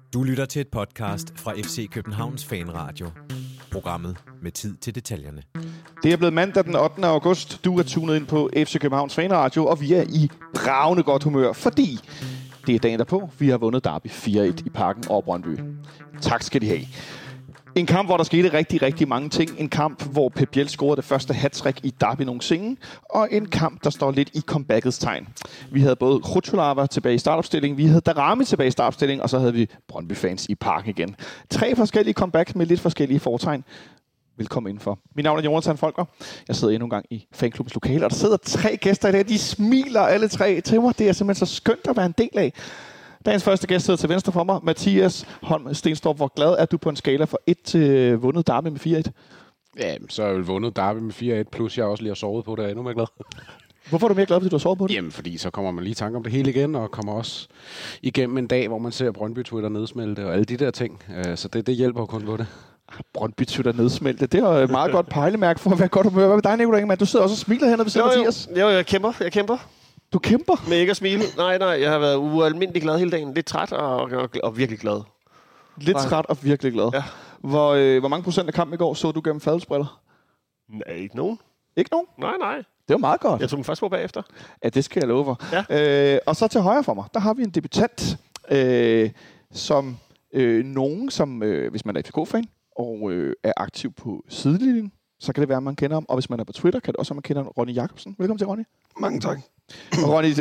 Du lytter til et podcast fra FC Københavns Fanradio. Programmet med tid til detaljerne. Det er blevet mandag den 8. august. Du er tunet ind på FC Københavns Fanradio, og vi er i bravende godt humør, fordi det er dagen derpå. Vi har vundet Derby 4-1 i Parken over Brøndby. Tak skal de have. En kamp, hvor der skete rigtig, rigtig mange ting. En kamp, hvor Pep Biel scorede det første hattrick i Derby nogensinde. Og en kamp, der står lidt i comebackets tegn. Vi havde både Khrusjtsova tilbage i startopstillingen, vi havde Daramy tilbage i startopstillingen, og så havde vi Brøndby-fans i Parken igen. 3 forskellige comebacks med lidt forskellige fortegn. Velkommen indenfor. Mit navn er Jonathan Folker. Jeg sidder endnu en gang i fanklubbens lokale, og der sidder 3 gæster i dag. De smiler alle 3 til mig. Det er simpelthen så skønt at være en del af. Dagens første gæst sidder til venstre for mig, Mathias Holm Stenstorp. Hvor glad er du på en skala fra 1 til vundet Derby med 4-1? Ja, så er jeg vundet Derby med 4-1, plus jeg også lige har sovet på det, er endnu mere glad. Hvorfor er du mere glad, fordi du har sovet på det? Jamen, fordi så kommer man lige i tanke om det hele igen, og kommer også igennem en dag, hvor man ser Brøndby-Twitter nedsmelte og alle de der ting. Så det hjælper jo kun på det. Brøndby-Twitter nedsmelte. Det er jo et meget godt pejlemærke for at være godt humør. Hvad med dig, Nicolai Ingemann? Du sidder også og smiler hernede ved siden af Mathias. Jo, jeg kæmper. Du kæmper? Med ikke at smile. Nej, jeg har været ualmindelig glad hele dagen. Lidt træt og virkelig glad. Lidt træt og virkelig glad. Ja. Hvor mange procent af kampen i går så du gennem fadelsbriller? Nej, ikke nogen. Ikke nogen? Nej. Det var meget godt. Jeg tog dem først på bagefter. Ja, det skal jeg love for. Ja. Og så til højre for mig, der har vi en debutant, som nogen, som hvis man er FCK-fan og er aktiv på sidelinjen, så kan det være, at man kender ham. Og hvis man er på Twitter, kan det også være, at man kender Ronny Jakobsen. Velkommen til, Ronny. Mange tak. Og Ronny,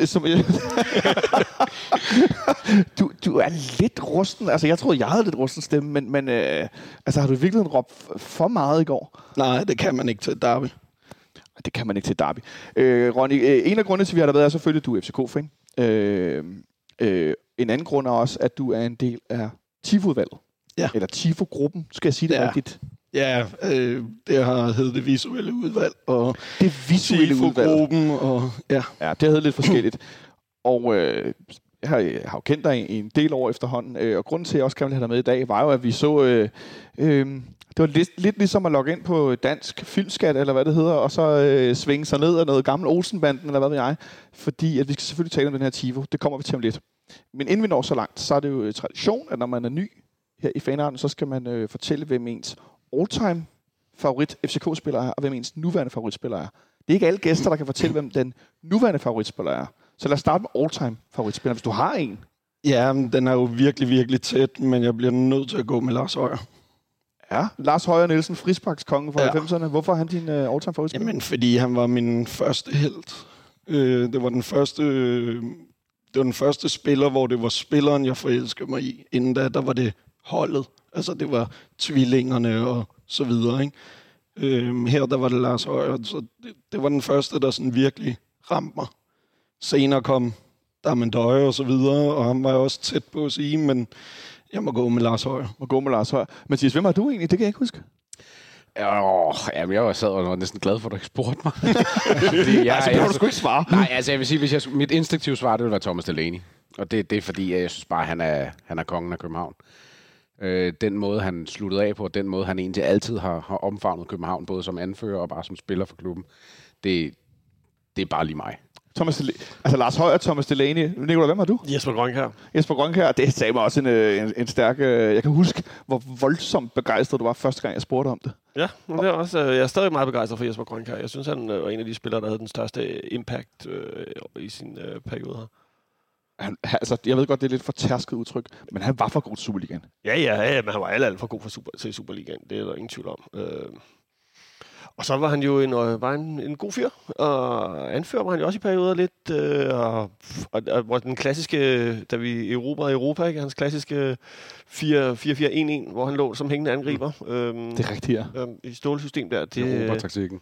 du er lidt rusten. Altså, jeg troede, jeg havde lidt rusten stemme, men har du virkelig råbt for meget i går? Nej, det kan man ikke til Derby. Det kan man ikke til Derby. Ronny, en af grundene til, at vi har der været, er selvfølgelig, at du er FCK-fan. En anden grund er også, at du er en del af TIFO-udvalget. Ja. Eller TIFO-gruppen, skal jeg sige det rigtigt? Ja, det har heddet det visuelle udvalg. Og det visuelle TIFO-gruppen. Og, ja, det har heddet lidt forskelligt. Og jeg har jo kendt dig i en del år efterhånden. Og grunden til, at jeg også kan have dig med i dag, var jo, at vi så... det var lidt ligesom at logge ind på Dansk Filmskat, eller hvad det hedder, og så svinge sig ned af noget gammel Olsenbanden, eller hvad ved jeg. Fordi at vi skal selvfølgelig tale om den her TIFO. Det kommer vi til om lidt. Men inden vi når så langt, så er det jo tradition, at når man er ny her i fanarten, så skal man fortælle, hvem ens all-time favorit FCK-spiller er, og hvem ens nuværende favoritspiller er. Det er ikke alle gæster, der kan fortælle, hvem den nuværende favoritspiller er. Så lad os starte med all-time favoritspiller, hvis du har en. Ja, den er jo virkelig, virkelig tæt, men jeg bliver nødt til at gå med Lars Højer. Ja, Lars Højer Nielsen, frisparkskongen fra 90'erne. Hvorfor er han din all-time favoritspiller? Jamen, fordi han var min første helt. Det var den første spiller, hvor det var spilleren, jeg forelskede mig i. Inden da, der var det holdet. Altså, det var tvillingerne og så videre, ikke? Her, der var det Lars Højer. Så det var den første, der sådan virkelig ramte mig. Senere kom Damendøje og så videre, og han var også tæt på at sige, men jeg må gå med Lars Højer. Mathias, hvem har du egentlig? Det kan jeg ikke huske. Jamen, jeg sad og var næsten glad for, at du ikke spurgte mig. Det har du sgu ikke svare. Nej, altså jeg vil sige, mit instinktive svar, det vil være Thomas Delaney. Og det er fordi, jeg synes bare, han er kongen af København. Den måde, han sluttede af på, den måde, han egentlig altid har omfavnet København, både som anfører og bare som spiller for klubben, det er bare lige mig. Lars Højer, Thomas Delaney. Nicolai, hvem har du? Jesper Grønkjær. Det sagde mig også en stærk... Jeg kan huske, hvor voldsomt begejstret du var første gang, jeg spurgte om det. Ja, men det er også, jeg er stadig meget begejstret for Jesper Grønkjær. Jeg synes, han var en af de spillere, der havde den største impact i sin periode her. Jeg ved godt, det er lidt for tærsket udtryk, men han var for god til Superligaen. Ja, men han var alt for god til Superligaen. Det er der ingen tvivl om. Og så var han jo en god fyr, og anfører var han jo også i perioder lidt, og den klassiske, da vi erobrede Europa, ikke? Hans klassiske 4-4-1-1, hvor han lå som hængende angriber. Det er rigtigt, ja. I stålsystem der. Europa-taktikken.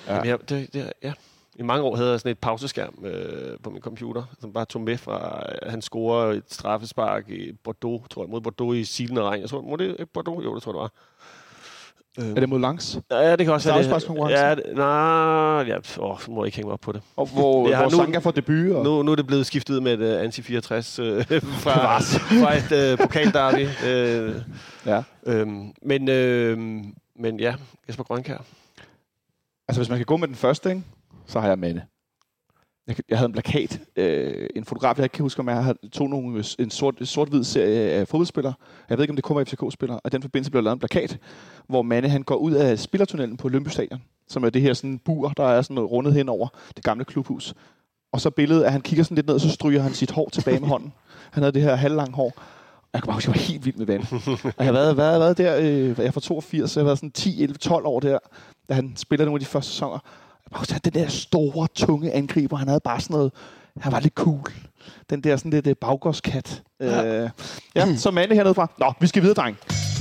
Ja. I mange år havde jeg sådan et pauseskærm på min computer, som bare tog med fra, han scorede et straffespark i Bordeaux, tror jeg, mod Bordeaux i silende regn. Jeg tror, må det Bordeaux? Jo, det tror jeg, det var. Er det mod langs? Ja, det kan også være det. Må jeg ikke hænge mig op på det. Og hvor Sanka får debut? Og... Nu er det blevet skiftet ud med et Anti-64 fra et pokalderby. Ja. Men ja, Jesper Grønkjær. Altså, hvis man kan gå med den første, ikke? Så har jeg Mette. Jeg havde en plakat, en fotograf, jeg ikke kan huske, om jeg tog en sort-hvid serie af fodboldspillere. Jeg ved ikke, om det kun var FCK-spillere. Og i den forbindelse blev lavet en plakat, hvor Manne han går ud af spillertunnelen på Lyngby Stadion, som er det her sådan bur, der er sådan noget rundet hen over det gamle klubhus. Og så billedet, at han kigger sådan lidt ned, og så stryger han sit hår tilbage med hånden. Han havde det her halvlange hår. Jeg kan bare huske, jeg var helt vild med Vanne. Og jeg har været der, jeg er fra 82, så jeg har været sådan 10, 11, 12 år der, da han spiller nogle af de første sæsoner. Jeg bare huske, den der store, tunge angriber, han havde bare sådan noget, han var lidt cool. Den der sådan lidt baggårdskat. Så Manne hernede fra. Nå, vi skal videre, dreng.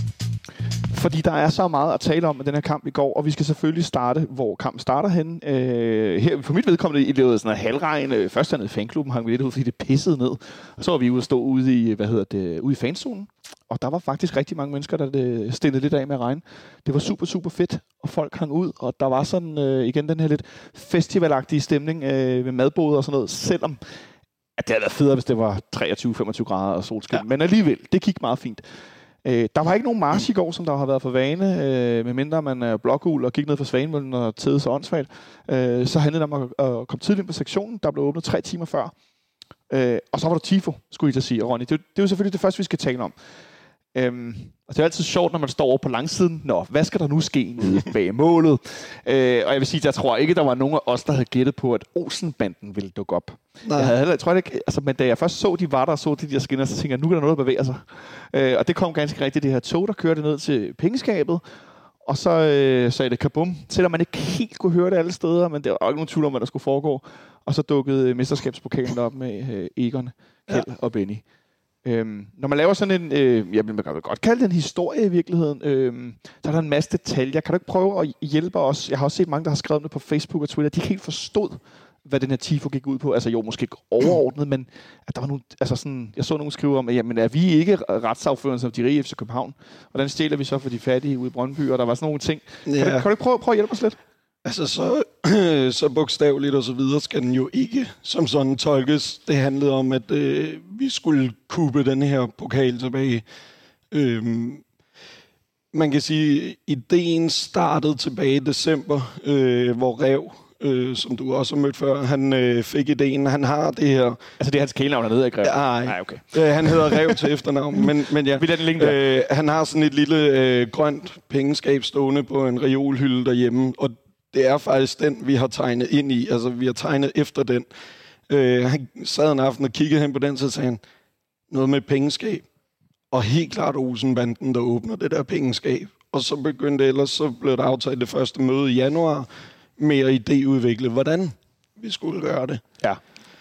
Fordi der er så meget at tale om i den her kamp i går, og vi skal selvfølgelig starte, hvor kampen starter henne. Her for mit vedkommende, i løbet af sådan en halvregn. Først hernede i fanklubben hang vi lidt ud, fordi det pissede ned. Og så var vi ude at stå ude i, ude i fanzonen. Og der var faktisk rigtig mange mennesker, der stillede lidt af med regn. Det var super, super fedt, og folk hang ud. Og der var sådan igen den her lidt festivalagtige stemning med madboder og sådan noget. Selvom at det havde været federe, hvis det var 23-25 grader og solskin. Ja. Men alligevel, det gik meget fint. Der var ikke nogen march i går, som der har været for vane, medmindre man er blågul og gik ned for Svanemøllen og tædede så åndssvagt. Så handlede det om at komme tidligt ind på sektionen, der blev åbnet 3 timer før. Og så var der tifo, skulle I da sige, Ronny. Det er jo selvfølgelig det første, vi skal tale om. Og det er altid sjovt, når man står over på langsiden. Nå, hvad skal der nu ske nede bag målet? Og jeg vil sige, at jeg tror ikke, der var nogen af os, der havde gættet på, at Olsen-banden ville dukke op. Jeg tror ikke, altså, men da jeg først så, de var der og så de der skinner, så tænkte jeg, nu kan der noget, der bevæger sig. Og det kom ganske rigtigt, det her tog, der kørte ned til pengeskabet. Og så sagde det kabum, selvom man ikke helt kunne høre det alle steder, men der var ikke nogen tvivl om, hvad der skulle foregå. Og så dukkede mesterskabspokalen op med Egon, Kjeld og Benny. Når man laver sådan en, jeg vil godt kalde det en historie i virkeligheden, så er der en masse detaljer. Kan du ikke prøve at hjælpe os? Jeg har også set mange, der har skrevet det på Facebook og Twitter, de ikke helt forstod, hvad den her tifo gik ud på. Altså jo, måske ikke overordnet, men at der var nogle, altså sådan, jeg så nogen skrive om, at jamen, er vi ikke retssagførende som de rige FC København? Hvordan stjæler vi så for de fattige ude i Brøndby? Og der var sådan nogle ting. Kan du ikke prøve at hjælpe os lidt? Altså, så bogstaveligt og så videre skal den jo ikke som sådan tolkes. Det handlede om, at vi skulle kuppe den her pokal tilbage. Man kan sige, at ideen startede tilbage i december, hvor Rev, som du også har mødt før, han fik ideen. Han har det her... Altså det er hans kælenavn hernede, ikke Rev? Nej, okay. Han hedder Rev til efternavn, men ja. Han har sådan et lille grønt pengeskab stående på en reolhylde derhjemme, og det er faktisk den, vi har tegnet ind i. Altså, vi har tegnet efter den. Han sad en aften og kiggede hen på den, så sagde han, noget med pengeskab. Og helt klart Olsen-banden, der åbner det der pengeskab. Og så begyndte ellers, så blev der aftalt det første møde i januar, med at idéudvikle, hvordan vi skulle gøre det. Ja.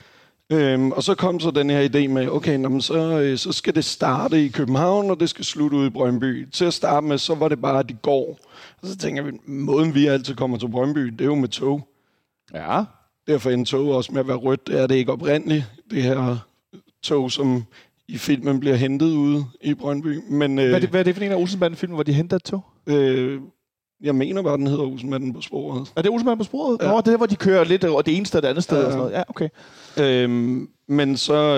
Og så kom så den her idé med, okay, så skal det starte i København, og det skal slutte ud i Brøndby. Til at starte med, så var det bare, at de går. Og så tænker vi, måden vi altid kommer til Brøndby, det er jo med tog. Ja. Derfor en tog også med at være rødt, det er det ikke oprindeligt. Det her tog, som i filmen bliver hentet ude i Brøndby. Men, hvad er det for en af Olsenbanden-filmen, hvor de henter et tog? Jeg mener bare, den hedder Olsenbanden på sporet. Er det Olsenbanden på sporet? Ja. Nå, det er, hvor de kører lidt over det ene sted og det andet sted. Og sådan noget. Ja, okay. Men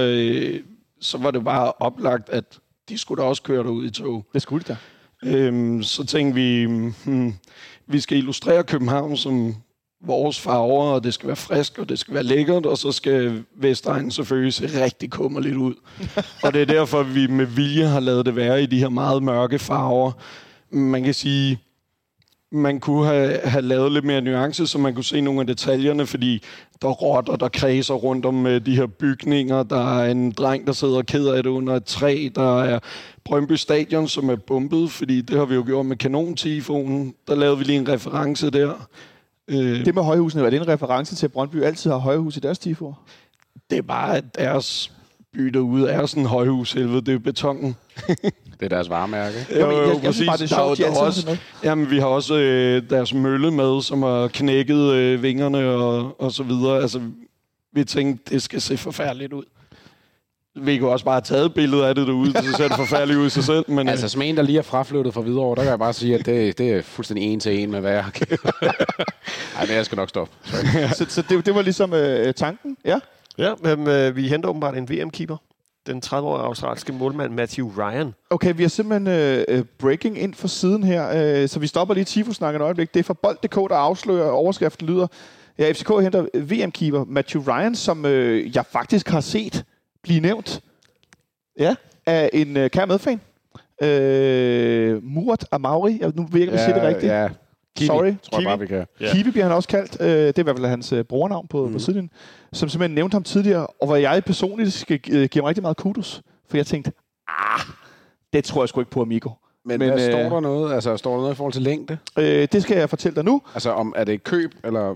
så var det bare oplagt, at de skulle da også køre derud i tog. Det skulle de da. Så tænkte vi, vi skal illustrere København som vores farver, og det skal være frisk, og det skal være lækkert, og så skal Vestegnen selvfølgelig se rigtig kummerligt ud. Og det er derfor, vi med vilje har lavet det være i de her meget mørke farver. Man kan sige, man kunne have lavet lidt mere nuance, så man kunne se nogle af detaljerne, fordi der er rotter, der kredser rundt om de her bygninger. Der er en dreng, der sidder og keder af det under et træ. Der er Brøndby Stadion, som er bombet, fordi det har vi jo gjort med kanontifonen. Der lavede vi lige en reference der. Det med højhusene, er det en reference til, at Brøndby altid har højhus i deres tifoer? Det er bare, at deres by derude er sådan en højhushelvede. Det er jo betongen. Det er deres varemærke. Jeg synes bare, det er sjovt, de altid med. Jamen, vi har også deres mølle med, som har knækket vingerne og så videre. Altså, vi tænkte, det skal se forfærdeligt ud. Vi kunne også bare have taget billedet af det derude, så ser det forfærdeligt ud i sig selv. Men, altså, som en, der lige er fraflyttet fra Hvidovre, der kan jeg bare sige, at det er fuldstændig en til en med, hvad jeg har gjort. Ej, men jeg skal nok stoppe. Så det var ligesom tanken, ja? Ja, men vi henter åbenbart en VM-keeper. Den 30-årige australske målmand Matthew Ryan. Okay, vi har simpelthen breaking ind for siden her, så vi stopper lige tifo-snakken et øjeblik. Det er fra Bold.dk, der afslører, overskriften lyder: Ja, FCK henter VM-keeper Matthew Ryan, som jeg faktisk har set blive nævnt af en kær medfan. Murat Amauri. Nu ved jeg ikke, om jeg siger det rigtigt. Ja. Kiwi, Sorry. tror jeg bare, vi kan. Kiwi bliver han også kaldt. Det er i hvert fald hans brugernavn på siden, som simpelthen nævnte ham tidligere, og hvor jeg personligt skal give ham rigtig meget kudos. For jeg tænkte, det tror jeg sgu ikke på Amigo. Men hvad, står der noget? Altså, står der noget i forhold til længde? Det skal jeg fortælle dig nu. Altså, er det et køb, eller...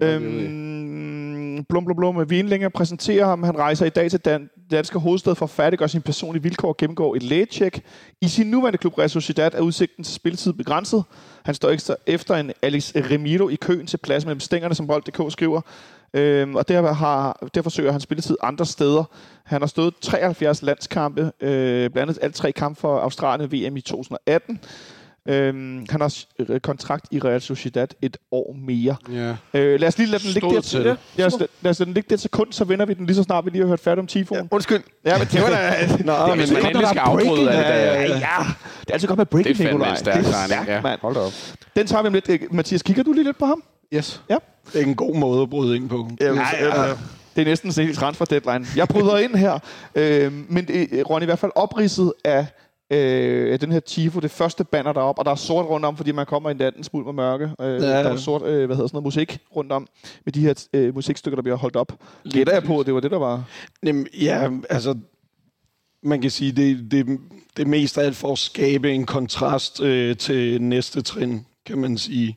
Blum. Vi længere præsenterer ham. Han rejser i dag til danske hovedstad for at færdiggøre sine personlige vilkår og gennemgå et lægetjek. I sin nuværende klub Real Sociedad er udsigten til spilletid begrænset. Han står efter en Alex Remiro i køen til plads mellem stængerne, som Bold.dk skriver. Og der forsøger han spilletid andre steder. Han har stået 73 landskampe, blandt andet alle 3 kampe for Australien VM i 2018. Han har kontrakt i Real Sociedad et år mere. Ja. Lad os lige lade den ligge der til. Lad os lade den ligge der et sekund, så vender vi den lige så snart vi lige har hørt færdigt om Tifoen. Ja, undskyld. Ja, men det var da... men hvis man endelig skal afbryde af det der. Ja, det er altid godt med breaking, Nikolaj. Det er fandme en stærk signing, mand. Hold da op. Den tager vi om lidt. Mathias, kigger du lige lidt på ham? Yes. Ja. Det er en god måde at bryde ind på. Det er næsten en helt transfer deadline. Jeg bryder ind her, men Ron, i hvert fald opridset af den her Tifo, det første banner deroppe, og der er sort rundt om, fordi man kommer i en anden smuld med mørke. Der er sort, musik rundt om, med de her musikstykker, der bliver holdt op. Gætter jeg på, at det var det, der var? Jamen, ja, altså, man kan sige, det mest af alt for at skabe en kontrast til næste trin, kan man sige.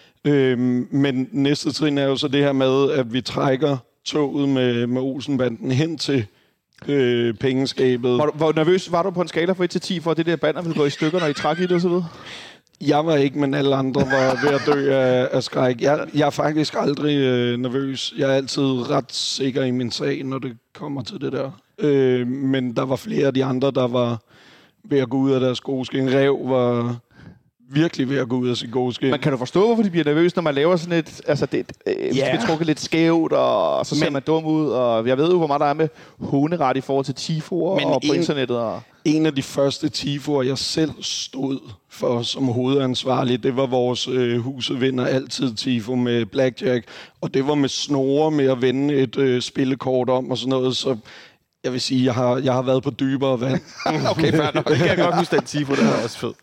Men næste trin er jo så det her med, at vi trækker toget med Olsenbanden hen til pengeskabet. Hvor nervøs var du på en skala fra 1 til 10, for at det der banner ville gå i stykker, når I trak i det og så videre? Jeg var ikke, men alle andre var ved at dø af skræk. Jeg er faktisk aldrig nervøs. Jeg er altid ret sikker i min sag, når det kommer til det der. Men der var flere af de andre, der var ved at gå ud af deres gode skin. Rev var virkelig ved at gå ud af sin gode skin. Man kan du forstå, hvorfor de bliver nervøse, når man laver sådan et... Altså, det bliver trukket lidt skævt, og så ser man dum ud, og jeg ved jo, hvor meget der er med håneret i forhold til tifoer og på internettet. Og en af de første tifoer, jeg selv stod for som hovedansvarlig, det var vores Huset vinder altid tifo med blackjack, og det var med snore med at vende et spillekort om og sådan noget, så jeg vil sige, jeg har været på dybere vand. Okay, fair nok. Det kan jeg godt huske, den tifo, det er også fed.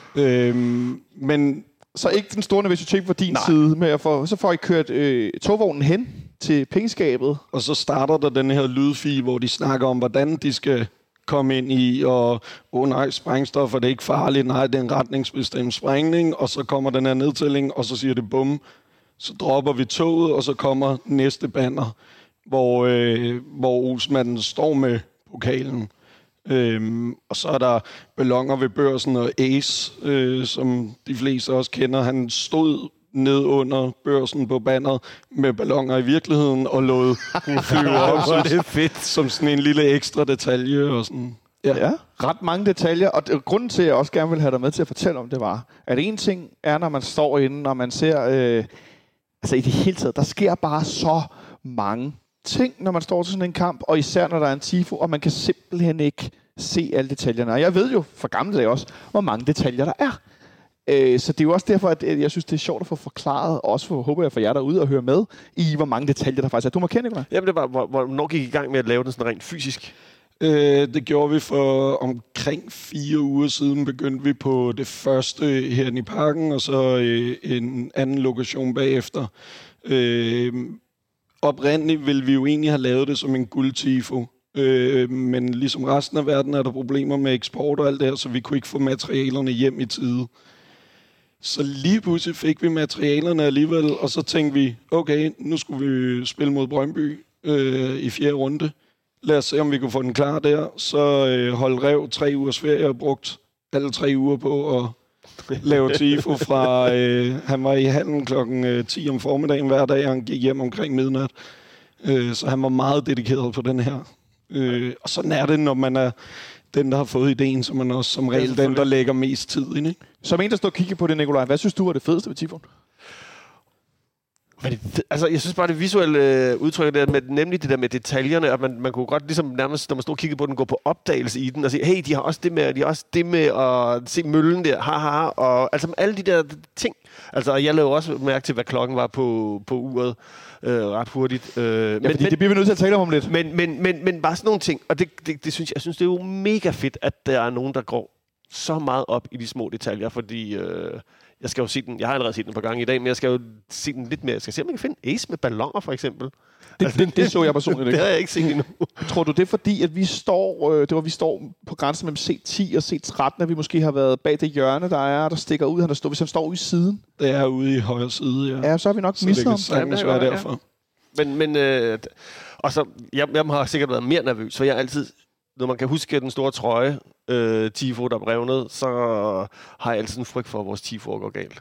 Men så ikke den store nervøsitet på din side, med så får I kørt togvognen hen til pengeskabet. Og så starter der den her lydfil, hvor de snakker om, hvordan de skal komme ind i, og nej, sprængstoffer, det er ikke farligt, nej, det er en retningsbestemt sprængning, og så kommer den her nedtælling, og så siger det bum, så dropper vi toget, og så kommer næste banner, hvor Olsmanden står med pokalen. Og så er der balloner ved børsen og Ace, som de fleste også kender. Han stod ned under børsen på banneret med balloner i virkeligheden og lod flyve op som sådan en lille ekstra detalje. Og sådan. Ja, ret mange detaljer. Og grunden til, at jeg også gerne vil have dig med til at fortælle om det, var, at en ting er, når man står inde, når man ser... altså i det hele taget, der sker bare så mange ting, når man står til sådan en kamp, og især når der er en tifo, og man kan simpelthen ikke se alle detaljerne. Og jeg ved jo fra gamle dage også, hvor mange detaljer der er. Så det er jo også derfor, at jeg synes, det er sjovt at få forklaret, og også håber jeg for jer derude at høre med, i hvor mange detaljer der faktisk er. Du må kende, Nikolaj. Jamen det var, hvornår gik I gang med at lave den sådan rent fysisk? Det gjorde vi for omkring 4 uger siden, begyndte vi på det første herinde i parken, og så en anden lokation bagefter. Oprindeligt ville vi jo egentlig have lavet det som en guldtifo, men ligesom resten af verden er der problemer med eksport og alt det her, så vi kunne ikke få materialerne hjem i tide. Så lige pludselig fik vi materialerne alligevel, og så tænkte vi, okay, nu skulle vi spille mod Brøndby i 4. runde. Lad os se, om vi kunne få den klar der. Så holdt Rev 3 ugers ferie og brugt alle 3 uger på at lave tifo fra... han var i hallen klokken 10 om formiddagen hver dag, og han gik hjem omkring midnat. Så han var meget dedikeret på den her. Og sådan er det, når man er den, der har fået ideen, så man også som regel den, der lægger mest tid ind. Ikke? Som en, der står og kigger på det, Nikolaj, hvad synes du er det fedeste ved tifoen? Altså, jeg synes bare, det visuelle udtryk der, med, nemlig det der med detaljerne, at man kunne godt ligesom nærmest, når man stod og kiggede på den, gå på opdagelse i den og sige, hey, de har også det med at se møllen der, og altså alle de der ting. Altså, jeg lavede også mærke til, hvad klokken var på uret ret hurtigt. Fordi det bliver vi nødt til at tale om lidt. Men bare sådan nogle ting, og det synes jeg synes, det er jo mega fedt, at der er nogen, der går så meget op i de små detaljer, fordi jeg skal jo se den, jeg har allerede set den på gang i dag, men jeg skal jo se den lidt mere. Jeg skal se, om jeg kan finde Ace med balloner, for eksempel. Det så jeg personligt ikke. Det har jeg ikke set endnu. Tror du, det er fordi, at vi står på grænsen mellem C10 og C13, at vi måske har været bag det hjørne, der stikker ud, hvis han står ude i siden? Det er ude i højre side, ja. Ja, så har vi nok mistet ham. Så det kan sagtens være derfor. Men og så, jeg har sikkert været mere nervøs, for jeg altid, når man kan huske den store trøje, Tifo, der brevnede, så har jeg altid en frygt for, at vores Tifo går galt.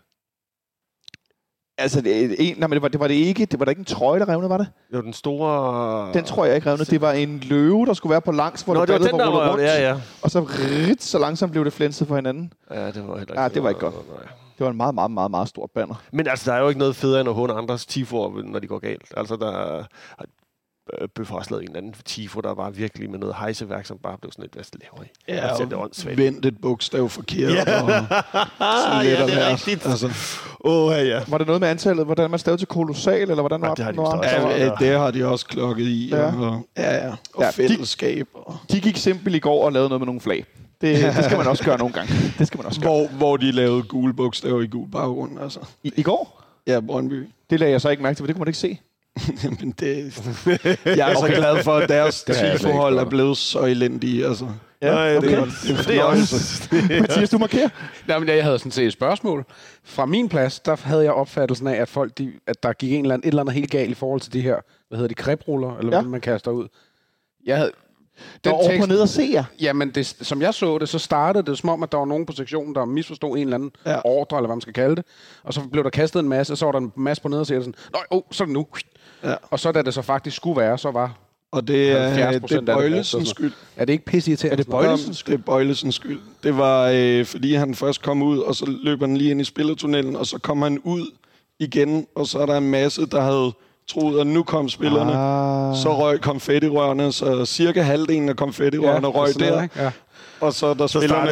Altså, det var da ikke en trøje, der revnede, var det? Det var den store... Den tror jeg ikke revnede. Det var en løve, der skulle være på langs, hvor det var den, der var rundt. Ja. Og så langsomt blev det flænset for hinanden. Ja, det var heller ikke. Ja, det var ikke godt. Det var en meget, meget, meget, meget stor banner. Men altså, der er jo ikke noget federe end at håne andres Tifo'er, når de går galt. Altså, der Bøf har også lavet en eller anden Tifo, der var virkelig med noget hejseværk, som bare blev sådan lidt, hvad laver I? Ja, og vendt et bogstav forkert. Ja, og ja, det er rigtigt. Altså. Ja. Var det noget med antallet, hvordan man stavede til kolossal, eller hvordan var det? Det har de også klokket i. Ja. Og fællesskab. De gik simpelt i går og lavede noget med nogle flag. Det skal man også gøre nogle gange. Det skal man også gøre. Hvor de lavede gule bogstaver i gul baggrund, altså. I går? Ja, Brøndby. Det lagde jeg så ikke mærke til, for det kunne man ikke se. Jamen jeg er så glad for, at deres Tifo-hold er blevet så elendige, altså. Ja, okay. Det er også. Mathias, du markerer. Jamen, jeg havde sådan set et spørgsmål. Fra min plads, der havde jeg opfattelsen af, at folk, at der gik et eller andet helt galt i forhold til de her, krebruller, eller hvad man kaster ud. Jeg havde... Den over på ned og se jer. Jamen, som jeg så det, så startede det som om, at der var nogen på sektionen, der misforstod en eller anden ordre, eller hvad man skal kalde det. Og så blev der kastet en masse, og så var der en masse på ned og se, og sådan, så er det nu. Ja. Og så da det så faktisk skulle være, så var... Og det er Bøjlesens skyld. Er det ikke pisseirriterende? Er det Bøjlesens skyld? Det er Bøjlesens skyld. Det var, fordi han først kom ud, og så løb han lige ind i spillertunnelen, og så kom han ud igen, og så er der en masse, der havde troet, at nu kom spillerne. Så røg konfettirørene, så cirka halvdelen af konfettirørene røg der. Ja. Og så der spillerne...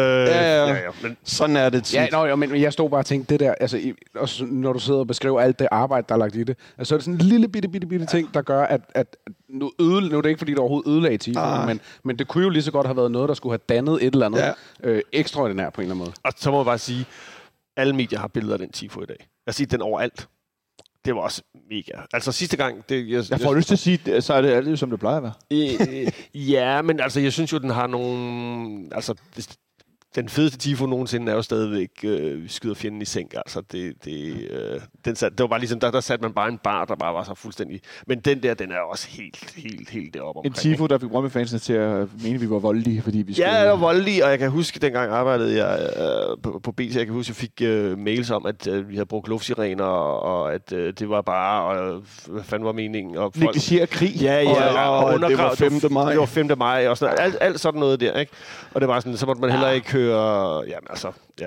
Men sådan er det tit. Men jeg stod bare og tænkte, det der, altså, også når du sidder og beskriver alt det arbejde, der er lagt i det, altså, så er det sådan en lille bitte ting, der gør, at nu er det ikke, fordi det overhovedet ødelagde Tifo, men det kunne jo lige så godt have været noget, der skulle have dannet et eller andet ekstraordinært på en eller anden måde. Og så må jeg bare sige, alle medier har billeder af den Tifo i dag. Jeg har set den overalt. Det var også mega. Altså sidste gang... Jeg får lyst til at sige, så er det alt som det plejer at være. Ja, men altså, jeg synes jo, den har nogle... Altså, den fedeste Tifo nogensinde er jo stadigvæk skyder fjenden i sænk. Altså, det var bare ligesom, der satte man bare en bar, der bare var så fuldstændig... Men den er også helt deroppe omkring. En Tifo, der fik Brøndby-fansene til at mene, at vi var voldelige, fordi vi skulle... Ja, jeg var voldelige, og jeg kan huske, dengang arbejdede jeg på BC, jeg kan huske, jeg fik mails om, at vi havde brugt luftsirener, og at det var bare... Og, hvad fanden var meningen? Og folk... Negligere krig. Ja, og det var 5. maj. Det var 5. maj, og sådan noget. Alt sådan noget der, ikke? Og det var sådan, så måtte man heller ikke høre... Jamen altså, ja.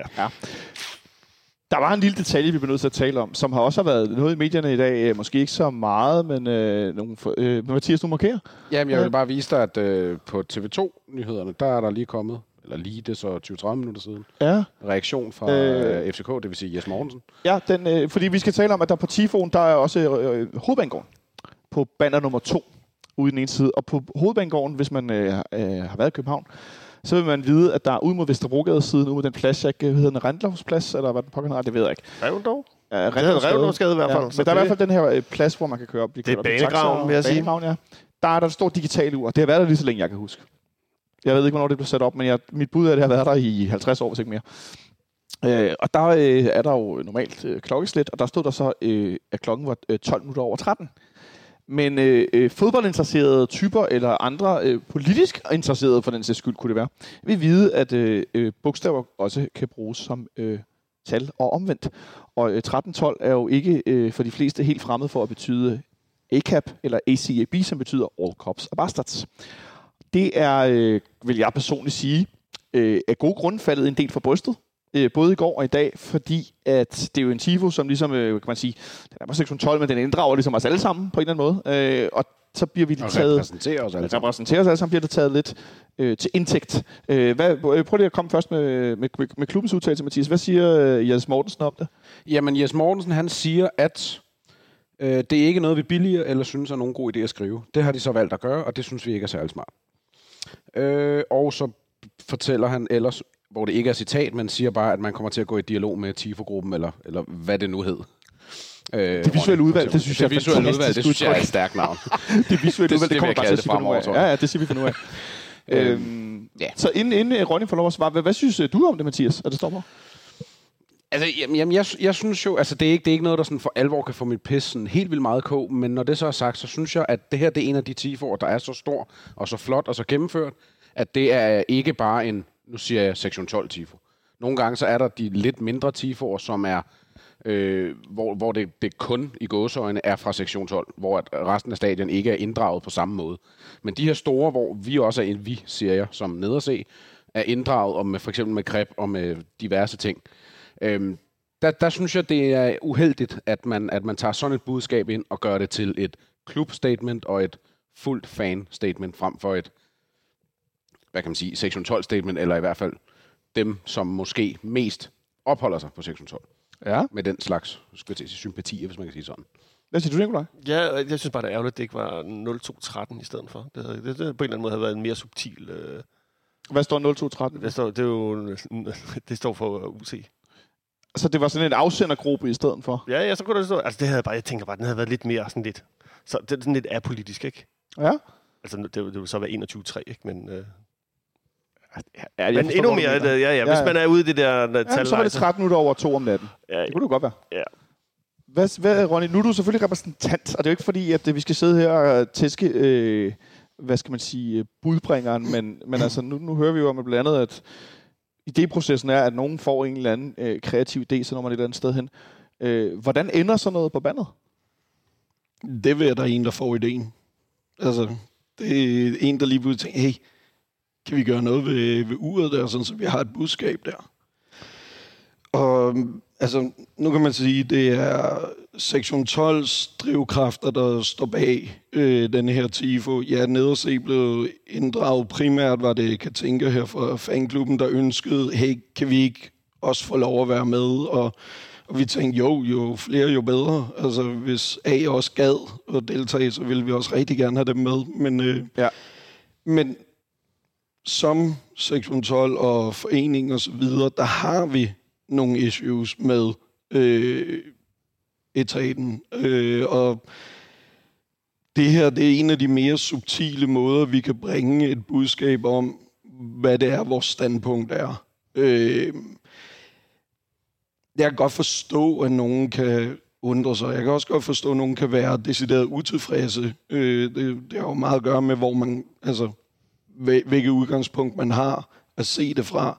Der var en lille detalje, vi blev nødt til at tale om, som har også været noget i medierne i dag. Måske ikke så meget, men Mathias, du markerer? Jamen, jeg vil bare vise dig, at på TV2-nyhederne, der er der lige kommet, eller lige det så 20-30 minutter siden, reaktion fra FCK, det vil sige Jes Mortensen. Ja, fordi vi skal tale om, at der på Tifoen, der er også Hovedbanegården på banner nummer 2 ude i den ene side. Og på Hovedbanegården, hvis man har været i København, så vil man vide, at der er ude mod Vesterbrogade-siden, ude mod den plads, jeg ikke hedder den Randlovsplads, eller hvad den pågældende det ved jeg ikke. Revendov? Ja, Revendovsgade i hvert fald. Ja, men der er i hvert fald den her plads, hvor man kan køre op. Det er Banegraven, vil jeg sige. Ja. Der er der stor digital ur. Det har været der lige så længe, jeg kan huske. Jeg ved ikke, hvornår det blev sat op, men mit bud er, at det har været der i 50 år, hvis ikke mere. Og der er der jo normalt klokkeslæt, og der stod der så, at klokken var 12 minutter over 13. Men fodboldinteresserede typer eller andre politisk interesserede, for den sags skyld kunne det være, vil vide, at bogstaver også kan bruges som tal og omvendt. Og 13-12 er jo ikke for de fleste helt fremmed for at betyde ACAB eller ACAB, som betyder All Cops og Bastards. Det er, vil jeg personligt sige, af gode grunde faldet en del for brystet både i går og i dag, fordi at det er jo en tifo, som ligesom, kan man sige, den er på sektion 12, men den inddrager ligesom os alle sammen på en eller anden måde. Og så bliver vi taget... repræsenterer os alle sammen. Repræsenterer os alle sammen, bliver det taget lidt til indtægt. Prøv lige at komme først med klubbens udtalelse, Mathias. Hvad siger Jes Mortensen om det? Jamen, Jes Mortensen, han siger, at det er ikke noget, vi billiger eller synes er nogen god idé at skrive. Det har de så valgt at gøre, og det synes vi ikke er særlig smart. Og så fortæller han ellers, hvor det ikke er citat, men siger bare, at man kommer til at gå i dialog med TIFO-gruppen, eller hvad det nu hed. Det visuelle udvalg, det synes jeg er fantastisk. Det synes jeg er et stærkt navn. Det visuelle udvalg, det kommer bare til at sige fremover. Ja, det siger vi for nu af. Så inden Ronny får lov at svare, hvad synes du om det, Mathias, at det står på? Altså, jamen, jeg synes jo, altså det er ikke noget, der sådan for alvor kan få mit pis sådan helt vildt meget kog, men når det så er sagt, så synes jeg, at det her det er en af de TIFO'er, der er så stor og så flot og så gennemført, at det er ikke bare en, nu siger jeg sektion 12 TIFO. Nogle gange så er der de lidt mindre TIFO'er, som er hvor det kun i gåseøjne er fra sektion 12, hvor at resten af stadion ikke er inddraget på samme måde. Men de her store, hvor vi også er en vi-siger jeg, som nederse, er inddraget og med, for eksempel med kreb og med diverse ting. Der synes jeg, det er uheldigt, at man tager sådan et budskab ind og gør det til et klubstatement og et fuldt fan-statement frem for et, hvad kan man sige, sektion 12-statement, eller i hvert fald dem, som måske mest opholder sig på sektion 12. Ja. Med den slags sympatier, hvis man kan sige sådan. Hvad siger du, Nikolaj? Ja, jeg synes bare, det er ærgerligt, at det ikke var 0213 i stedet for. Det på en eller anden måde havde været en mere subtil... Hvad står 0213? Det står for UC. Så det var sådan en afsendergruppe i stedet for? Ja, så kunne det stå. Altså, det havde bare, jeg tænker bare, den havde været lidt mere sådan lidt... Så det er sådan lidt apolitisk, ikke? Ja. Altså, det ville så være 21-3, ikke? Men... Ja, men endnu mere, hvis man er ude i det der tal. Så var det 13 minutter over 2 om natten. Ja, det kunne det godt være. Ja. Hvad, Ronny, nu er du selvfølgelig repræsentant, og det er jo ikke fordi, at vi skal sidde her og tæske, hvad skal man sige, budbringeren, men altså, nu hører vi jo om blandt andet, at idéprocessen er, at nogen får en eller anden kreativ idé, så når man et eller andet sted hen. Hvordan ender sådan noget på bandet? Det vil der en, der får idéen. Altså, det er en, der lige pludselig tænker, hey, kan vi gøre noget ved uret der, sådan, så vi har et budskab der. Og altså, nu kan man sige, det er sektion 12's drivkræfter, der står bag denne her TIFO. Ja, nederse blev inddraget. Primært var det Katinka her fra fanklubben, der ønskede, hey, kan vi ikke også få lov at være med? Og vi tænkte, jo flere, jo bedre. Altså, hvis A også gad at deltage, så ville vi også rigtig gerne have dem med. Men som sektion 12 og forening og så videre, der har vi nogle issues med etaten. Og det her, det er en af de mere subtile måder, vi kan bringe et budskab om, hvad det er, vores standpunkt er. Jeg kan godt forstå, at nogen kan undre sig. Jeg kan også godt forstå, at nogen kan være decideret utilfredse. Det har jo meget at gøre med, hvor man, altså, hvilket udgangspunkt man har at se det fra.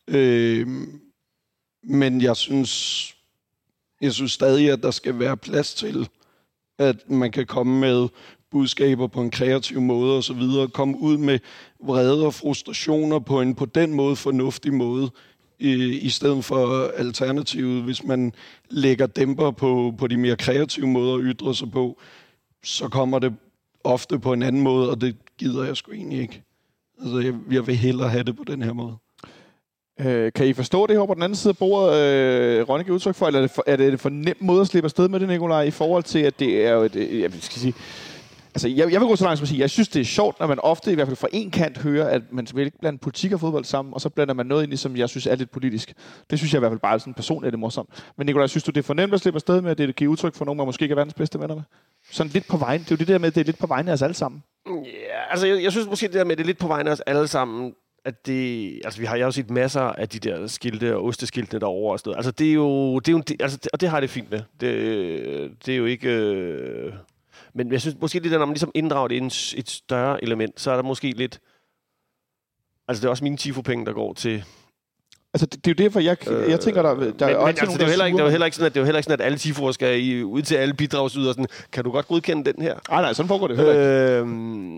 Men jeg synes stadig, at der skal være plads til, at man kan komme med budskaber på en kreativ måde og så videre. Komme ud med vrede og frustrationer på en på den måde fornuftig måde, i stedet for alternativet. Hvis man lægger dæmper på de mere kreative måder at ytre sig på, så kommer det ofte på en anden måde, og det gider jeg sgu egentlig ikke. Altså, jeg vil hellere have det på den her måde. Kan I forstå det her på den anden side af bordet, Ronny giver udtryk for, eller er det en for nem måde at slippe afsted med det, Nikolaj, i forhold til, at det er jo jeg skal sige, altså, jeg vil gå så langt som at sige, jeg synes, det er sjovt, når man ofte, i hvert fald fra en kant, hører, at man vil ikke blande politik og fodbold sammen, og så blander man noget ind i, som jeg synes er lidt politisk. Det synes jeg i hvert fald bare sådan personligt er det morsomt. Men Nikolaj, synes du, det er for nemt at slippe afsted med, at det giver udtryk for nogen, man måske ikke er verdens bedste venner med? Sådan lidt på vejen. Det er jo det der med, at det er lidt på vegne af os alle sammen. Ja, altså jeg synes måske det der med, at det er lidt på vegne af os alle sammen, at det, altså jeg har jo set masser af de der skilte og osteskiltene derovre og sådan noget. Altså det er jo altså, og det har det fint med. Det er jo ikke... Men jeg synes måske det der, når man ligesom inddrager det i et større element, så er der måske lidt... Altså det er også mine tifo-penge, der går til... Altså det er jo derfor, jeg tænker, der men altså, det er jo heller ikke sådan, at alle tifoer skal ud til alle bidragsydere sådan, kan du godt godkende den her? Nej, sådan foregår det heller ikke.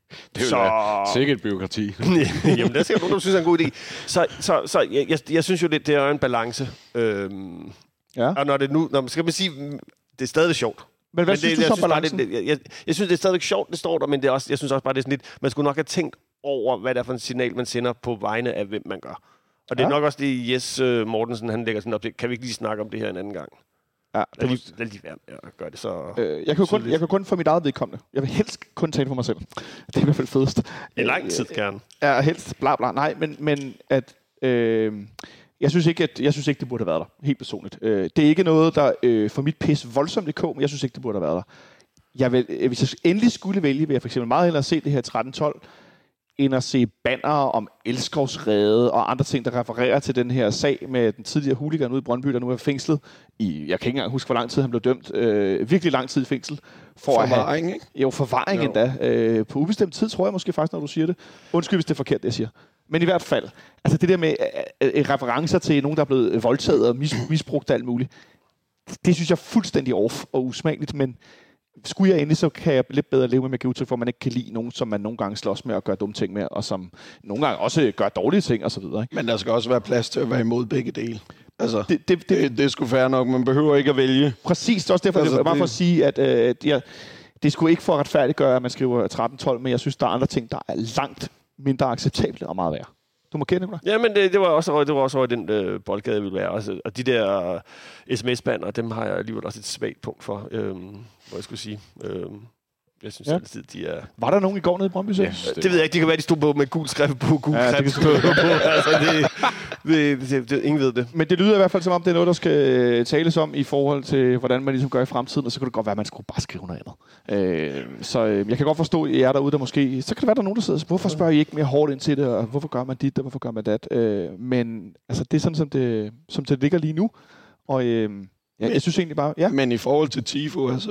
Det er jo sikkert et byråkrati. Jamen, der er sikkert nogen, der synes, det er en god idé. Så jeg synes jo, det er en balance. Og når det nu... skal man sige, det er stadig sjovt. Men hvad synes du så om balancen? Jeg synes, det er stadigvæk sjovt, det står der, men det er også, jeg synes også bare, det er sådan lidt... Man skulle nok have tænkt over, hvad det er for en signal, man sender på vegne af, hvem man gør. Og det er nok også det, Jes Mortensen, han lægger sådan op til. Kan vi ikke lige snakke om det her en anden gang? Ja, lad lige være med at gøre det så... Jeg kan kun for mit eget vedkommende. Jeg vil helst kun tale for mig selv. Det er i hvert fald fedest. I lang tid, gerne. Ja, helst bla bla. Nej, men at... Jeg synes ikke, det burde have været der. Helt personligt. Det er ikke noget, der for mit pis voldsomt i kog, men jeg synes ikke, det burde have været der. Hvis jeg endelig skulle vælge, vil jeg for eksempel meget hellere se det her 13-12, end at se bannere om Elskovsrede og andre ting, der refererer til den her sag med den tidligere hooligan ude i Brøndby, der nu er fængslet i, jeg kan ikke engang huske, hvor lang tid han blev dømt, virkelig lang tid i fængsel. Forvaring, ikke? Jo, forvaring endda. På ubestemt tid, tror jeg måske faktisk, når du siger det. Undskyld, hvis det er forkert, det jeg siger. Men i hvert fald, altså det der med referencer til nogen, der er blevet voldtaget og misbrugt alt muligt, det synes jeg er fuldstændig off og usmageligt, men skulle jeg endelig, så kan jeg lidt bedre leve med at give udtryk for, at man ikke kan lide nogen, som man nogle gange slås med og gør dumme ting med, og som nogle gange også gør dårlige ting og så videre. Ikke? Men der skal også være plads til at være imod begge dele. Altså, det er sgu fair nok, man behøver ikke at vælge. Præcis, det er også derfor, altså, det er bare for at sige, at det skulle ikke for at retfærdiggøre, at man skriver 13-12, men jeg synes, der er andre ting, der er langt mindre acceptable og meget værre. Du må kende det, ja, men det var også over den boldgade, jeg ville være. Altså, og de der sms-bander, dem har jeg alligevel også et svagt punkt for, hvor jeg skulle sige. Jeg synes altid, de er... Var der nogen i går nede i Brøndby? Ja, det ved jeg ikke. Det kan være, de stod på med gul skrift på, gul skrift på. Altså, ingen ved det. Men det lyder i hvert fald som om, det er noget, der skal tales om i forhold til, hvordan man ligesom gør i fremtiden, og så kan det godt være, at man skulle bare skrive noget andet. Så jeg kan godt forstå, at jer derude, der måske... Så kan det være, der er nogen, der sidder og siger, hvorfor spørger I ikke mere hårdt ind til det, og hvorfor gør man dit, og hvorfor gør man dat? Men altså, det er sådan, som det ligger lige nu. Og jeg synes egentlig bare... Ja. Men i forhold til Tifo, altså,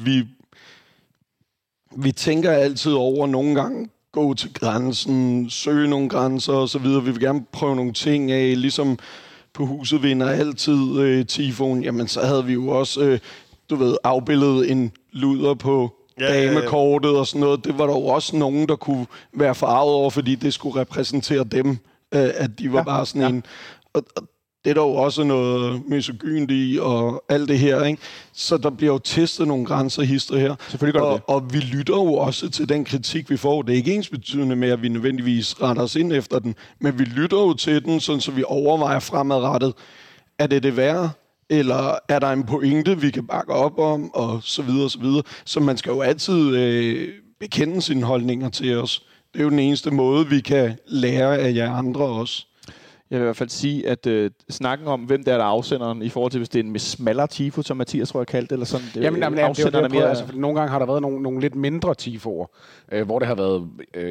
vi tænker altid over nogle gange, gå til grænsen, søge nogle grænser og så videre. Vi vil gerne prøve nogle ting af, ligesom på huset vinder altid Tifoen. Jamen, så havde vi jo også, afbildet en luder på damekortet og sådan noget. Det var der jo også nogen, der kunne være forarvet over, fordi det skulle repræsentere dem, at de var bare sådan en... Og det er der jo også noget misogynt i og alt det her, ikke? Så der bliver jo testet nogle grænser hister her. Selvfølgelig gør det. Og vi lytter jo også til den kritik, vi får. Det er ikke ensbetydende med, at vi nødvendigvis retter os ind efter den, men vi lytter jo til den, sådan så vi overvejer fremadrettet. Er det værd? Eller er der en pointe, vi kan bakke op om? Og så videre, og så videre. Så man skal jo altid bekende sine holdninger til os. Det er jo den eneste måde, vi kan lære af jer andre også. Jeg vil i hvert fald sige, at snakken om, hvem der er afsenderen, i forhold til, hvis det er en med smallere tifo, som Mathias tror jeg kaldte, eller sådan. Afsenderne mere. Altså, nogle gange har der været nogle lidt mindre tifoer, hvor det har været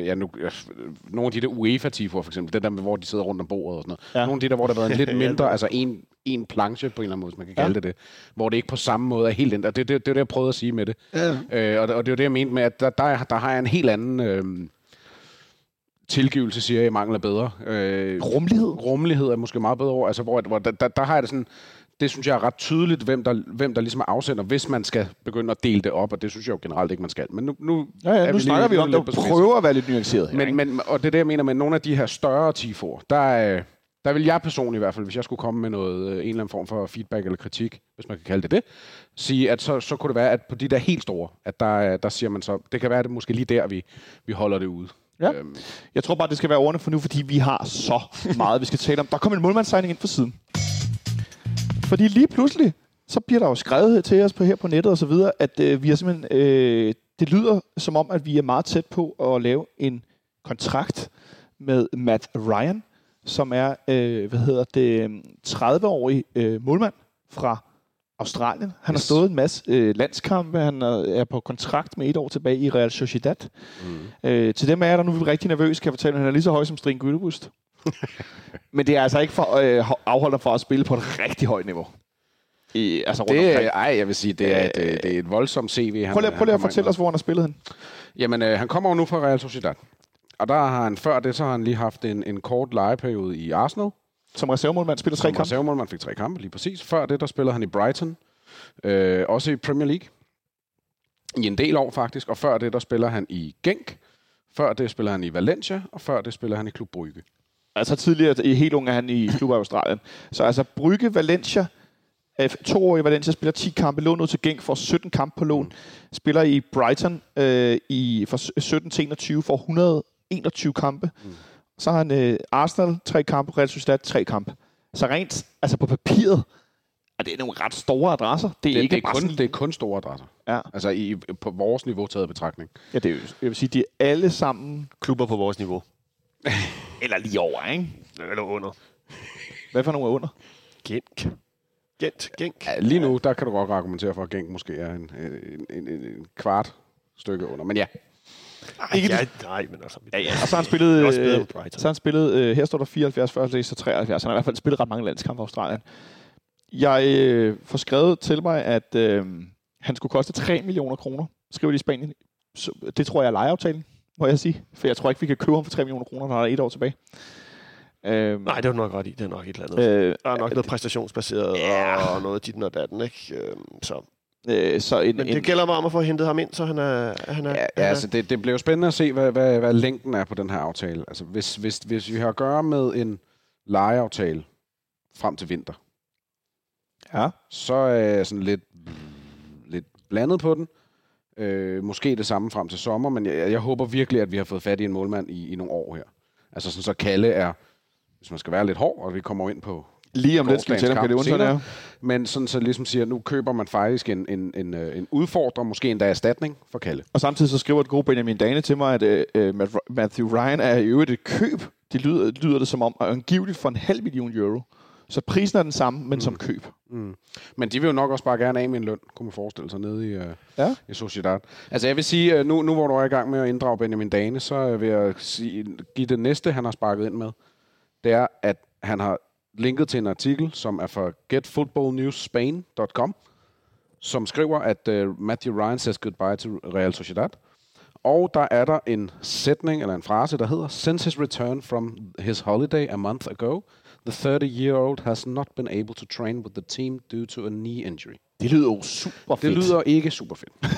nogle af de der UEFA-tifoer, for eksempel, det der, hvor de sidder rundt om bordet og sådan noget. Ja. Nogle af de der, hvor der har været en lidt mindre, altså en planche på en eller anden måde, man kan kalde det, hvor det ikke på samme måde er helt ændret. Det er det, jeg prøvede at sige med det. Ja. Og det er jo det, jeg mente med, at der har jeg en helt anden... tilgivelse, siger jeg, mangler bedre. Rummelighed er måske meget bedre ord. Altså, hvor der har jeg det sådan, det synes jeg er ret tydeligt, hvem der ligesom er afsender, hvis man skal begynde at dele det op, og det synes jeg jo generelt ikke, man skal. Men nu snakker vi om, at prøver at være lidt nuanceret. Og det er det, jeg mener med nogle af de her større tifoer, der vil jeg personligt i hvert fald, hvis jeg skulle komme med noget, en eller anden form for feedback eller kritik, hvis man kan kalde det, sige, at så kunne det være, at på de der helt store, at der siger man så, det kan være, at det måske lige der, vi holder det ude. Ja. Jeg tror bare, det skal være ordene for nu, fordi vi har så meget, vi skal tale om. Der kommer en målmandssigning ind for siden. Fordi lige pludselig, så bliver der jo skrevet til os her på nettet og så videre, at vi er simpelthen... det lyder som om, at vi er meget tæt på at lave en kontrakt med Matt Ryan, som er 30-årig målmand fra Australien. Han har stået en masse landskampe. Han er på kontrakt med 1 år tilbage i Real Sociedad. Til dem er der nu rigtig nervøs, kan jeg fortælle, han er lige så høj som String Gyllebust. Men det er altså ikke for afholder for at spille på et rigtig højt niveau. Jeg vil sige, det er et voldsomt CV. Prøv lige at fortælle os, hvor han har spillet hen. Jamen, han kommer jo nu fra Real Sociedad. Og der har han før det, så har han lige haft en kort legeperiode i Arsenal. Som reservemålmand spiller 3 kampe. Som reservemålmand fik 3 kampe, lige præcis. Før det, der spillede han i Brighton. Også i Premier League. I en del år faktisk. Og før det, der spiller han i Genk. Før det spiller han i Valencia, og før det spiller han i Klub Brygge. Altså tidligere, i helt unge er han i Klub Australien. Så altså Brygge, Valencia, 2 år i Valencia, spiller 10 kampe, lån ud til Genk, får 17 kampe på lån. Spiller i Brighton fra 17 til 21, får 121 kampe. Så har han Arsenal 3 kampe, Real Sociedad 3 kampe. Så rent, altså på papiret, og det er nogle ret store adresser. Det er kun store adresser. Ja. Altså på vores niveau taget betragtning. Ja, det er jo, jeg vil sige, de er alle sammen Klubber på vores niveau. eller lige over, ikke? Eller under. Hvad for nogle er under? Genk. Ja, lige nu, der kan du godt argumentere for, at Genk måske er en kvart stykke under. Men ja. Nej, men altså... Ja. Og så har han spillet, her står der 74, før så 73. Han har i hvert fald spillet ret mange landskampe for Australien. Jeg får skrevet til mig, at han skulle koste 3 millioner kroner, skriver de i Spanien. Så, det tror jeg er lejeaftalen, må jeg sige. For jeg tror ikke, vi kan købe ham for 3 millioner kroner, når der er 1 år tilbage. Nej, det er nok ret i. Det er nok et eller andet. Der er nok noget præstationsbaseret og noget dit og datten, ikke? Men det gælder meget om at få hentet ham ind, så han er... Altså det bliver jo spændende at se, hvad længden er på den her aftale. Altså hvis vi har at gøre med en lejeaftale frem til vinter, så er jeg sådan lidt blandet på den. Måske det samme frem til sommer, men jeg håber virkelig, at vi har fået fat i en målmand i nogle år her. Altså sådan, så Kalle er, hvis man skal være lidt hård, og vi kommer ind på lige om lidt skal vi tælle om Kalle Jonsson, men sådan så ligesom siger, nu køber man faktisk en udfordrer, måske endda erstatning for Kalle. Og samtidig så skriver et gode Benjamin Dane til mig, at Matthew Ryan er i øvrigt et køb. Det lyder det som om, angiveligt for 500.000 euro. Så prisen er den samme, men som køb. Men de vil jo nok også bare gerne af med en løn, kunne man forestille sig, nede i Sociedad. Altså jeg vil sige, nu hvor du er i gang med at inddrage Benjamin Dane, så vil jeg give det næste, han har sparket ind med. Det er, at han har linket til en artikel, som er fra getfootballnewsspain.com, som skriver, at Matthew Ryan says goodbye to Real Sociedad. Og der er der en sætning, eller en frase, der hedder, since his return from his holiday a month ago, the 30-year-old has not been able to train with the team due to a knee injury. Det lyder jo super fedt. Det lyder ikke super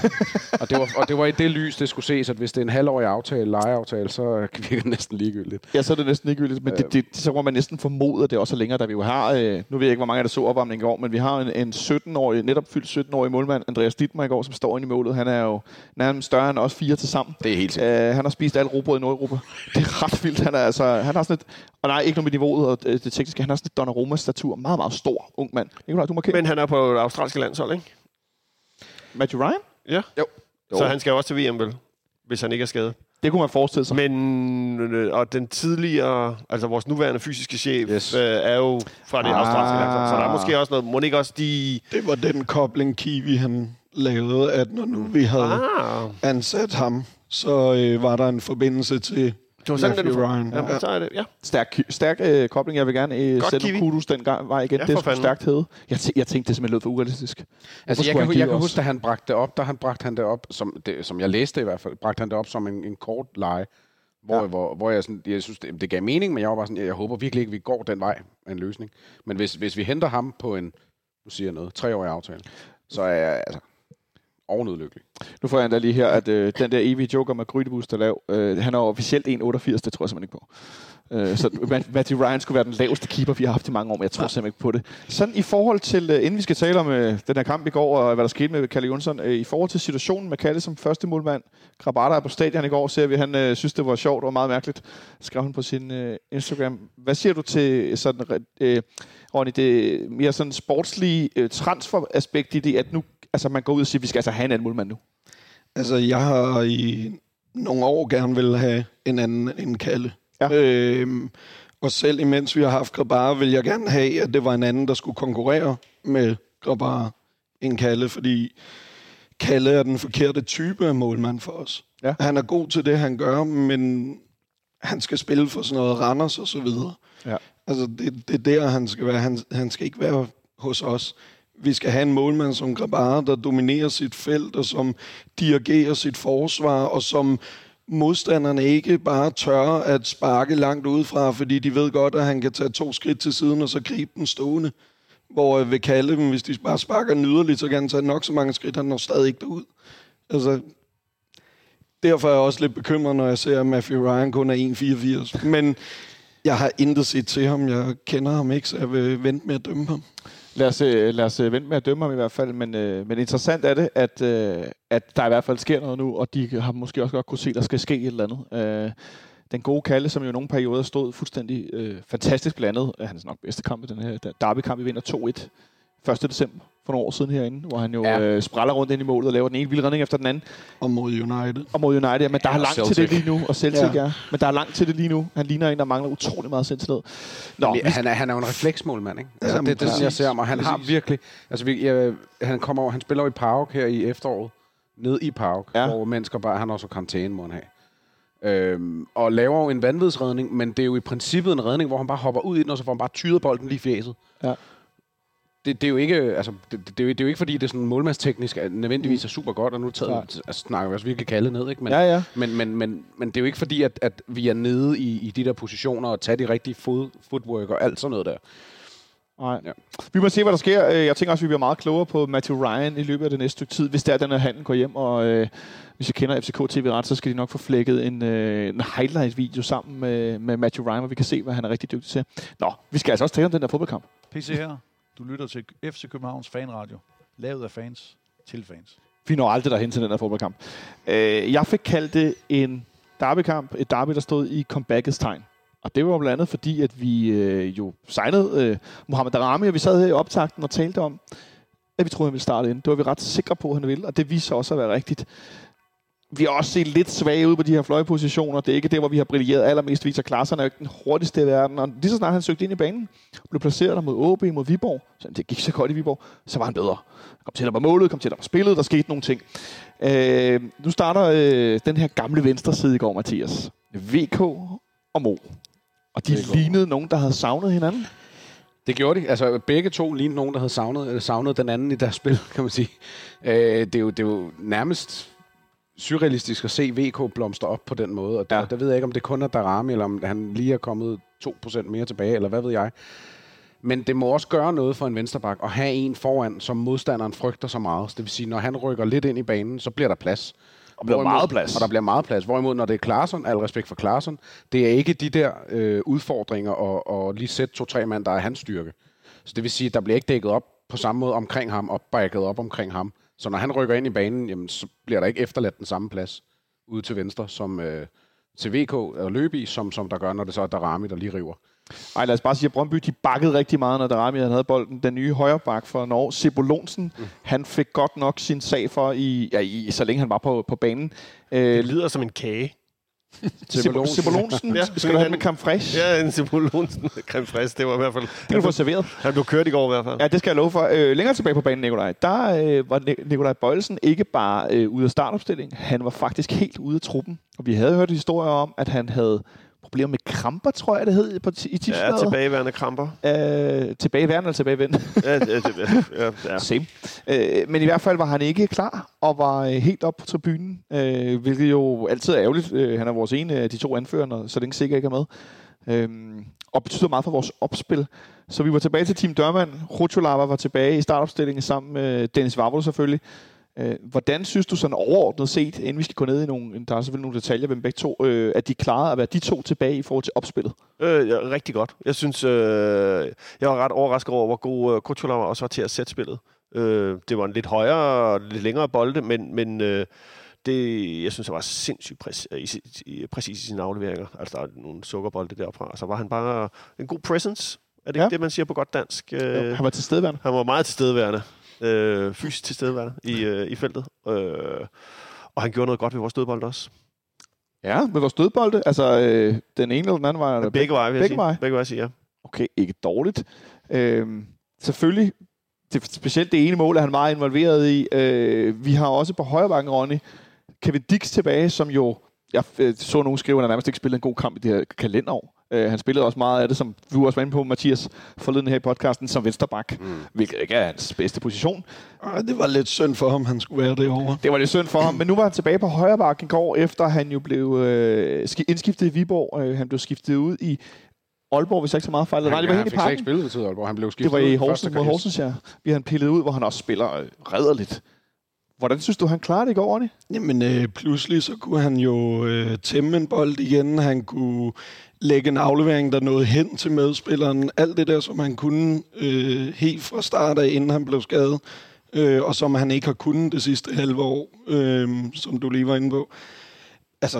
fedt. og det var i det lys, det skulle ses, at hvis det er en halvårig lejeaftale, så virker det næsten ligegyldigt. Ja, så er det næsten ligegyldigt, men så må man næsten formode, at det også er længere, da vi jo har, nu ved jeg ikke, hvor mange af der så opvarmning i går, men vi har en 17-årig, netop fyldt 17-årig målmand, Andreas Dittmar i går, som står inde i målet. Han er jo nærmest større end os 4 til sammen. Det er helt sikkert. Han har spist alt robrød i Nordeuropa. Det er ret vildt. Han har sådan et, og nej, ikke noget med niveauet og det tekniske, han har sådan et Donnarumma-statur. Meget, meget stor ung mand. Nikolaj, du må kende. Men han er på det australske landshold, ikke? Matthew Ryan? Ja. Jo. Så han skal jo også til VM, vel? Hvis han ikke er skadet. Det kunne man forestille sig. Men og den tidligere, altså vores nuværende fysiske chef, er jo fra det australske landshold. Så der er måske også noget, må ikke også de... Det var den kobling, Kiwi han lavede, at når nu vi havde ansat ham, så var der en forbindelse til Matthew Ryan. Ja, så er det, ja. Stærk kobling. Jeg vil gerne sætte Kudus dengang var igen. Det skulle stærkt hedde. Jeg tænkte, det simpelthen lød for urealistisk. Altså, jeg kan huske, da han bragte det op, som jeg læste i hvert fald, bragte han det op som en kort leje, hvor jeg synes, det gav mening, men jeg var bare sådan, jeg håber virkelig ikke, vi går den vej af en løsning. Men hvis vi henter ham på en, nu siger jeg noget, 3-årig aftale, så er jeg altså ovenudlykkelig. Nu får jeg endda lige her, at den der evige joker med Grydebus, der lav, han er officielt 1,88, det tror jeg simpelthen ikke på. Så Matthew Ryan skulle være den laveste keeper, vi har haft i mange år, men jeg tror simpelthen ikke på det. Sådan i forhold til, inden vi skal tale om den her kamp i går, og hvad der skete med Kalle Jonsson, i forhold til situationen med Kalle som første målmand, Grabata er på stadion i går, ser vi, han synes, det var sjovt og meget mærkeligt, skrev han på sin Instagram. Hvad siger du til sådan, Ronny, det mere sådan sportslige transferaspekt i det, at nu altså man går ud og siger, at vi skal altså have en anden målmand nu? Altså, jeg har i nogle år gerne vil have en anden end Kalle. Ja. Og selv imens vi har haft Grabara, vil jeg gerne have, at det var en anden, der skulle konkurrere med Grabara end Kalle, fordi Kalle er den forkerte type af målmand for os. Ja. Han er god til det, han gør, men han skal spille for sådan noget Randers og så videre. Ja. Altså, det er der, han skal være. Han skal ikke være hos os. Vi skal have en målmand som Grabara, der dominerer sit felt, og som dirigerer sit forsvar, og som modstanderne ikke bare tør at sparke langt udefra, fordi de ved godt, at han kan tage 2 skridt til siden, og så gribe den stående. Hvor ved Kalle dem, hvis de bare sparker den yderligt, så kan han tage nok så mange skridt, han når stadig ikke derud. Altså, derfor er jeg også lidt bekymret, når jeg ser, at Matthew Ryan kun er 1,84. Men jeg har intet set til ham. Jeg kender ham ikke, så jeg vil vente med at dømme ham. Lad os vente med at dømme ham i hvert fald, men interessant er det, at der i hvert fald sker noget nu, og de har måske også godt kunne se, at der skal ske et eller andet. Den gode Kalle, som jo i nogle perioder stod fuldstændig fantastisk blandet, er hans nok bedste kamp i den her derbykamp, vi vinder 2-1 1. december for nogle år siden herinde, hvor han jo spræller rundt ind i målet og laver den ene vilde redning efter den anden. Og mod United, ja, men der er langt Celtic. til det lige nu, og Celtic, men der er langt til det lige nu. Han ligner en, der mangler utrolig meget selvtillid. Han er jo en refleksmålmand, ikke? Altså, det er sådan, jeg ser ham, og han har virkelig... Altså, han spiller jo i Park her i efteråret, ned i Park, hvor mennesker bare... Han har også karantæne, må han have. Og laver jo en vanvidsredning, men det er jo i princippet en redning, hvor han bare hopper ud i den, og så får han bare tyret bolden lige i fjeset. Ja. Det er jo ikke, altså, det er jo ikke fordi det er sådan målmandsteknisk nødvendigvis er super godt, og nu snakker vi også virkelig Kalle ned, ikke? Men det er jo ikke fordi at vi er nede i de der positioner og tager de rigtige footwork og alt sådan noget der. Nej. Ja. Vi må se, hvad der sker. Jeg tænker også, at vi bliver meget klogere på Matthew Ryan i løbet af det næste stykke tid, hvis der den her handel går hjem, og hvis jeg kender FCK TV ret, så skal de nok få flækket en highlight-video sammen med Matthew Ryan, hvor vi kan se, hvad han er rigtig dygtig til. Nå, vi skal altså også tale om den der fodboldkamp. PC her. Du lytter til FC Københavns fanradio. Lavet af fans til fans. Vi når aldrig derhen til den der fodboldkamp. Jeg fik kaldt det en derbykamp. Et derby, der stod i comebackets tegn. Og det var blandt andet fordi, at vi jo signede Mohamed Daramy, og vi sad her i optakten og talte om, at vi troede, han ville starte ind. Det var vi ret sikre på, at han ville, og det viste sig også at være rigtigt. Vi har også set lidt svage ud på de her fløjepositioner. Det er ikke det, hvor vi har brilleret allermest. Victor Claesson er jo ikke den hurtigste i verden. Og lige så snart han søgte ind i banen, blev placeret der mod AB, mod Viborg. Så det gik så godt i Viborg. Så var han bedre. Kom til, der var målet, kom til, der var spillet, der skete nogle ting. Nu starter den her gamle venstre side i går, Mathias. VK og Mo. Og de lignede nogen, der havde savnet hinanden. Det gjorde de. Altså, begge to lignede nogen, der havde savnet den anden i deres spil, kan man sige. Det er jo nærmest surrealistisk at se VK blomstre op på den måde. Og der ved jeg ikke, om det kun er Daramy, eller om han lige er kommet 2% mere tilbage, eller hvad ved jeg. Men det må også gøre noget for en venstreback at have en foran, som modstanderen frygter så meget. Det vil sige, når han rykker lidt ind i banen, så bliver der plads. Og der bliver meget plads. Hvorimod, når det er Claesson, al respekt for Claesson, det er ikke de der udfordringer og lige sætte 2-3 mand, der er hans styrke. Så det vil sige, at der bliver ikke dækket op på samme måde omkring ham, og backet op omkring ham. Så når han rykker ind i banen, jamen, så bliver der ikke efterladt den samme plads ude til venstre, som til VK og Løby, som der gør, når det så er Daramy, der lige river. Ej, lad os bare sige, at Brøndby de bakkede rigtig meget, når Daramy havde bolden. Den nye højreback for Norge, Sebolonsen, han fik godt nok sin sag for, så længe han var på banen. Det lyder som en kage. Sebolonsen, skal du have med creme fraiche? Ja, en Sebolonsen creme fraiche, det var i hvert fald... Det kan du få serveret. Han blev kørt i går i hvert fald. Ja, det skal jeg love for. Længere tilbage på banen, Nikolaj, der var Nikolaj Bøjelsen ikke bare ude af startopstilling, han var faktisk helt ude af truppen. Og vi havde hørt historier om, at han havde problemer med kramper, tror jeg, det hed i tipsbladet. Ja, tilbageværende kramper. Tilbageværende eller tilbagevendende? ja. Same. Men i hvert fald var han ikke klar, og var helt op på tribunen, hvilket jo altid er ærgerligt. Han er vores ene af de to anfører, så længe Sikker ikke er med. Og betyder meget for vores opspil. Så vi var tilbage til Team Dørmand. Rucholava var tilbage i startopstillingen sammen med Dennis Vavro selvfølgelig. Hvordan synes du sådan overordnet set, inden vi skal gå ned i nogle, der er selvfølgelig nogle detaljer ved dem begge to, at de klarede at være de to tilbage i forhold til opspillet? Rigtig godt. Jeg synes, jeg var ret overrasket over, hvor god Rucholava også var til at sætte spillet. Det var en lidt højere og lidt længere bolde, men jeg synes, han var sindssygt præcis i sine afleveringer. Altså, der er nogle sukkerbolde derfra. Og så var han bare en god presence. Er det ikke det, man siger på godt dansk? Han var tilstedeværende. Han var meget tilstedeværende. Fysisk tilstedeværende i feltet. Og han gjorde noget godt ved vores dødbold også. Ja, med vores dødbolde? Altså, den ene eller den anden vej? Begge veje, vil jeg sige. Begge veje, ja. Okay, ikke dårligt. Selvfølgelig, specielt det ene mål, han var involveret i. Vi har også på højre bakken, Ronny, Kevin Dix tilbage, som jo, jeg så nogen skrive, at han nærmest ikke spillede en god kamp i det her kalenderår. Han spillede også meget af det, som du også var inde på, Mathias, forleden her i podcasten, som vensterbak, hvilket ikke er hans bedste position. Det var lidt synd for ham, han skulle være derovre. Det var lidt synd for ham, men nu var han tilbage på højre bakken i går, efter han jo blev indskiftet i Viborg. Han blev skiftet ud i Aalborg, hvis jeg ikke så meget fejl. Han fik ikke spillet til Aalborg, han blev skiftet ud. Det var i Horsens, ja. Vi har han pillet ud, hvor han også spiller redderligt. Hvordan synes du, han klarede det i går, Arne? Jamen, pludselig så kunne han jo tæmme en bold igen. Han kunne lægge en aflevering, der nåede hen til medspilleren. Alt det der, som han kunne helt fra start af, inden han blev skadet. Og som han ikke har kunnet det sidste halve år, som du lige var inde på. Altså,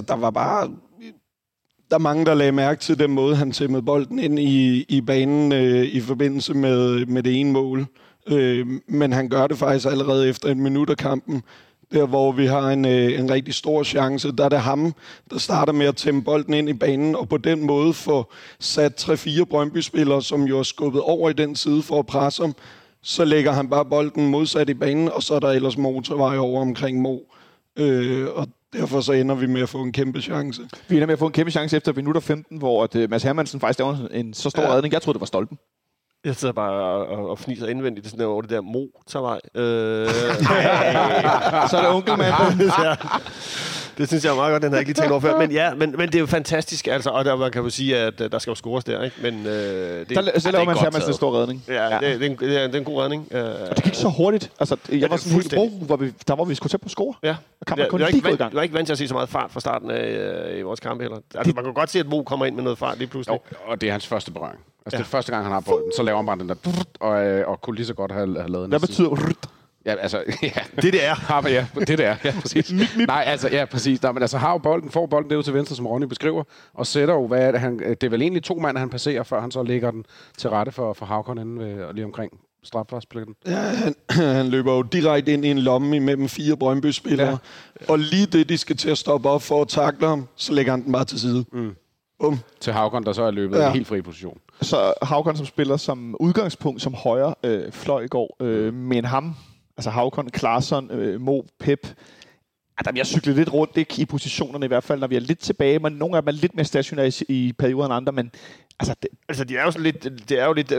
der er mange, der lagde mærke til den måde, han tæmmede bolden ind i banen i forbindelse med det ene mål. Men han gør det faktisk allerede efter en minut af kampen. Der, hvor vi har en rigtig stor chance, der er det ham, der starter med at tæmme bolden ind i banen, og på den måde får sat 3-4 Brøndby-spillere, som jo er skubbet over i den side for at presse ham. Så lægger han bare bolden modsat i banen, og så er der ellers motorvej over omkring Mo. Og derfor så ender vi med at få en kæmpe chance. Vi ender med at få en kæmpe chance efter minutter 15, hvor Mads Hermansen faktisk laver en så stor redning. Jeg troede, det var Stolpen. Jeg sidder bare og fniser indvendigt sådan over det der motorvej. Så er det onkelmanden. Det synes jeg er meget godt, den har jeg ikke lige tænkt over før. Men ja, men det er jo fantastisk, altså, og der kan man sige, at der skal jo scores der, ikke? Men så laver man Hermansen en stor redning. Ja, det er en god redning. Og det gik så hurtigt. Altså, jeg var sådan helt hvor vi skulle til på score. Ja. Og kampen kun lige gået i gang. Jeg var ikke vant til at se så meget fart fra starten af i vores kamp heller. Altså, man kan godt se, at Mo kommer ind med noget fart lige pludselig. Jo, og det er hans første berøring. Altså, det er første gang, han har bolden, så laver han bare den der, og kunne lige så godt have lavet den. Hvad betyder Ja, altså, ja. Det er. Ja, det er. Ja, præcis. Nej, altså, ja, præcis. Nej, men altså, har jo bolden, får bolden derude til venstre, som Ronny beskriver, og sætter jo, hvad er det, det er vel egentlig 2 mand, han passerer, før han så lægger den til rette for Haucon inde ved, lige omkring strafsparkspladsen. Ja, han løber jo direkte ind i en lomme imellem 4 Brøndby-spillere, ja. Og lige det, de skal til at stoppe op for at takle ham, så lægger han den bare til side. Til Haucon, der så er løbet i helt fri position. Så Haucon, som spiller som udgangspunkt som højre fløj i går, men ham, altså Haucon, Klaarsson, Mo, Pep, der bliver cyklet lidt rundt, ikke i positionerne i hvert fald, når vi er lidt tilbage, men nogle af dem er lidt mere stationære i perioder end andre, men altså de er jo sådan lidt, det er jo lidt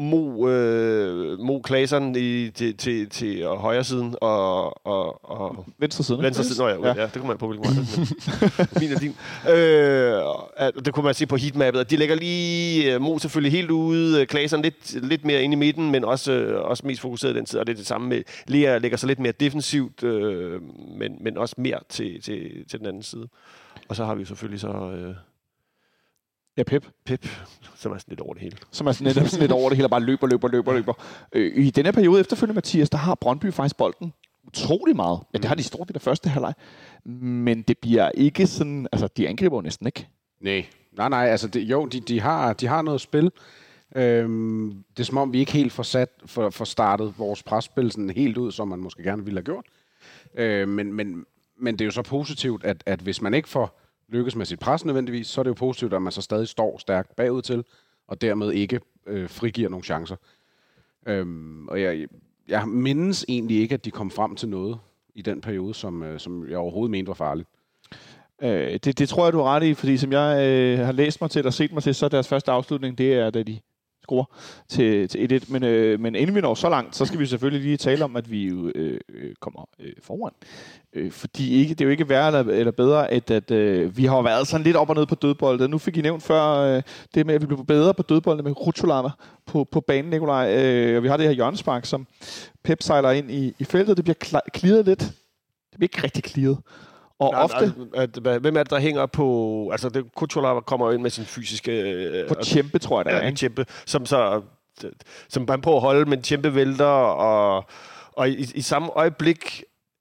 Mo Klaarsson til højre siden og venstre siden. Venstre siden, ja, det kunne man på hvilken måde. Min og din. Det kunne man se på heatmappet, at de lægger lige Mo selvfølgelig helt ude, Klaarsson lidt mere inde i midten, men også mest fokuseret i den tid, og det er det samme med Lea lægger sig lidt mere defensivt, men også mere til den anden side. Og så har vi selvfølgelig så Pep, som er sådan lidt over det hele. Som er sådan lidt over det hele, og bare løber. I denne periode efterfølgende, Mathias, der har Brøndby faktisk bolden utrolig meget. Ja, det har de stort i det første halvleg. Men det bliver ikke sådan, altså de angriber jo næsten ikke. Nej, altså de har noget spil. Det er som om, vi ikke helt får startet vores presspil sådan helt ud, som man måske gerne ville have gjort. Men det er jo så positivt, at hvis man ikke får lykkes med sit pres nødvendigvis, så er det jo positivt, at man så stadig står stærkt bagud til, og dermed ikke frigiver nogle chancer. Og jeg mindes egentlig ikke, at de kom frem til noget i den periode, som jeg overhovedet mente var farligt. Det tror jeg, du har ret i, fordi som jeg har læst mig til og set mig til, så deres første afslutning, det er, da de scorer til 1-1. Men inden vi når så langt, så skal vi selvfølgelig lige tale om, at vi jo kommer foran. Fordi det er jo ikke værre eller bedre, at vi har været sådan lidt op og ned på dødbolde. Nu fik I nævnt før det med, at vi blev bedre på dødbolde med Rucholava på banen, Nikolaj. Og vi har det her hjørnespark, som Pep sejler ind i feltet. Det bliver clearet lidt. Det bliver ikke rigtig clearet. Og ofte... Hvem er det, der hænger på... Altså, Rucholava kommer ind med sin fysiske... På Tjempe, tror jeg, der er. Tjempe, som man på at holde, men Tjempe vælter, og i samme øjeblik...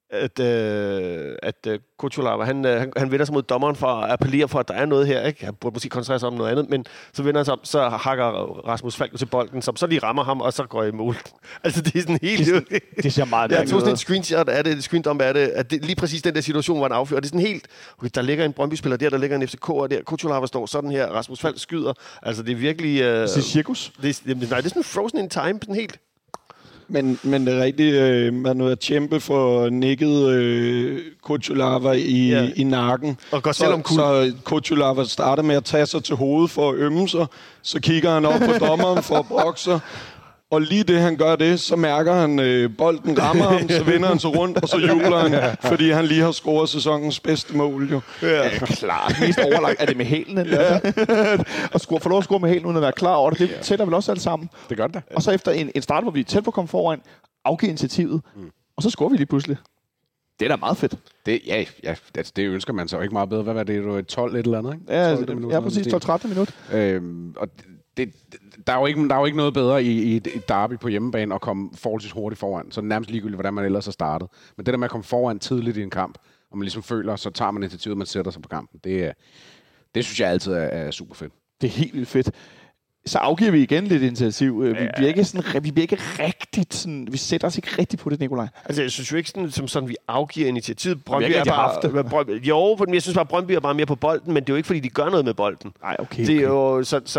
at Rucholava, han vender sig mod dommeren for at appellere for, at der er noget her, ikke? Han burde måske koncentrere sig om noget andet, men så vender han sig om, så hakker Rasmus Falk til bolden, som så lige rammer ham, og så går i mål. Altså, det er sådan helt... Det ser meget... Jeg tog sådan en screenshot af det, at det lige præcis den der situation, hvor han affører. Det er sådan helt... Okay, der ligger en Brøndby-spiller der ligger en FCK'er der, Rucholava står sådan her, Rasmus Falk skyder. Altså, det er virkelig... det er cirkus? Det er sådan frozen in time, sådan helt... Men det er rigtigt, man er Tjempe for nikket Rucholava i nakken. Og går selv om så Rucholava starter med at tage sig til hovedet for at ømme sig. Så kigger han op på dommeren for at brokse. Og lige det, han gør det, så mærker han, bolden rammer ham, så vender han sig rundt, og så jubler han, fordi han lige har scoret sæsonens bedste mål, jo. Ja, klart. Mest overlagt er det med hælen. Ja. Og få lov at score med hælen, uden at være klar over det, det tæller vel også alle sammen. Det gør det. Og så efter en start, hvor vi er tæt på at komme foran, afgive initiativet, og så scorer vi lige pludselig. Det er da meget fedt. Ja, altså, det ønsker man så ikke meget bedre. Hvad var det? Du 12 et eller andet, ikke? Ja, præcis. 12-13 minut. Og der er jo ikke noget bedre i et derby på hjemmebane at komme forholdsvis hurtigt foran. Så det er nærmest ligegyldigt, hvordan man ellers har startet. Men det der med at komme foran tidligt i en kamp, og man ligesom føler, så tager man initiativet, og man sætter sig på kampen. Det synes jeg altid er super fedt. Det er helt vildt fedt. Så afgiver vi igen lidt initiativ. Vi bliver ikke rigtigt sådan, vi sætter os ikke rigtigt på det, Nikolaj. Altså, jeg synes jo ikke sådan, vi afgiver initiativet. Brøndby ikke er rigtig bare... Jo, men jeg synes bare, Brøndby er bare mere på bolden, men det er jo ikke, fordi de gør noget med bolden. Nej, okay. Det er jo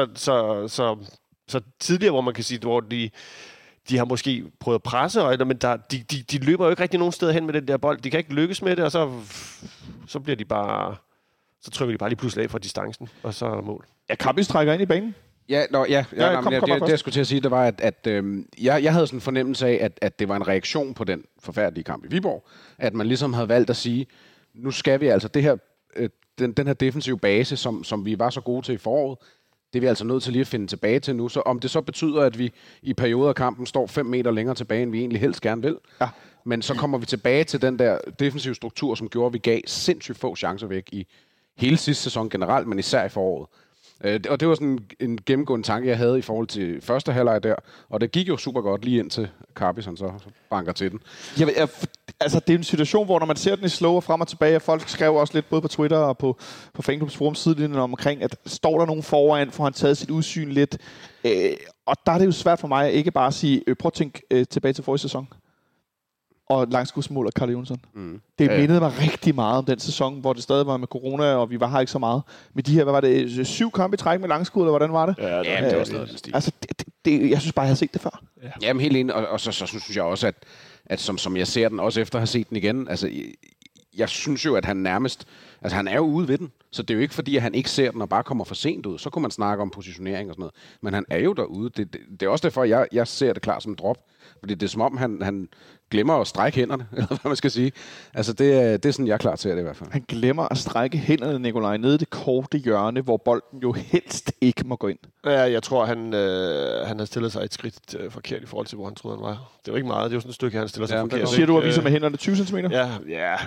så tidligere, hvor man kan sige, hvor de har måske prøvet at presse øjner, men de løber jo ikke rigtig nogen steder hen med den der bold. De kan ikke lykkes med det, og så bliver de bare... Så trykker de bare lige pludselig af fra distancen, og så er der mål. Ja, Kappis trækker ind i banen. Det jeg skulle til at sige, det var, at jeg havde sådan en fornemmelse af, at det var en reaktion på den forfærdelige kamp i Viborg. At man ligesom havde valgt at sige, nu skal vi altså det her, den her defensive base, som vi var så gode til i foråret, det er vi altså nødt til lige at finde tilbage til nu. Så om det så betyder, at vi i perioder af kampen står 5 meter længere tilbage, end vi egentlig helst gerne vil. Ja. Men så kommer vi tilbage til den der defensive struktur, som gjorde, at vi gav sindssygt få chancer væk i hele sidste sæson generelt, men især i foråret. Og det var sådan en gennemgående tanke, jeg havde i forhold til første halvleg der. Og det gik jo super godt lige ind til Kappis, han så banker til den. Altså, det er en situation, hvor når man ser den i slow og frem og tilbage, og folk skrev også lidt både på Twitter og på Fanklubs forum sidelinjen omkring, at står der nogen foran, får han taget sit udsyn lidt. Og der er det jo svært for mig at ikke bare sige, prøv at tænke tilbage til forrige sæson. Og langskudsmål af Carl Jonsson. Det mindede mig rigtig meget om den sæson, hvor det stadig var med corona, og vi var her ikke så meget. Med de her, hvad var det, 7 kampe i træk med langskud, eller hvordan var det? Ja, det var stadig den stil. Altså, jeg synes bare, jeg har set det før. Ja. Jamen helt enig, og så synes jeg også, at som jeg ser den, også efter at have set den igen, altså, jeg synes jo, at han nærmest... Altså, han er jo ude ved den, så det er jo ikke fordi, at han ikke ser den og bare kommer for sent ud. Så kunne man snakke om positionering og sådan noget. Men han er jo derude. Det er også derfor, jeg ser det klart som en drop. Fordi det er som om, han glemmer at strække hænderne, eller hvad man skal sige. Altså, det er sådan, jeg klart ser det i hvert fald. Han glemmer at strække hænderne, Nikolaj, nede i det korte hjørne, hvor bolden jo helst ikke må gå ind. Ja, jeg tror, han har stillet sig et skridt forkert i forhold til, hvor han troede, han var. Det var ikke meget. Det var sådan et stykke, han stiller sig forkert. Siger du, at viser med hænderne 20 cm? Ja.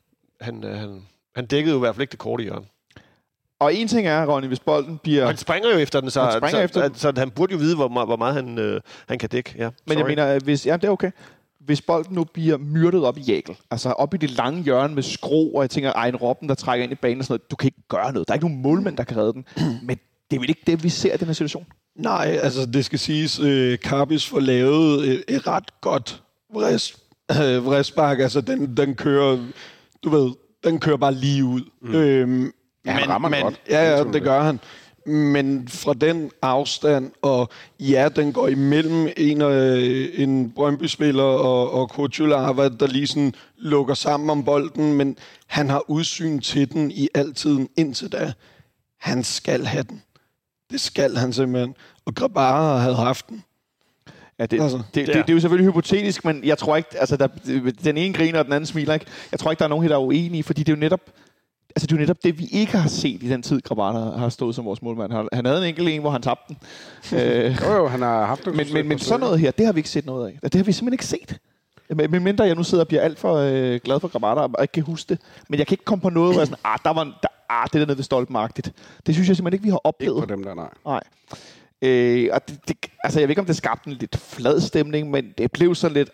Han dækkede jo i hvert fald ikke det korte hjørne. Og en ting er, Ronny, hvis bolden bliver... Han springer jo efter den, så han burde jo vide, hvor meget han kan dække. Ja, men jeg mener, hvis... Ja, det er okay. Hvis bolden nu bliver myrdet op i Jägel, altså op i det lange hjørne med skrå, og jeg tænker, Ejn Robben, der trækker ind i banen og sådan noget, du kan ikke gøre noget. Der er ikke nogen målmand, der kan redde den. Men det er vel ikke det, vi ser i den her situation? Nej, altså det skal siges, Kappis får lavet et ret godt vristspark. Altså den kører, du ved, den kører bare lige ud. Ja, han rammer godt. Ja, det gør han. Men fra den afstand, og ja, den går imellem en Brøndby-spiller og Kutsulava, der lige sådan lukker sammen om bolden, men han har udsyn til den i altiden indtil da. Han skal have den. Det skal han simpelthen. Og Grabara havde haft den. Ja, det er jo selvfølgelig hypotetisk, men jeg tror ikke, altså den ene griner, og den anden smiler ikke. Jeg tror ikke, der er nogen her, der er uenige, fordi det er jo netop, altså det er jo netop det, vi ikke har set i den tid, Grabara har stået som vores målmand. Han havde en enkelt en, hvor han tabte den. Jo, han har haft det. Men sådan noget her, det har vi ikke set noget af. Det har vi simpelthen ikke set. Men mindre jeg nu sidder og bliver alt for glad for Grabara, og ikke kan huske det. Men jeg kan ikke komme på noget, hvor jeg sådan, det der nede ved stolpenagtigt. Det synes jeg simpelthen ikke, vi har oplevet. Ikke på dem der, nej. Og altså, jeg ved ikke, om det skabte en lidt flad stemning, men det blev sådan lidt...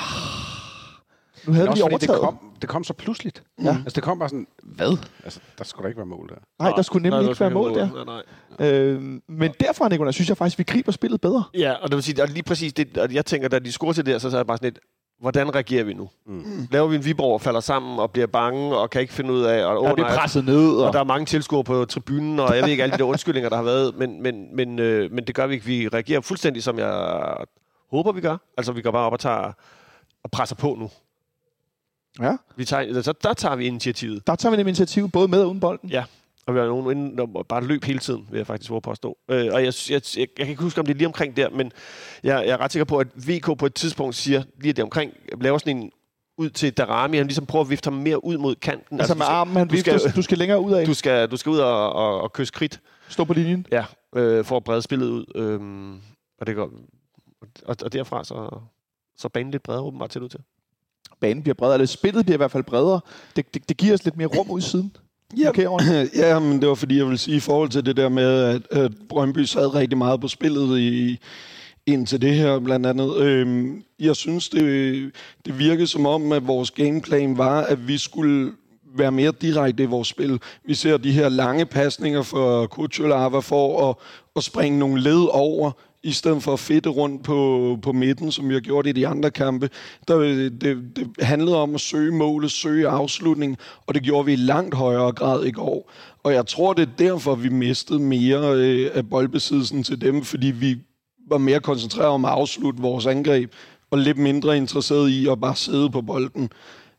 Nu havde vi overtaget. Det kom så pludseligt. Ja. Altså, det kom bare sådan, hvad? Altså, der skulle da ikke være mål der. Nej, der skulle nemlig ikke være mål der. Nej. Men derfor, Nicolai, synes jeg faktisk, vi griber spillet bedre. Ja, og det vil sige, at lige præcis det, og jeg tænker, da de scorer til det, så er det bare sådan lidt, hvordan reagerer vi nu? Laver vi en Viborg og falder sammen og bliver bange og kan ikke finde ud af... Og bliver presset ned. Og der er mange tilskuere på tribunen, og jeg ved ikke alle de der undskyldninger, der har været, men det gør vi ikke. Vi reagerer fuldstændig, som jeg håber, vi gør. Altså, vi går bare op og presser på nu. Ja. Der tager vi initiativet. Der tager vi initiativet, både med og uden bolden. Ja, og vi har nogen der bare løb hele tiden, vil jeg faktisk våge påstå. Og jeg kan ikke huske, om det er lige omkring der, men jeg er ret sikker på, at VK på et tidspunkt siger, lige det omkring, laver sådan en ud til Darami, han ligesom prøver at vifte ham mere ud mod kanten. Altså med armen, han vifter, du skal længere ud af. Du skal ud og kysse kridt. Stå på linjen. Ja, for at brede spillet ud. Og det går, og derfra så banen lidt bredere åbenbart til ud til. banen bliver bredere, eller spillet bliver i hvert fald bredere. Det giver os lidt mere rum ud i siden. Ja, men det var fordi, jeg vil sige, i forhold til det der med, at Brøndby sad rigtig meget på spillet indtil det her, blandt andet. Jeg synes, det virkede som om, at vores gameplan var, at vi skulle være mere direkte i vores spil. Vi ser de her lange pasninger for Kuchulava for at springe nogle led over, i stedet for at fedte rundt på midten, som vi har gjort i de andre kampe. Det handlede om at søge målet, søge afslutning, og det gjorde vi i langt højere grad i går. Og jeg tror, det er derfor, vi mistede mere af boldbesiddelsen til dem, fordi vi var mere koncentreret om at afslutte vores angreb, og lidt mindre interesseret i at bare sidde på bolden.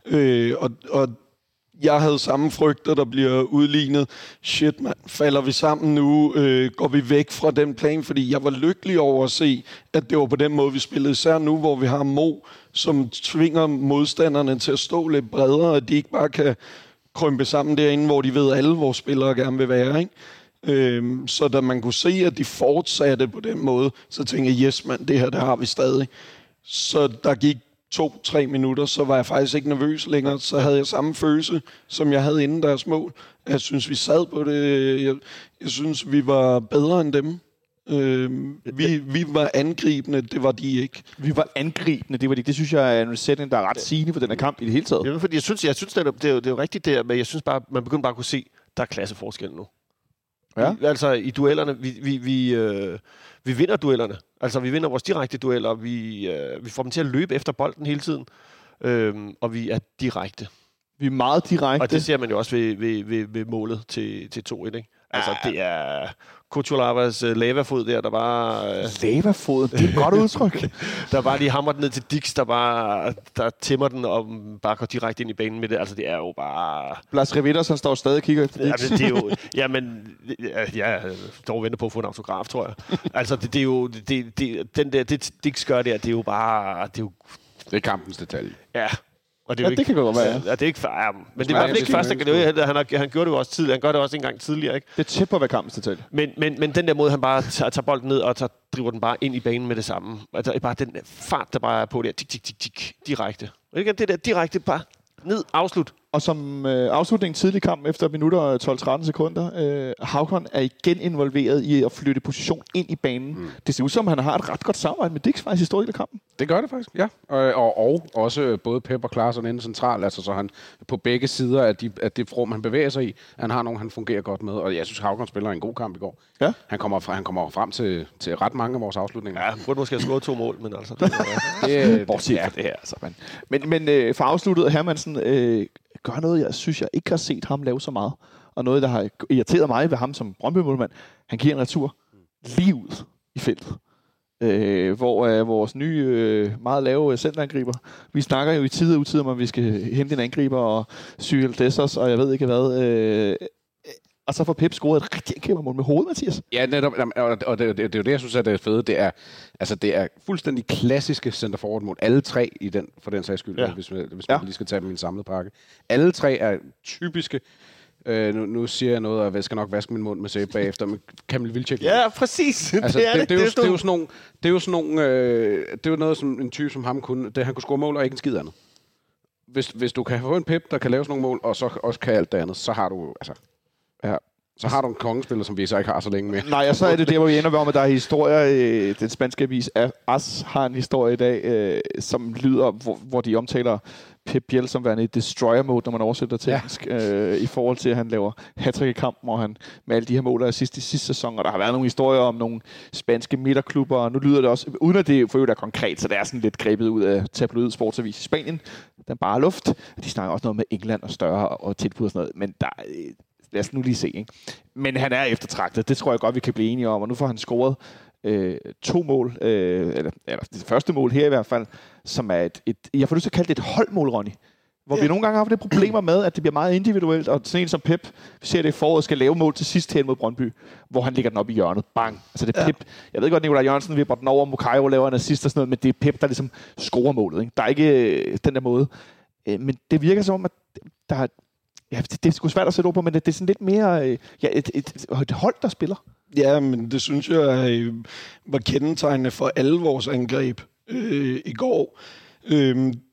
Og jeg havde samme frygter, der bliver udlignet. Shit, man, falder vi sammen nu? Går vi væk fra den plan? Fordi jeg var lykkelig over at se, at det var på den måde, vi spillede. Især nu, hvor vi har Mo, som tvinger modstanderne til at stå lidt bredere, og de ikke bare kan krympe sammen derinde, hvor de ved, at alle vores spillere gerne vil være, ikke? Så da man kunne se, at de fortsatte på den måde, så tænkte jeg, yes mand, det her, det har vi stadig. Så der gik 2-3 minutter, så var jeg faktisk ikke nervøs længere. Så havde jeg samme følelse, som jeg havde inden deres mål. Jeg synes, vi sad på det. Jeg synes, vi var bedre end dem. Vi var angribende, det var de ikke. Vi var angribende, det var de ikke. Det synes jeg er en sætning, der er ret sigende for den her kamp i det hele taget. Ja, fordi jeg synes det er jo rigtigt der, men jeg synes bare, man begynder bare at kunne se, der er klasseforskel nu. Ja. Altså i duellerne, vi vinder duellerne. Altså vi vinder vores direkte dueller, vi får dem til at løbe efter bolden hele tiden, og vi er direkte. Vi er meget direkte. Og det ser man jo også ved målet til 2-1, ikke? Altså det er Kuchulavas lavafod der var... Lavafod, det er et godt udtryk. Der bare lige hammer den ned til Dix, der tæmmer den og bare går direkte ind i banen med det. Altså det er jo bare... Blas Revitas, han står stadig og kigger efter Dix. Det er jo... Jamen, jeg står og venter på at få en autograf, tror jeg. Altså det er jo... Den der, det Dix gør der, det er jo bare... Det er kampens detalje. Ja. Og det er jo det kan godt være. Ja, det er ikke men det var ikke første gang. Han gjorde det jo også tidligere. Han gør det også en gang tidligere, ikke? Det er tæt på at være kampens detalje. Men den der måde, han bare tager bolden ned og driver den bare ind i banen med det samme. Altså bare den fart, der bare er på der. Tik, direkte. Og det der direkte bare ned, afslut. Og som afslutning tidlig kamp efter minutter og 12-13 sekunder, Haucon er igen involveret i at flytte position ind i banen. Det ser ud som, han har et ret godt samarbejde med Dix faktisk i stor del af kampen. Det gør det faktisk, ja. Og også både Pep og Klaarsson inde centralt, altså så han på begge sider af det rum, han bevæger sig i, han har nogen, han fungerer godt med. Og jeg synes, Haucon spiller en god kamp i går. Ja. Han kommer frem til ret mange af vores afslutninger. Ja, han burde måske have scoret 2 mål, men altså... Bortset fra det her, altså. Men for afsluttet, Hermansen gør noget, jeg synes, jeg ikke har set ham lave så meget. Og noget, der har irriteret mig ved ham som Brøndby-målmand, han giver en retur lige ud i feltet. Hvor vores nye, meget lave centerangriber, vi snakker jo i tid og utid om, at vi skal hente en angriber og Cyril Dessers, og jeg ved ikke hvad. Og så får Pep scoret et rigtig angribermål med hovedet, Mathias. Ja, netop. Og det er jo det, jeg synes, at det er fede. Det er fuldstændig klassiske center-forward-mål. Alle tre i den, for den sags skyld, hvis man lige skal tage dem i en samlet pakke. Alle tre er typiske. Nu siger jeg noget, og jeg skal nok vaske min mund med sæbe bagefter, men Kamil Vilcek. Ja, præcis. Altså, det er jo sådan nogle... det er jo noget, som en type som ham kunne... Han kunne score mål og ikke en skid andet. Hvis du kan få en Pep, der kan lave sådan nogle mål, og så også kan alt det andet, så har du... Altså, ja. Så har du en kongespiller, som vi så ikke har så længe med. Nej, og så er det der, hvor vi ender ved om, at der er historier. Den spanske avis AS har en historie i dag, som lyder, hvor de omtaler Pep Biel som værende i destroyer-mode, når man oversætter til engelsk, i forhold til, at han laver hat-trick i kampen, hvor han med alle de her mål, der er sidste sæson, og der har været nogle historier om nogle spanske midterklubber, og nu lyder det også, uden at det for øvrigt er konkret, så det er sådan lidt grebet ud af tabloid sportsavis i Spanien, den bare luft. De snakker også noget med England og større og tilbud og sådan noget, men der lad os nu lige se, ikke? Men han er eftertragtet, det tror jeg godt, vi kan blive enige om, og nu får han scoret 2 mål, eller det første mål her i hvert fald, som er jeg får lyst til at kalde det et holdmål, Ronny. Hvor vi nogle gange har haft det problemer med, at det bliver meget individuelt, og sådan en som Pep, vi ser det i foråret, skal lave mål til sidst hen mod Brøndby, hvor han lægger den op i hjørnet. Bang! Altså det er Pep. Jeg ved godt, Nikolaj Jørgensen vipper den over, Mukairo laver en assist og sådan noget, men det er Pep, der ligesom scorer målet, ikke? Der er ikke den der måde. Men det virker som om, at der er... Ja, det er sgu svært at sætte ord på, men det er sådan lidt mere et hold, der spiller. Ja, men det synes jeg var kendetegnende for alle vores angreb i går.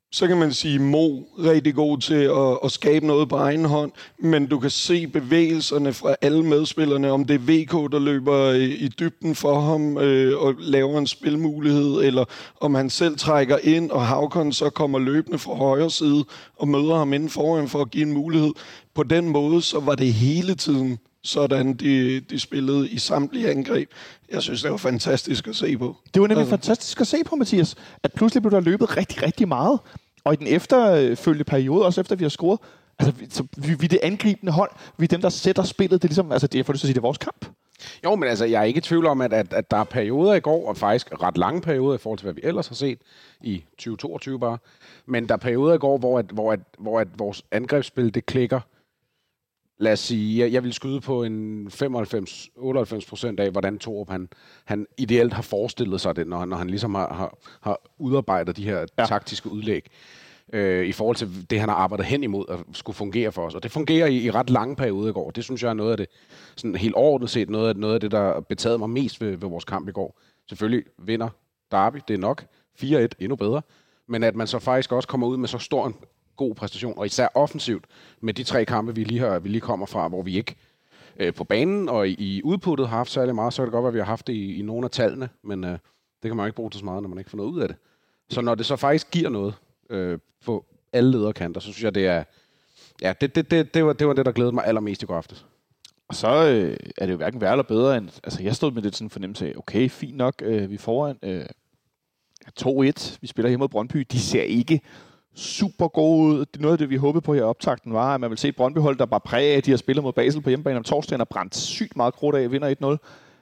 så kan man sige, Mo rigtig god til at skabe noget på egen hånd, men du kan se bevægelserne fra alle medspillerne, om det er VK, der løber i dybden for ham og laver en spilmulighed, eller om han selv trækker ind, og Haukon så kommer løbende fra højre side og møder ham inden foran for at give en mulighed. På den måde, så var det hele tiden sådan, de spillede i samtlige angreb. Jeg synes, det var fantastisk at se på. Det var nemlig fantastisk at se på, Mathias, at pludselig blev der løbet rigtig, rigtig meget. Og i den efterfølgende periode, også efter vi har scoret, altså, vi er det angribende hold. Vi er dem, der sætter spillet. Det er ligesom, altså, det er for lyst til at sige, det er vores kamp. Jo, men altså, jeg er ikke i tvivl om, at der er perioder i går, og faktisk ret lange perioder i forhold til, hvad vi ellers har set i 2022 bare. Men der er perioder i går, hvor vores angrebsspil, det klikker. Lad os sige, jeg vil skyde på en 95-98% af, hvordan Thorup han ideelt har forestillet sig det, når han ligesom har udarbejdet de her taktiske udlæg. I forhold til det, han har arbejdet hen imod at skulle fungere for os. Og det fungerer i ret lange perioder i går. Det synes jeg er noget af det, sådan helt overordnet set, noget af det, der betagede mig mest ved vores kamp i går. Selvfølgelig vinder Derby, det er nok. 4-1, endnu bedre. Men at man så faktisk også kommer ud med så stor en god præstation, og især offensivt med de 3 kampe, vi lige kommer fra, hvor vi ikke på banen og i udputtet har haft særlig meget, så kan det godt være, at vi har haft det i nogle af tallene, men det kan man ikke bruge til så meget, når man ikke får noget ud af det. Så når det så faktisk giver noget på alle lederkanter, så synes jeg, det er det var det, der glædede mig allermest i går aftes. Og så er det jo hverken værre eller bedre end, altså jeg stod med lidt sådan en fornemmelse af, okay, fint nok, vi er foran 2-1, vi spiller hjemme mod Brøndby, de ser ikke super gode ud. Noget af det, vi håbede på her i optakten, var, at man vil se et Brøndby-hold, der bare præger af, de har spillet mod Basel på hjemmebane om torsdagen og brændt sygt meget krudt af, vinder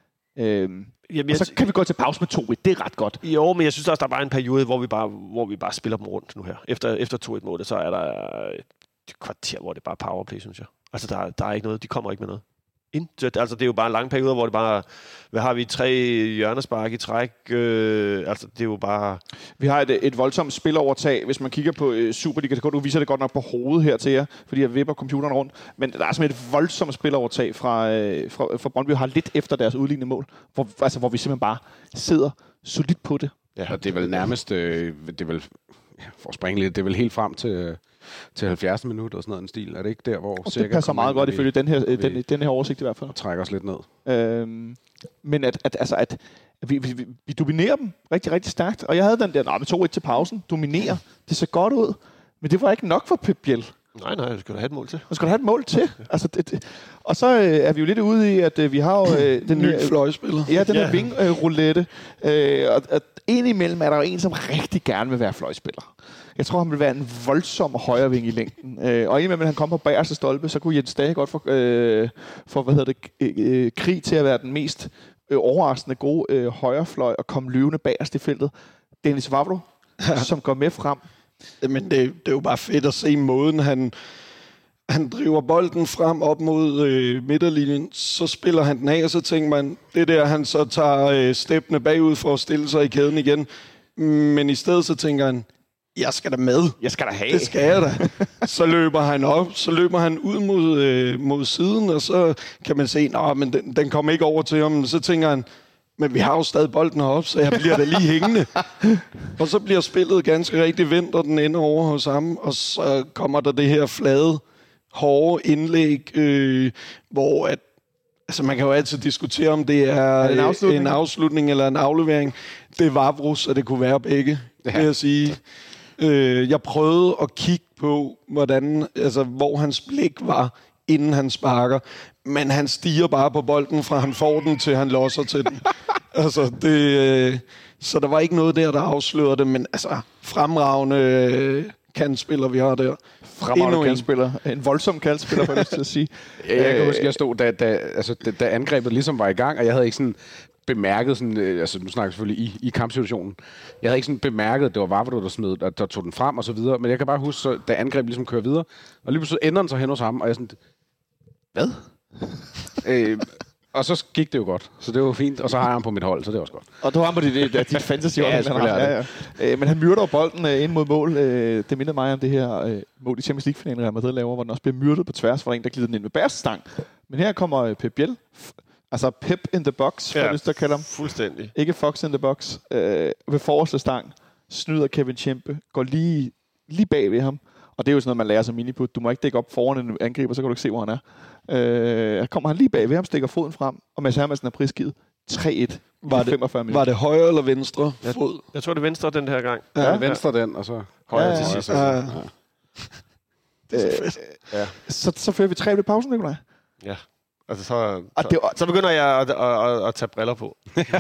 1-0. Og så kan vi gå til pause med 2-1. Det er ret godt. Jo, men jeg synes også, der er bare en periode, hvor vi bare spiller dem rundt nu her. Efter 2-1-målet, så er der et kvarter, hvor det er bare powerplay, synes jeg. Altså, der er ikke noget. De kommer ikke med noget. Altså, det er jo bare en lang periode, hvor det bare... Hvad har vi? 3 hjørnespark i træk? Altså, det er jo bare... Vi har et voldsomt spilovertag. Hvis man kigger på Superliga, du viser det godt nok på hovedet her til jer, fordi jeg vipper computeren rundt. Men der er simpelthen et voldsomt spilovertag fra Brøndby, har lidt efter deres udlignende mål, hvor vi simpelthen bare sidder solidt på det. Ja, og det er vel nærmest... for at springe lidt, det er vel helt frem til 70. minut og sådan noget en stil. Er det ikke der, hvor... Det passer meget godt ifølge den her oversigt i hvert fald. Trækker os lidt ned. Men at vi dominerer dem rigtig, rigtig stærkt. Og jeg havde den der, med 2-1 til pausen, dominerer. Det ser godt ud. Men det var ikke nok for Pep Biel. Nej, det skal du have et mål til. Man skal have et mål til. Altså, og så er vi jo lidt ude i, at vi har jo den nye fløjspiller. Ja, den her vingroulette. Og indimellem er der jo en, som rigtig gerne vil være fløjspiller. Jeg tror, han vil være en voldsom højre ving i længden. Og indimellem, han kom på bagerste stolpe, så kunne Jens Dage godt få Krig til at være den mest overraskende gode højrefløj og komme løvende bagerst i feltet. Dennis Vavro, som går med frem. Men det er jo bare fedt at se måden, han driver bolden frem op mod midterlinjen, så spiller han den af, og så tænker man, det der, han så tager steppene bagud for at stille sig i kæden igen. Men i stedet så tænker han, jeg skal da med. Jeg skal da have. Det skal jeg da. Så løber han op, så løber han ud mod siden, og så kan man se, men den kommer ikke over til ham. Så tænker han, men vi har jo stadig bolden heroppe, så jeg bliver da lige hængende. Og så bliver spillet ganske rigtig vendt, og den ender over hos ham. Og så kommer der det her flade, hårde indlæg, hvor at, altså man kan jo altid diskutere, om det er en afslutning eller en aflevering. Det var Vavros, og det kunne være begge, vil jeg sige. Jeg prøvede at kigge på, hvor hans blik var, inden han sparker. Men han stiger bare på bolden, fra han får den, til han losser til den. Så der var ikke noget der afslørede det, men altså fremragende kantspiller, vi har der. Fremragende kantspiller. En voldsom kantspiller, for jeg til at sige. Jeg kan huske, jeg stod, da angrebet ligesom var i gang, og jeg havde ikke sådan bemærket, sådan, altså nu snakker jeg selvfølgelig i kampsituationen, jeg havde ikke sådan bemærket, at det var Vavro, der tog den frem og så videre, men jeg kan bare huske, så, da angrebet ligesom kører videre, og lige pludselig ender den så hen hos ham, og jeg sådan, hvad? Og så gik det jo godt, så det var fint, og så har jeg ham på mit hold, så det var også godt. Og du har ham på dit fantasy-hold. Men han myrder bolden ind mod mål. Det minder mig om det her mål i Champions League-finalen, Real Madrid laver, hvor den også bliver myrdet på tværs, hvor der en, der glider den ind med bærestang. Men her kommer Pep Biel. Altså Pep in the box, for lyst til at kalde ham. Fuldstændig. Ikke Fox in the box. Ved forreste stang snyder Kevin Tjempe, går lige lige bag ved ham. Og det er jo sådan noget, man lærer som miniput. Du må ikke dække op foran en angriber, så kan du ikke se, hvor han er. Kommer han lige bag ved ham, stikker foden frem, og Mads Hermansen er prisgivet 3-1 var det, 45 minutter. Var det højre eller venstre fod? Jeg tror, det er venstre den her gang. Ja, det venstre den, og så højre til sidst. Ja. Det er så fedt. Så fører vi 3 ved pausen, Nikolaj. Ja. Altså, så begynder jeg at tage briller på.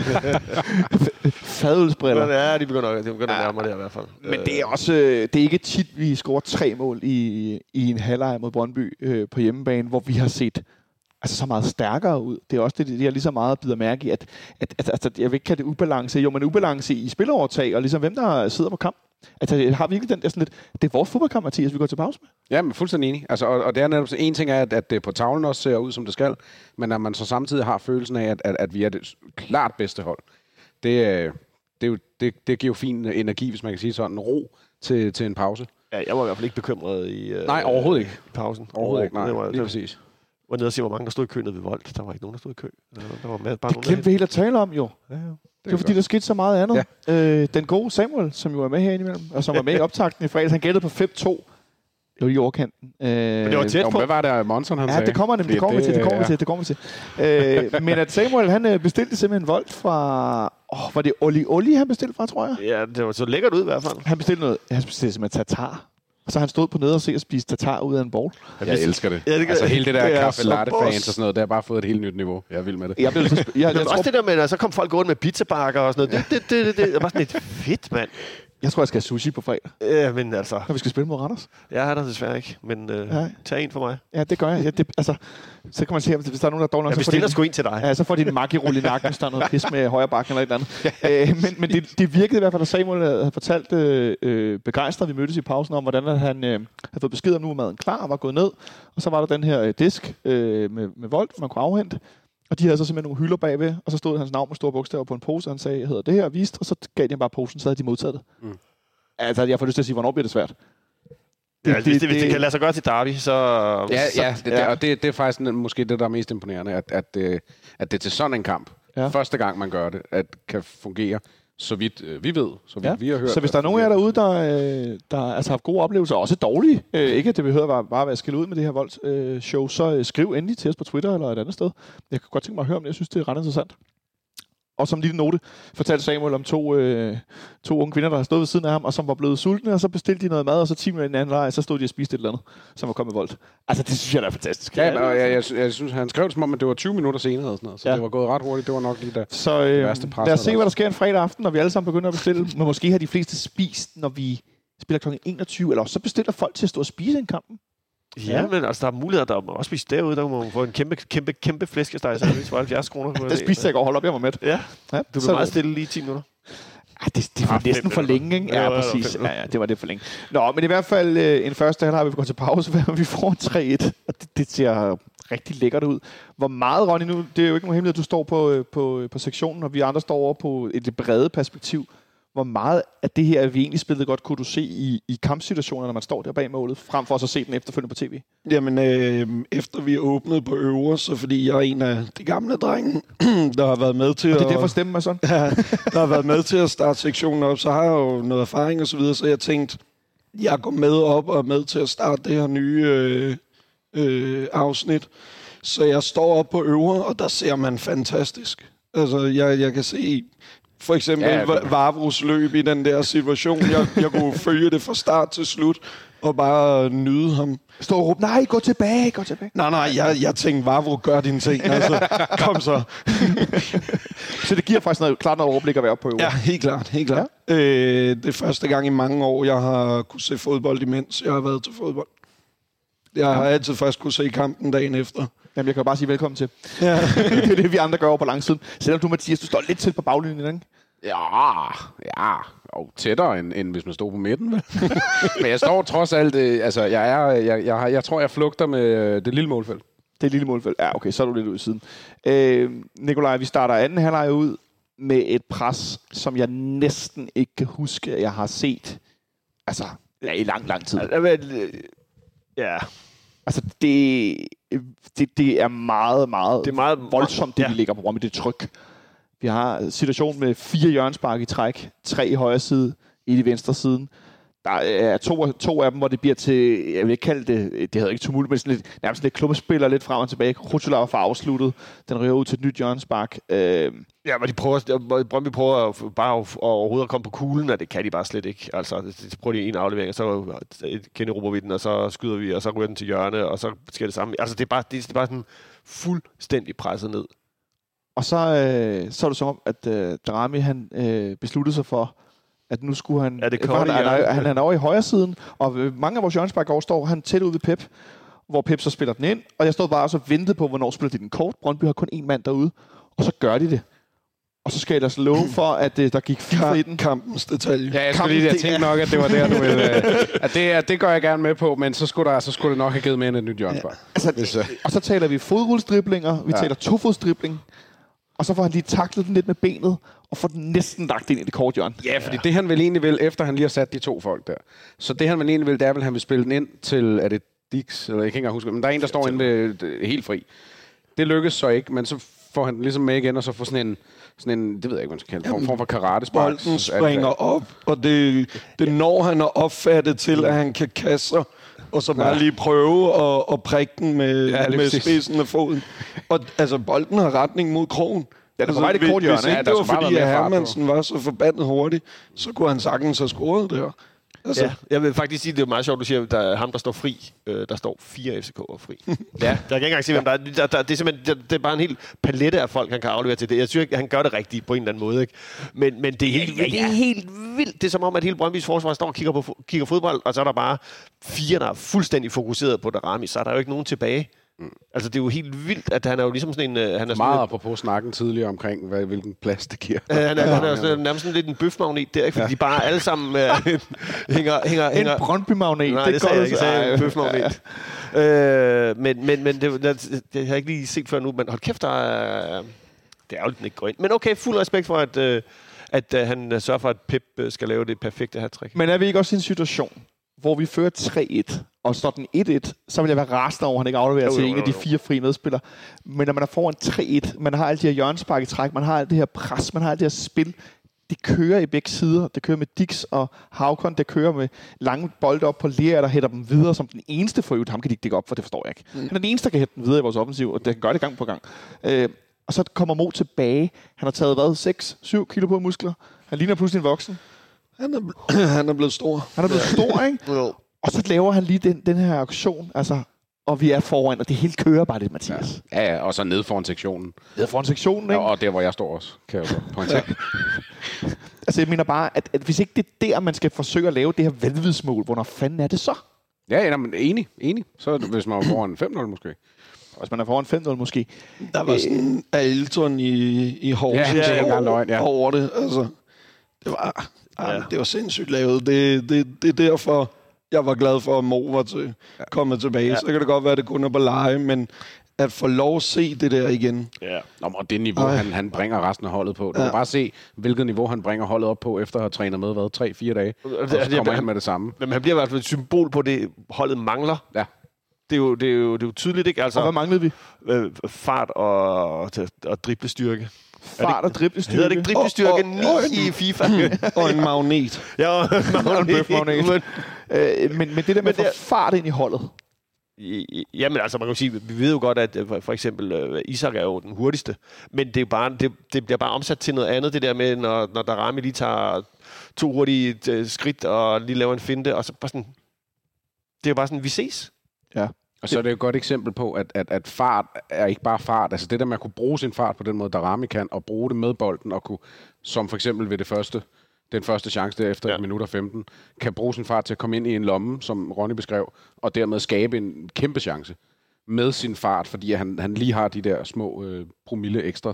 Fadølsbriller. Ja, de begynder at nærme det i hvert fald. Men det er også det er ikke tit, vi scorer 3 mål i en halvleg mod Brøndby på hjemmebane, hvor vi har set så meget stærkere ud. Det er også det jeg lige så meget bider mærke i, at jeg vil ikke kalde det ubalance. Jo, men ubalance i spillerovertag, og ligesom hvem der sidder på kamp. Altså, har vi ikke den der sådan lidt... Det er vores fodboldkamp, Mathias, vi går til pause med. Ja, men fuldstændig enig. Altså, og det er netop... En ting er, at det på tavlen også ser ud, som det skal, men at man så samtidig har følelsen af, at vi er det klart bedste hold. Det giver jo fin energi, hvis man kan sige sådan, ro til en pause. Ja, jeg var i hvert fald ikke bekymret i... Nej, overhovedet ikke. I pausen. Overhovedet ikke, nej. Lige præcis. Jeg var nede og se, hvor mange der stod i kø nede ved Volt. Der var ikke nogen, der stod i kø. Der var bare det glemte vi helt at tale om, jo. Ja. Det var fordi, der skete så meget andet. Ja. Den gode Samuel, som jo er med herinde imellem, og som var med i optakten i fredags, han gættede på 5-2. Det var lige overkanten. Men det var tæt på. Hvad var det, Monson han sagde? Ja, det kommer nemlig. Det kommer vi til. Men at Samuel, han bestilte simpelthen Volt fra... var det Oli, han bestilte fra, tror jeg? Ja, det var så lækkert ud i hvert fald. Han bestilte simpelthen tatar. Og så han stod på nede og se og spise tatar ud af en bowl. Jeg elsker det. Ja, altså hele det der kaffe latte fans og sådan noget, det har bare fået et helt nyt niveau. Jeg er vild med det. Jeg tror også det der med, at så kom folk gående med pizzabakker og sådan noget. Det var sådan lidt fedt, mand. Jeg tror, jeg skal have sushi på fredag. Ja, men altså... Når vi skal spille mod Randers. Jeg har der desværre ikke, men tag en for mig. Ja, det gør jeg. Ja, så kan man se, hvis der er nogen, der er dårlig nok... Jeg bestiller sgu en til dig. Ja, så får de en maggi-rulle i nakken, hvis der er noget pis med højre bakken eller et eller andet. Men det virkede i hvert fald, at Samuel havde fortalt begejstret, vi mødtes i pausen, om hvordan han havde fået besked om, nu var maden klar og var gået ned. Og så var der den her disk med Volt, man kunne afhente. Og de havde så simpelthen nogle hylder bagved, og så stod hans navn med store bogstaver på en pose, og han sagde, jeg hedder det her, og viste, og så gav de ham bare posen, så havde de modtaget det. Mm. Altså, jeg får lyst til at sige, hvornår bliver det svært? Hvis det kan lade sig gøre til Derby, så... Og det er faktisk måske det, der er mest imponerende, at det til sådan en kamp, første gang man gør det, at kan fungere, så vidt vi ved, så vidt vi har hørt. Så hvis der er nogen af jer derude, der altså har haft gode oplevelser, også dårlige, ikke at det behøver bare at være skille ud med det her Volt-show, så skriv endelig til os på Twitter eller et andet sted. Jeg kan godt tænke mig at høre om det. Jeg synes, det er ret interessant. Og som lille note fortalte Samuel om to unge kvinder, der har stået ved siden af ham, og som var blevet sultne, og så bestilte de noget mad, og så 10 minutter i den anden lejr, så stod de og spiste et eller andet, som var kommet med Volt. Altså, det synes jeg, der er fantastisk. Ja, og jeg synes, han skrev det som om, at det var 20 minutter senere, og sådan noget, så det var gået ret hurtigt. Det var nok lige der. Så lad os se, hvad der sker en fredag aften, når vi alle sammen begynder at bestille. Men måske har de fleste spist, når vi spiller kl. 21, eller så bestiller folk til at stå og spise en kampen. Ja, men altså, der er muligheder, der må også spise derude. Der må man få en kæmpe flæskesteg, så for 70 kroner. Der spiste jeg ikke og holde op, jeg var med. Ja, du blev meget stille lige 10 minutter. Det var næsten for længe, ikke? Ja, præcis. Ja, det var det for længe. Nå, men i hvert fald en første halvleg har vi gået til pause, hvor vi får 3-1. Og det ser rigtig lækkert ud. Hvor meget, Ronny, nu, det er jo ikke nogen hemmelighed, at du står på sektionen, og vi andre står over på et brede perspektiv. Hvor meget af det her, vi egentlig spillede godt, kunne du se i kampsituationer, når man står der bag målet, frem for at så se den efterfølgende på tv? Jamen, efter vi åbnede på øvre, så fordi jeg er en af de gamle drenge, der har været med til og det er derfor stemmen mig sådan? Ja, der har været med til at starte sektionen op, så har jeg jo noget erfaring og så videre, så jeg tænkte, jeg går med op og med til at starte det her nye afsnit. Så jeg står op på øvre, og der ser man fantastisk. Altså, jeg kan se... For eksempel Vavros løb i den der situation. Jeg kunne følge det fra start til slut, og bare nyde ham. Stå og råbe, nej, gå tilbage. Nej, jeg tænkte, Vavro, gør dine ting. Altså, kom så. Så det giver faktisk klart noget overblik at være på øvre. Ja, helt klart. Ja. Det er første gang i mange år, jeg har kunne se fodbold, imens jeg har været til fodbold. Jeg har altid først kunne se kampen dagen efter. Jamen, jeg kan jo bare sige velkommen til. Ja. Det er det, vi andre gør over på langsiden. Selvom du, Mathias, du står lidt tæt på baglinjen, ikke? Ja. Og tættere, end hvis man stod på midten. Men jeg står trods alt... jeg tror, jeg flugter med det lille målfelt. Det lille målfelt. Ja, okay, så er du lidt ude i siden. Nikolaj, vi starter anden halvleg ud med et pres, som jeg næsten ikke kan huske, at jeg har set i lang tid. Ja. Altså, det er meget, meget, det er meget voldsomt, vi ligger på med det tryk. Vi har en situation med 4 hjørnespark i træk, 3 i højre side, 1 i venstre siden. Der er to af dem, hvor det bliver til, jeg vil ikke kalde det hedder ikke tumult, men sådan nærmest lidt klubbespiller lidt frem og tilbage. Krutulava får afsluttet. Den ryger ud til et nyt hjørnespark. Ja, men Brøndby prøver bare overhovedet at komme på kuglen, og det kan de bare slet ikke. Altså, det prøver de en aflevering, og så generober vi den, og så skyder vi, og så ryger den til hjørne, og så sker det samme. Altså, det er bare sådan fuldstændig presset ned. Og så er det som om, at Daramy, han besluttede sig for, at nu skulle han... Er det han er over i højre siden, og mange af vores hjørnespark står han tæt ud ved Pep, hvor Pep så spiller den ind, og jeg stod bare og så ventede på, hvornår spiller de den kort. Brøndby har kun én mand derude, og så gør de det. Og så skal jeg ellers love for, at der gik FIFA i den. Kampens detalje. Ja, jeg tænkte nok, at det var der, du ville... det går jeg gerne med på, men så skulle det nok have givet mere end et nyt hjørnespark. Og så taler vi fodruldsdriblinger, vi taler tofodsdribling, og så får han lige taklet den lidt med benet, og får den næsten lagt ind i det kort hjørne. Ja, fordi det han vil egentlig vil, efter han lige har sat de to folk der, så det han vil egentlig vil, det er vel, han vil spille den ind til, er det Dix, eller jeg kan ikke engang huske, men der er en, der står inde ved helt fri. Det lykkes så ikke, men så får han den ligesom med igen, og så får sådan en, det ved jeg ikke, hvad man skal kalde det, form for karate-spark. Bolden springer op, og det når han er opfattet til, at han kan kaste sig, og så bare lige prøve at prikke den med spidsen af foden. Og altså, bolden har retning mod krogen. Ja, det var bare det kort hjørne. Hvis ikke det var fordi, at Hermansen var så forbandet hurtigt, så kunne han sagtens have scoret der. Altså. Ja, jeg vil faktisk sige, at det er meget sjovt, du siger, at der er ham, der står fri. Der står 4 FCK'er fri. Ja, jeg kan ikke engang sige, hvem der er. Det er simpelthen det er bare en hel palette af folk, han kan aflevere til det. Jeg synes ikke, han gør det rigtigt på en eller anden måde. Ikke? Men det er helt vildt. Det er som om, at hele Brøndbys forsvar står og kigger fodbold, og så er der bare 4, der er fuldstændig fokuseret på Daramy. Så er der jo ikke nogen tilbage. Altså, det er jo helt vildt, at han er jo ligesom sådan en... Han er meget apropos snakken tidligere omkring, hvilken plads det giver. Han er nærmest sådan lidt en bøfmagnet der, ikke? Fordi de bare alle sammen hænger... En Brøndby-magnet. Nej, det sagde jeg ikke. Jeg en bøfmagnet. Men det har jeg ikke lige set før nu. Men hold kæft, det er jo lidt ikke går ind. Men okay, fuld respekt for, at han sørger for, at Pep skal lave det perfekte hat-trick. Men er vi ikke også i en situation, hvor vi fører 3-1, og står den 1-1, så vil jeg være rasende over, at han ikke afleverer til en af de 4 frie medspillere. Men når man er foran 3-1, man har alle de her hjørnespark i træk, man har alt det her pres, man har alt det her spil, det kører i begge sider. Det kører med Dix og Haukon, det kører med lange bolde op på Lea, der hætter dem videre som den eneste for ham kan de ikke dække op, for det forstår jeg ikke. Han er den eneste, der kan hætte dem videre i vores offensiv, og det kan gøre det gang på gang. Og så kommer Mo tilbage. Han har taget, 6-7 kilo på muskler. Han ligner pludselig en voksen. Han er blevet stor. Han er blevet stor, ikke? Og så laver han lige den her aktion, altså, og vi er foran, og det hele kører bare det, Mathias. Ja, og så ned foran sektionen. Ned foran sektionen, ikke? Ja, og der, hvor jeg står også, kan jeg jo pointere. Altså, jeg mener bare, at hvis ikke det er der, man skal forsøge at lave det her vanvidsmål, hvornår fanden er det så? Ja, men enig. Så hvis man var foran 5-0 måske. Hvis man er foran 5-0 måske. Der var sådan Ailton i Horsens over det. Altså, det var sindssygt lavet. Det er derfor, jeg var glad for, at Mo var kommet tilbage. Ja. Så kan det godt være, at det kun er på leje, men at få lov at se det der igen. Ja. Og det niveau, han bringer resten af holdet på. Du kan bare se, hvilket niveau han bringer holdet op på, efter at have trænet med, 3-4 dage. Og så kommer han med det samme. Men han bliver i hvert fald et symbol på det, holdet mangler. Ja. Det er jo tydeligt, ikke? Altså, og hvad manglede vi? Fart og driblestyrke. Fart og driblestyrke. Hedder det ikke driblestyrke 9 i FIFA? Og en magnet. Ja, en bøfmagnet. Men det der med at få fart ind i holdet. Jamen altså, man kan sige, vi ved jo godt, at for eksempel Isak er jo den hurtigste, men det er bare, det bliver bare omsat til noget andet, det der med, når Daramy lige tager 2 hurtige skridt og lige laver en finte, og så bare sådan, det er jo bare sådan, vi ses. Ja. Og så er det et godt eksempel på, at fart er ikke bare fart. Altså det der med at kunne bruge sin fart på den måde, Daramy kan, og bruge det med bolden, og kunne, som for eksempel ved den første chance der efter 1 minut og 15, kan bruge sin fart til at komme ind i en lomme, som Ronny beskrev, og dermed skabe en kæmpe chance med sin fart, fordi han lige har de der små promille ekstra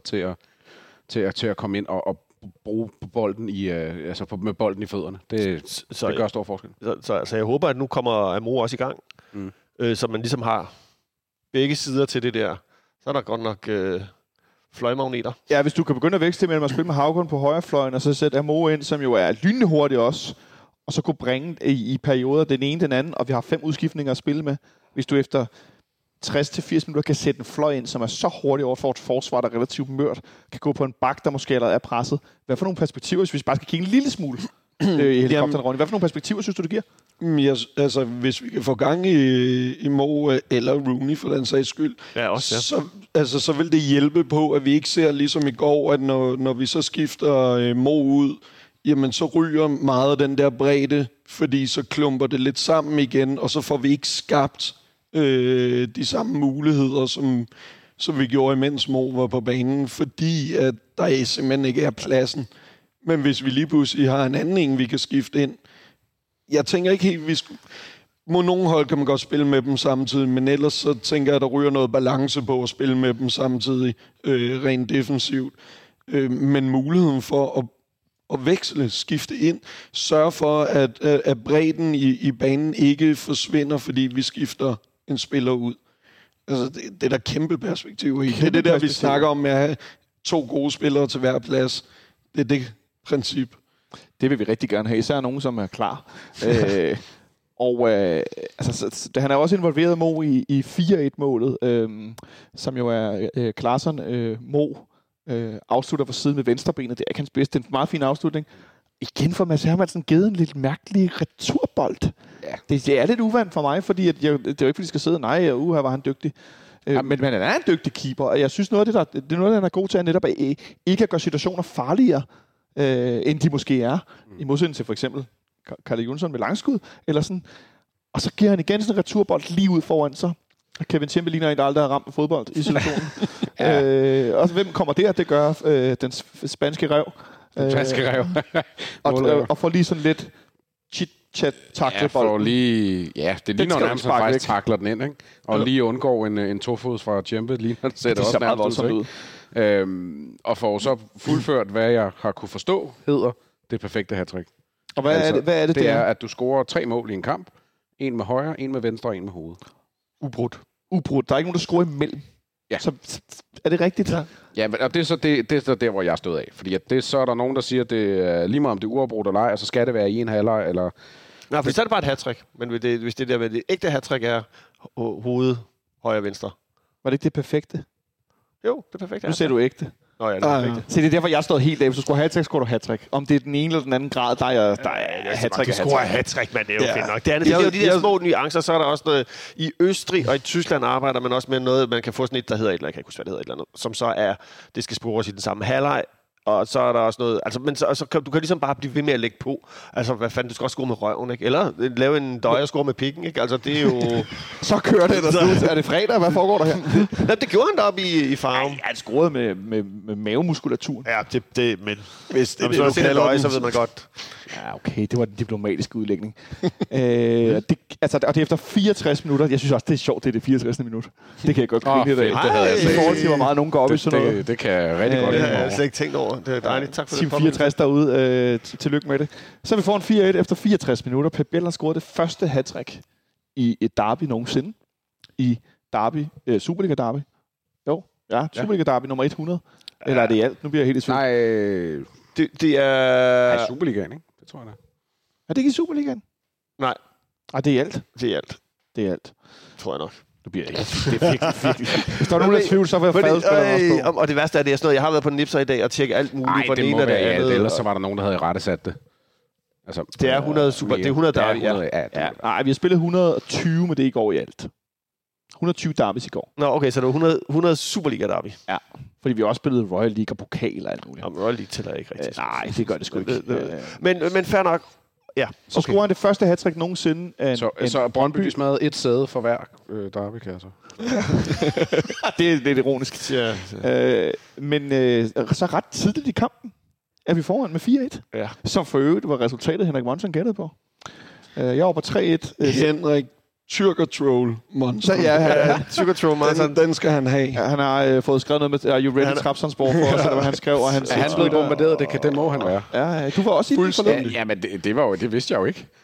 til at komme ind og bruge bolden med bolden i fødderne. Det gør stor forskel. Så jeg håber, at nu kommer Amro også i gang. Så man ligesom har begge sider til det der. Så er der godt nok fløjmagneter. Ja, hvis du kan begynde at vækste mellem at spille med Haukon på højrefløjen, og så sætte Amro ind, som jo er lynende hurtigt også, og så kunne bringe i perioder den ene den anden, og vi har 5 udskiftninger at spille med. Hvis du efter 60-80 minutter kan sætte en fløj ind, som er så hurtigt over for et forsvar, der er relativt mørt, kan gå på en bak, der måske allerede er presset. Hvad for nogle perspektiver, hvis vi bare skal kigge en lille smule i helikopteren, Ronny. Hvad for nogle perspektiver synes du, det giver? Hvis vi kan få gang i Mo eller Rooney for den sags skyld, så vil det hjælpe på, at vi ikke ser ligesom i går, at når vi så skifter Mo ud, jamen så ryger meget af den der bredde, fordi så klumper det lidt sammen igen, og så får vi ikke skabt de samme muligheder, som vi gjorde, imens Mo var på banen, fordi at der simpelthen ikke er pladsen. Men hvis vi lige pludselig har en anden en, vi kan skifte ind, jeg tænker ikke helt, mod nogle hold kan man godt spille med dem samtidig, men ellers så tænker jeg, at der ryger noget balance på at spille med dem samtidig, rent defensivt. Men muligheden for at veksle, skifte ind, sørge for, at bredden i banen ikke forsvinder, fordi vi skifter en spiller ud. Altså, det er der kæmpe perspektiv i. Det er det der, vi snakker om med at have 2 gode spillere til hver plads. Det er det princip. Det vil vi rigtig gerne have, især nogen, som er klar. Han er også involveret Mo i 4-1-målet, som jo er Klaassen. Mo afslutter på siden med venstrebenet. Det er ikke hans bedste. Det er en meget fin afslutning. Igen for Mads Hermansen givet en lidt mærkelig returbold. Ja. Det er lidt uvandt for mig, fordi det er jo ikke, fordi de skal sidde, her var han dygtig. Men han er en dygtig keeper, og jeg synes, det er noget, han er god til, at netop ikke at gøre situationer farligere, end de måske er. I modsætning til for eksempel Kalle Jonsson med langskud, eller sådan. Og så giver han igen sådan en returbold lige ud foran sig. Og Kevin Tjempe ligner en, der aldrig har ramt med fodbold i situationen. Og så hvem kommer der? Det gør den spanske ræv. Og får lige sådan lidt chit-chat taklebolden. Det ligner nærmest, at han faktisk takler den ind, ikke? Og lige undgår en tofods fra Tjempe, lige når det sætter også nærmest voldsomt ud. Og får så fuldført, hvad jeg har kunne forstå, hedder det perfekte hattrick. Og hvad er det? Det er, at du scorer 3 mål i en kamp. En med højre, en med venstre og en med hovedet. Ubrudt. Der er ikke nogen, der scorer imellem. Ja. Så er det rigtigt? Ja, og det er så der, hvor jeg stod af. Fordi så er der nogen, der siger, at det er lige meget om det er uafbrudt eller ej, og så skal det være i en halvleg, eller... Nej, for så er det bare et hattrick. Men hvis det der med det ægte hattrick er hoved, højre, venstre. Var det ikke det perfekte? Jo, det er perfekt. Nu ser du ægte. Nå ja, det er perfekt. Se, det er derfor, jeg stod helt af. Hvis du skulle have hattrick, skulle du hattrick. Om det er den ene eller den anden grad, der er hattrick. Du scorer hattrick, men det er jo fint nok. Det er jo de der små nuancer. Så er der også noget... I Østrig og i Tyskland arbejder man også med noget, man kan få sådan et, der hedder et eller andet, jeg kan ikke huske, hvad det hedder, et eller andet, som så er, det skal spores i den samme halvleg. Og så er der også noget... Altså, men så du kan ligesom bare blive ved med at lægge på. Altså, hvad fanden, du skal også score med røven, ikke? Eller lave en døje og score med pikken, ikke? Altså, det er jo... Så kører det der. Er det fredag? Hvad foregår der her? Nå, det gjorde han deroppe i Farum. Ja, han scorede med mavemuskulatur. Ja, men hvis det er så døje, så ved man godt. Ja, okay, det var den diplomatiske udlægning. Og det er efter 64 minutter. Jeg synes også, det er sjovt, det er det 64. minut. Det kan jeg godt grine lidt af. I forhold til, hvor meget nogen går op i sådan noget. Det kan jeg rigtig godt lide. Jeg har slet ikke tænkt over. Det er dejligt. Tak for Team 64 derude. Tillykke med det. Så vi får en 4-1 efter 64 minutter. Pep Biel har scoret det første hattrick i et derby nogensinde. I derby, Superliga derby. Jo, ja, Superliga derby nummer 100. Eller er det i alt? Nu bliver jeg helt i tvivl. Nej, det er... Nej, Superligaen, ikke? Det tror jeg da. Er det ikke i Superligaen? Nej. Det er i alt. Det er alt. Tror jeg nok. Nu bliver det er virkelig. Hvis der er nogen, der tvivl, så vil jeg fadespille også på. Og det værste er, det er sådan noget, jeg har været på Nipser i dag og tjekket alt muligt for den ene og det andet. Ellers så var der nogen, der havde rettesat det. Altså, det er 100 super. Det er 100 derby, ja. Nej, vi har spillet 120, men det er i går i alt. 120 derbys i går. Nå, okay, så det var 100 Superliga derby. Ja, fordi vi har også spillet Royal League og pokal og alt muligt. Jamen, Royal League tæller ikke rigtigt. Nej, det gør det sgu ikke. Men fair nok. Ja, så scorer han det første hattrick nogensinde. Så Brøndby smadrede et sæde for hver derby, kan jeg så. Det er lidt ironisk. Ja. Men så ret tidligt i kampen er vi foran med 4-1. Ja. Som for øvrigt var resultatet, Henrik Monsen gættede på. Jeg var på 3-1. Henrik Tyrker-troll Monsen. Ja, Tyrker-troll Monsen. Den skal han have. Ja, han har fået skrevet noget med Are You Ready Trapsonsborg for os, eller hvad han skrev. Og han blev bombarderet, det må han være. Ja, du var også i den forleden. Ja, men det vidste jeg jo ikke.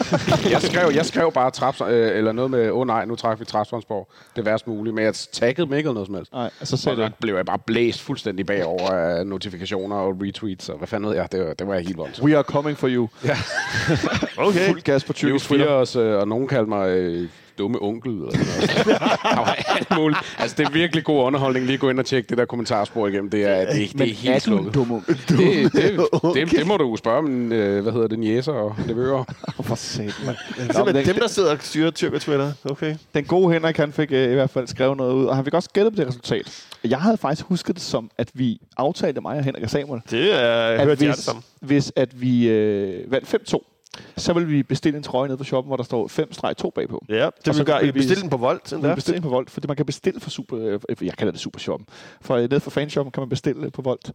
jeg skrev bare eller noget med, nej, nu trækker vi Trapsonsborg. Det værst muligt, men jeg taggede mig ikke eller noget som helst. Nej, så blev jeg bare blæst fuldstændig bagover af notifikationer og retweets, og hvad fanden ved jeg, det var jeg helt voldsomt. We are coming for you. Ja. Okay. Fuld gas på tyrkisk Twitter. Og nogen kaldte mig dumme onkel. Eller sådan noget. Der var alt muligt. Altså, det er virkelig god underholdning. Lige gå ind og tjekke det der kommentarspor igennem. Det er helt slukket. Det må du spørge om, hvad hedder det, niæser og nevøer. For satan, mand. Det er dem, der sidder og styrer Twitter. Okay. Den gode Henrik, han fik i hvert fald skrevet noget ud, og han fik også gættet på det resultat. Jeg havde faktisk husket det som, at vi aftalte mig og Henrik og Samuel. Det er hørt jer det sammen. Hvis at vi vandt 5-2, så vil vi bestille en trøje nede på shoppen, hvor der står 5-2 bagpå. Ja, det vil gøre. Bestille den på Volt. Vi bestille den på Volt, fordi man kan bestille for super... Jeg kalder det Supershoppen. For nede for fanshoppen kan man bestille på Volt.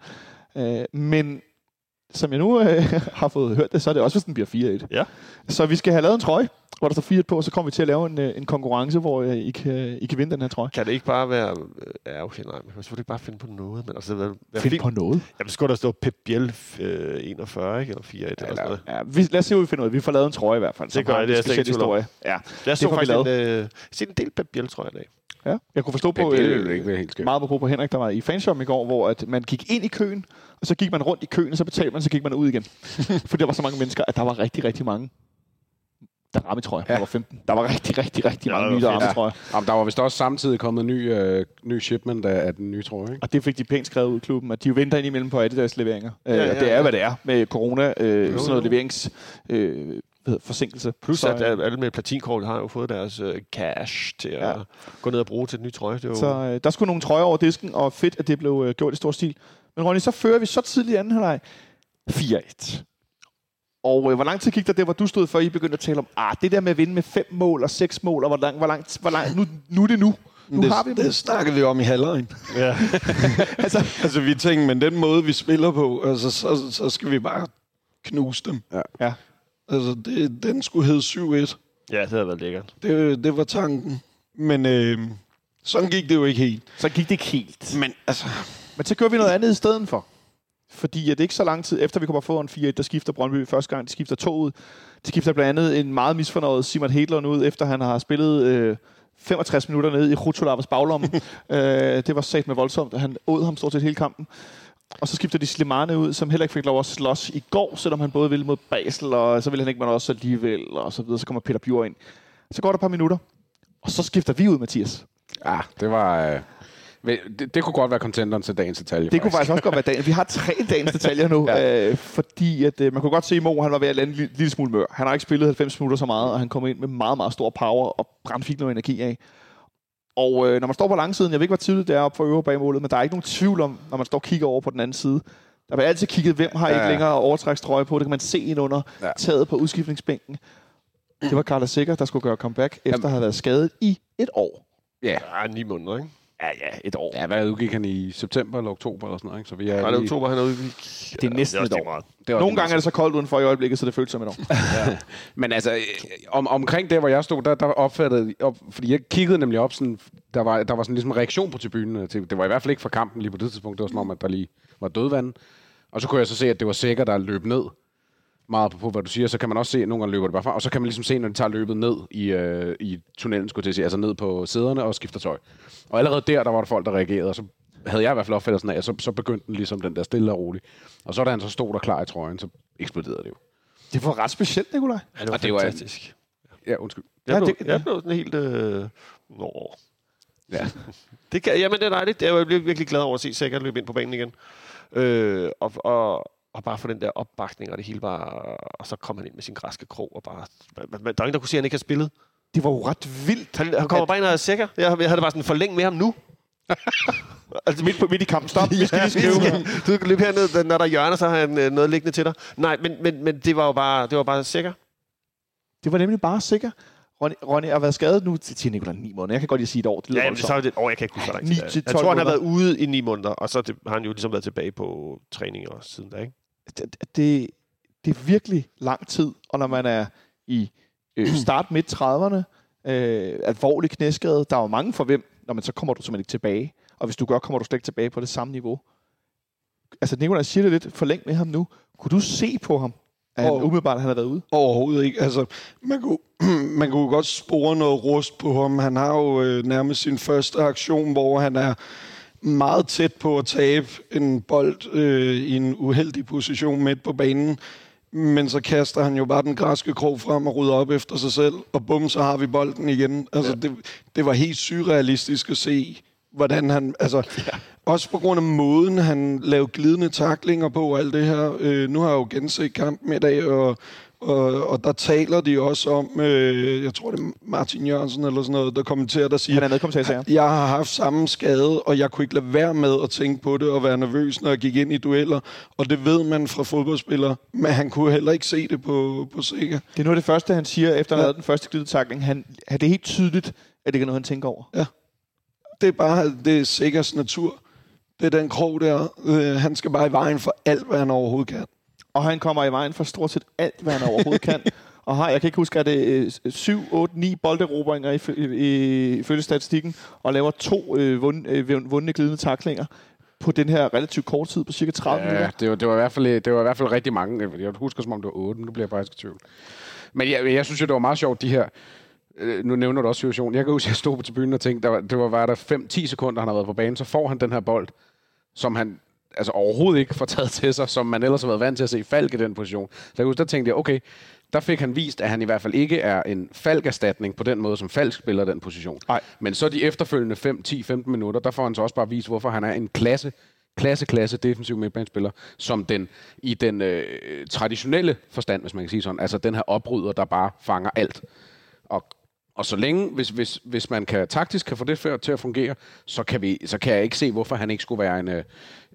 Men som jeg nu har fået hørt det, så er det også, hvis den bliver 4-1. Ja. Så vi skal have lavet en trøje, hvor der står 4-1 på, og så kommer vi til at lave en konkurrence, hvor I kan vinde den her trøje. Kan det ikke bare være... Ja, okay, nej. Man skal ikke bare finde på noget. Men altså, finde på noget? Ja, det skulle der stå Pep Biel 41, ikke? Eller 4-1 eller sådan noget. Ja, lad os se, hvad vi finder ud af. Vi får lavet en trøje i hvert fald. Det gør jeg, det er speciel historie. Ja, jeg så faktisk en del Pep Biel, tror jeg, i dag. Ja, jeg kunne forstå på meget på Henrik, der var i fanshoppen i går, hvor at man gik ind i køen, og så gik man rundt i køen, og så betalte man, så gik man ud igen. For der var så mange mennesker, at der var rigtig, rigtig mange. Der ramte, tror jeg. Der var 15. Der var rigtig mange nye, der ramte, tror jeg. Jamen, der var vist også samtidig kommet ny shipment af den nye trøje, ikke? Og det fik de pænt skrevet ud i klubben, at de jo venter indimellem på Adidas leveringer. Det er hvad det er med corona, sådan noget leverings... forsinkelse. Plus at alle med platinkort har jo fået deres cash til at gå ned og bruge til den nye trøje. Det så der skulle nogle trøjer over disken, og fedt, at det blev gjort i stor stil. Men Ronny, så fører vi så tidligt i anden halvleg 4-1. Og hvor lang tid gik der hvor du stod, før I begyndte at tale om, det der med at vinde med 5 mål og 6 mål, og hvor langt nu er det nu. Det snakkede vi om i halvlejen. Ja. altså vi tænkte, men den måde vi spiller på, altså, så skal vi bare knuse dem. Ja. Altså, den skulle hedde 7-1. Ja, det havde været lækkert. Det var tanken. Men sådan gik det jo ikke helt. Så gik det ikke helt. Men så gør vi noget andet i stedet for. Fordi at det ikke så lang tid efter, vi kommer på en 4-1, der skifter Brøndby første gang. De skifter 2 ud. De skifter blandt andet en meget misfornøjet Simon Hedlund ud, efter han har spillet 65 minutter nede i Rutulavas baglomme. Det var sat med voldsomt, at han åd ham stort set hele kampen. Og så skifter de Slimane ud, som heller ikke fik lov at slås i går, selvom han både ville mod Basel, og så ville han ikke, men også alligevel, og så videre. Så kommer Peter Bjur ind. Så går der et par minutter, og så skifter vi ud, Mathias. Ja, det var... Det kunne godt være contenderen til dagens detalje. Det kunne faktisk også godt være dagens. Vi har 3 dagens detaljer nu, fordi at, man kunne godt se, at Mo han var ved at lande en lille smule mør. Han har ikke spillet 90 minutter så meget, og han kom ind med meget, meget stor power og brændte fik noget energi af. Og når man står på langsiden, jeg ved ikke, hvor tidligt det er op for øvre bag målet, men der er ikke nogen tvivl om, når man står og kigger over på den anden side. Der bliver altid kigget, hvem har ikke længere overtrækstrøje på. Det kan man se ind under taget på udskiftningsbænken. Det var Carla Sikker, der skulle gøre comeback, efter at have været skadet i 1 år. Ja, 9 måneder, ikke? Ja, 1 år. Ja, hvad udgik han i september eller oktober eller sådan noget, ikke? Så vi er i oktober, han udgik. Det er næsten et år. Nogle gange er det så koldt udenfor i øjeblikket, så det føles som et år. Men altså, omkring det, hvor jeg stod, der opfattede fordi jeg kiggede nemlig op, sådan, der var sådan ligesom en reaktion på tribunen. Det var i hvert fald ikke fra kampen lige på det tidspunkt. Det var som om, at der lige var dødvand. Og så kunne jeg så se, at det var Sikker, der løb ned. Meget på, hvad du siger, så kan man også se, at nogle gange løber det bare fra, og så kan man ligesom se, når de tager løbet ned i tunnelen, skulle jeg sige, altså ned på sæderne og skifter tøj. Og allerede der var der folk, der reagerede, og så havde jeg i hvert fald opfattelsen af, at så begyndte den ligesom den der stille og rolig. Og så da han så stod der klar i trøjen, så eksploderede det jo. Det var ret specielt, Nikolaj. Ja, det var fantastisk. Ja, undskyld. Jeg blev sådan helt... Ja. Jamen, det er dejligt. Jeg blev virkelig glad over at se Sikker løbe ind på banen igen. Og bare få den der opbakning, og det hele bare... Og så kom han ind med sin græske krog, og bare... Der er ingen, der kunne se, at han ikke har spillet. Det var jo ret vildt. Han kommer bare ind og er Sikker. Jeg havde bare sådan forlænget med ham nu. Altså midt i kampen. Stop. Vi skal lige skrive. Du kan løbe herned, når der er hjørner, så har han noget liggende til dig. Nej, men det var jo bare Sikker. Det var nemlig bare Sikker. Ronny har været skadet nu til Nikolaj 9 måneder. Jeg kan godt lige sige et år. Det men så er det et år, jeg kan ikke huske, hvor lang tid. Jeg tror, han har været ude i 9 måneder, og så har han jo ligesom været tilbage på træning og siden da, ikke? Det er virkelig lang tid, og når man er i start midt 30'erne, alvorlig knæskade, der er jo mange for hvem, når man så kommer du simpelthen ikke tilbage. Og hvis du gør, kommer du slet ikke tilbage på det samme niveau. Altså, Nikolaj siger det lidt, forlængt med ham nu. Kunne du se på ham, at han umiddelbart han har været ude? Overhovedet ikke. Altså, man kunne godt spore noget rust på ham. Han har jo nærmest sin første aktion, hvor han er meget tæt på at tabe en bold i en uheldig position midt på banen. Men så kaster han jo bare den græske krog frem og rydder op efter sig selv, og bum, så har vi bolden igen. Altså, det var helt surrealistisk at se, hvordan han... Altså, også på grund af måden, han lavede glidende tacklinger på og alt det her. Nu har jeg jo genset kampen i dag, og der taler de også om, jeg tror det er Martin Jørgensen eller sådan noget, der kommenterer, der siger, han er medkommentator, jeg har haft samme skade, og jeg kunne ikke lade være med at tænke på det og være nervøs, når jeg gik ind i dueller. Og det ved man fra fodboldspillere, men han kunne heller ikke se det på Sega. Det er noget af det første, han siger, efter han havde den første glidetackling. Det er helt tydeligt, at det ikke er noget, han tænker over. Ja. Det er bare Segas natur. Det er den krog der. Han skal bare i vejen for alt, hvad han overhovedet kan. Og han kommer i vejen for stort set alt, hvad han overhovedet kan. Og jeg kan ikke huske, at det er 7, 8, 9 bolderobringer ifølge statistikken, og laver 2 vundne glidende tacklinger på den her relativt kort tid, på cirka 30 minutter. Det var i hvert fald rigtig mange. Jeg husker, som om det var 8, men nu bliver jeg faktisk i tvivl. Men jeg synes jo, det var meget sjovt, de her... Nu nævner du også situationen. Jeg kan huske, at jeg stod på tribunen og tænkte, det var der 5-10 sekunder, han har været på banen, så får han den her bold, som han altså overhovedet ikke får taget til sig, som man ellers har været vant til at se Falk i den position. Så jeg husker, der tænkte jeg, okay, der fik han vist, at han i hvert fald ikke er en Falk-erstatning på den måde, som Falk spiller den position. Ej. Men så de efterfølgende 5, 10, 15 minutter, der får han så også bare vist, hvorfor han er en klasse defensiv midtbanespiller, som i den traditionelle forstand, hvis man kan sige sådan, altså den her oprydder, der bare fanger alt. Og så længe, hvis man taktisk kan få det til at fungere, så kan jeg ikke se, hvorfor han ikke skulle være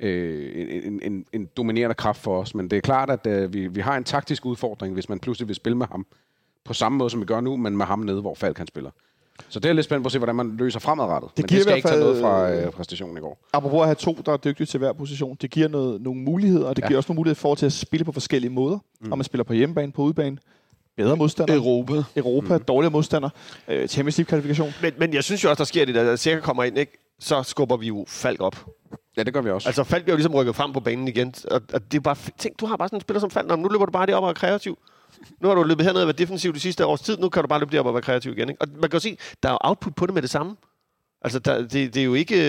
en dominerende kraft for os. Men det er klart, at vi har en taktisk udfordring, hvis man pludselig vil spille med ham på samme måde, som vi gør nu, men med ham nede, hvor Falk kan spiller. Så det er lidt spændt på at se, hvordan man løser fremadrettet. Men det skal ikke tage noget fra præstationen i går. Apropos at have 2, der er dygtige til hver position, det giver nogle muligheder, og det giver også nogle muligheder for at spille på forskellige måder. Om man spiller på hjemmebane, på udebane. Bedre modstander. Europa, dårligere modstander. Champions League-kvalifikation. Men jeg synes jo også, der sker det, da Sega kommer ind, ikke? Så skubber vi jo Falk op. Ja, det gør vi også. Altså, Falk bliver jo ligesom rykket frem på banen igen. Og det er bare... Tænk, du har bare sådan en spiller som Falk. Nu løber du bare det op og er kreativ. Nu har du løbet hernede og været defensiv de sidste års tid. Nu kan du bare løbe det op og være kreativ igen, ikke? Og man kan jo sige, der er jo output på det med det samme. Altså, det er jo ikke...